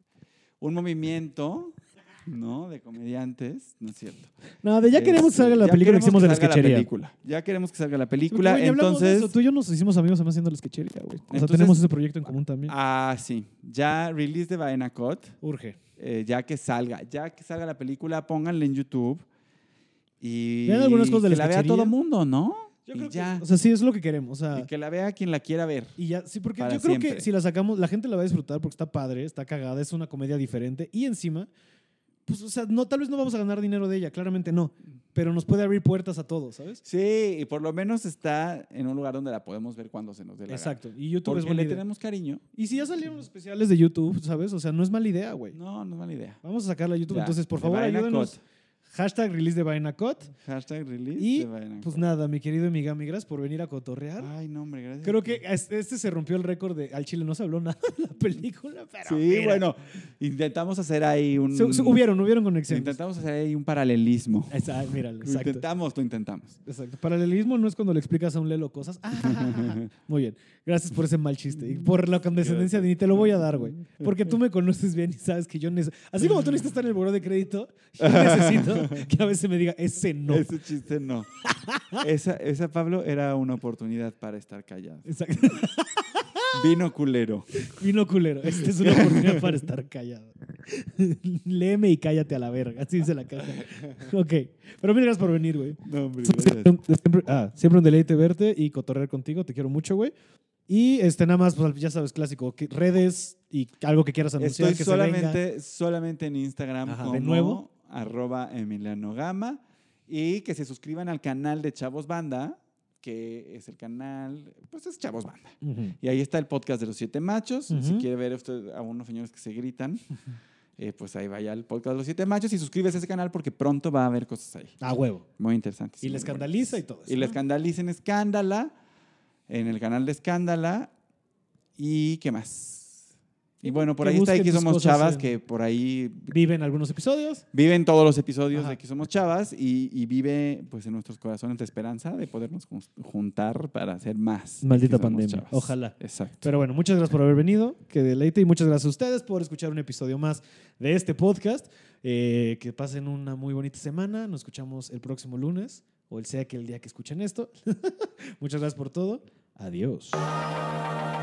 Speaker 2: un movimiento, ¿no? De comediantes, ¿no es cierto?
Speaker 1: No, ya queremos que salga la
Speaker 2: Ya
Speaker 1: película que
Speaker 2: queremos
Speaker 1: hicimos de la
Speaker 2: salga
Speaker 1: sketchería.
Speaker 2: película. Ya queremos que salga la
Speaker 1: Porque,
Speaker 2: película.
Speaker 1: güey, ya hablamos de
Speaker 2: Entonces,
Speaker 1: eso. Tú y yo nos hicimos amigos además haciendo la sketchería, güey. O sea,
Speaker 2: Entonces-
Speaker 1: tenemos ese proyecto en común también.
Speaker 2: sí, ya release de Vainacot,
Speaker 1: Urge.
Speaker 2: ya que salga la película, pónganla en YouTube y
Speaker 1: Vean algunas cosas de la
Speaker 2: que la vea
Speaker 1: sketchería.
Speaker 2: todo el mundo, ¿no?
Speaker 1: Yo
Speaker 2: Y
Speaker 1: creo
Speaker 2: ya.
Speaker 1: que, o sea, sí, es lo que queremos. O sea,
Speaker 2: Y que la vea quien la quiera ver.
Speaker 1: y ya, sí, porque
Speaker 2: para
Speaker 1: yo creo que
Speaker 2: siempre.
Speaker 1: si la sacamos, la gente la va a disfrutar porque está padre, está cagada, es una comedia diferente y encima, pues, o sea, no, tal vez no vamos a ganar dinero de ella, claramente no, pero nos puede abrir puertas a todos, ¿sabes?
Speaker 2: Sí, y por lo menos está en un lugar donde la podemos ver cuando se nos dé la gana.
Speaker 1: Exacto. Y YouTube
Speaker 2: Porque
Speaker 1: es buena
Speaker 2: le
Speaker 1: idea.
Speaker 2: tenemos cariño.
Speaker 1: Y si ya salieron los especiales de YouTube, ¿sabes? O sea, no es mala idea, güey.
Speaker 2: No es mala idea.
Speaker 1: Vamos a sacarla a YouTube.
Speaker 2: Ya,
Speaker 1: Entonces, por
Speaker 2: de
Speaker 1: favor,
Speaker 2: Vaina
Speaker 1: ayúdenos.
Speaker 2: Cot.
Speaker 1: Hashtag release de Vaina Cot.
Speaker 2: Hashtag release
Speaker 1: Y
Speaker 2: de Vaina
Speaker 1: pues
Speaker 2: Cot.
Speaker 1: nada, mi querido Migami, gracias por venir a cotorrear.
Speaker 2: Ay, no, hombre, gracias.
Speaker 1: Creo que este se rompió el récord de al chile no se habló nada de la película, pero
Speaker 2: Sí,
Speaker 1: mira.
Speaker 2: bueno, intentamos hacer ahí un...
Speaker 1: Hubieron conexiones.
Speaker 2: Intentamos hacer ahí un paralelismo.
Speaker 1: Míralo,
Speaker 2: Lo
Speaker 1: exacto.
Speaker 2: intentamos.
Speaker 1: Exacto. Paralelismo no es cuando le explicas a un lelo cosas. Muy bien. Gracias por ese mal chiste. Y por la condescendencia de ni te lo voy a dar, güey. Porque tú me conoces bien y sabes que yo necesito... Así como tú necesitas estar en el buró de crédito, yo necesito que a veces me diga, ese no.
Speaker 2: Ese chiste no. Esa, Pablo, era una oportunidad para estar callado.
Speaker 1: Exacto.
Speaker 2: Vino culero.
Speaker 1: Vino culero. Esta es una oportunidad para estar callado. Léeme y cállate a la verga. Así dice la casa. Ok. Pero mil gracias por venir, güey.
Speaker 2: No, hombre, gracias.
Speaker 1: Siempre un deleite verte y cotorrear contigo. Te quiero mucho, güey. Y nada más, pues, ya sabes, clásico, redes y algo que quieras anunciar.
Speaker 2: Estoy solamente en Instagram.
Speaker 1: Ajá,
Speaker 2: como
Speaker 1: de nuevo.
Speaker 2: @EmilianoGama. Y que se suscriban al canal de Chavos Banda, que es el canal, pues es Chavos Banda.
Speaker 1: Uh-huh.
Speaker 2: Y ahí está el podcast de los 7 machos.
Speaker 1: Uh-huh.
Speaker 2: Si quiere ver usted a unos señores que se gritan, pues ahí vaya al podcast de los 7 machos y suscríbase a ese canal porque pronto va a haber cosas ahí.
Speaker 1: A huevo.
Speaker 2: Muy interesantes.
Speaker 1: Y le escandaliza y todo eso.
Speaker 2: Y le escandaliza en Escándala, en el canal de Escándala. ¿Y qué más? Y bueno, por
Speaker 1: que
Speaker 2: ahí está
Speaker 1: busquen
Speaker 2: Aquí
Speaker 1: tus
Speaker 2: Somos
Speaker 1: cosas
Speaker 2: Chavas,
Speaker 1: en-
Speaker 2: que por ahí
Speaker 1: Viven algunos episodios.
Speaker 2: viven todos los episodios
Speaker 1: Ajá.
Speaker 2: de Aquí Somos Chavas y vive pues en nuestros corazones la esperanza de podernos juntar para hacer más.
Speaker 1: Maldita
Speaker 2: Aquí Somos
Speaker 1: pandemia.
Speaker 2: Chavas.
Speaker 1: Ojalá.
Speaker 2: Exacto.
Speaker 1: Pero bueno, muchas gracias por haber venido. Que deleite. Y muchas gracias a ustedes por escuchar un episodio más de este podcast. Que pasen una muy bonita semana. Nos escuchamos el próximo lunes. O el día que escuchen esto. Muchas gracias por todo. Adiós.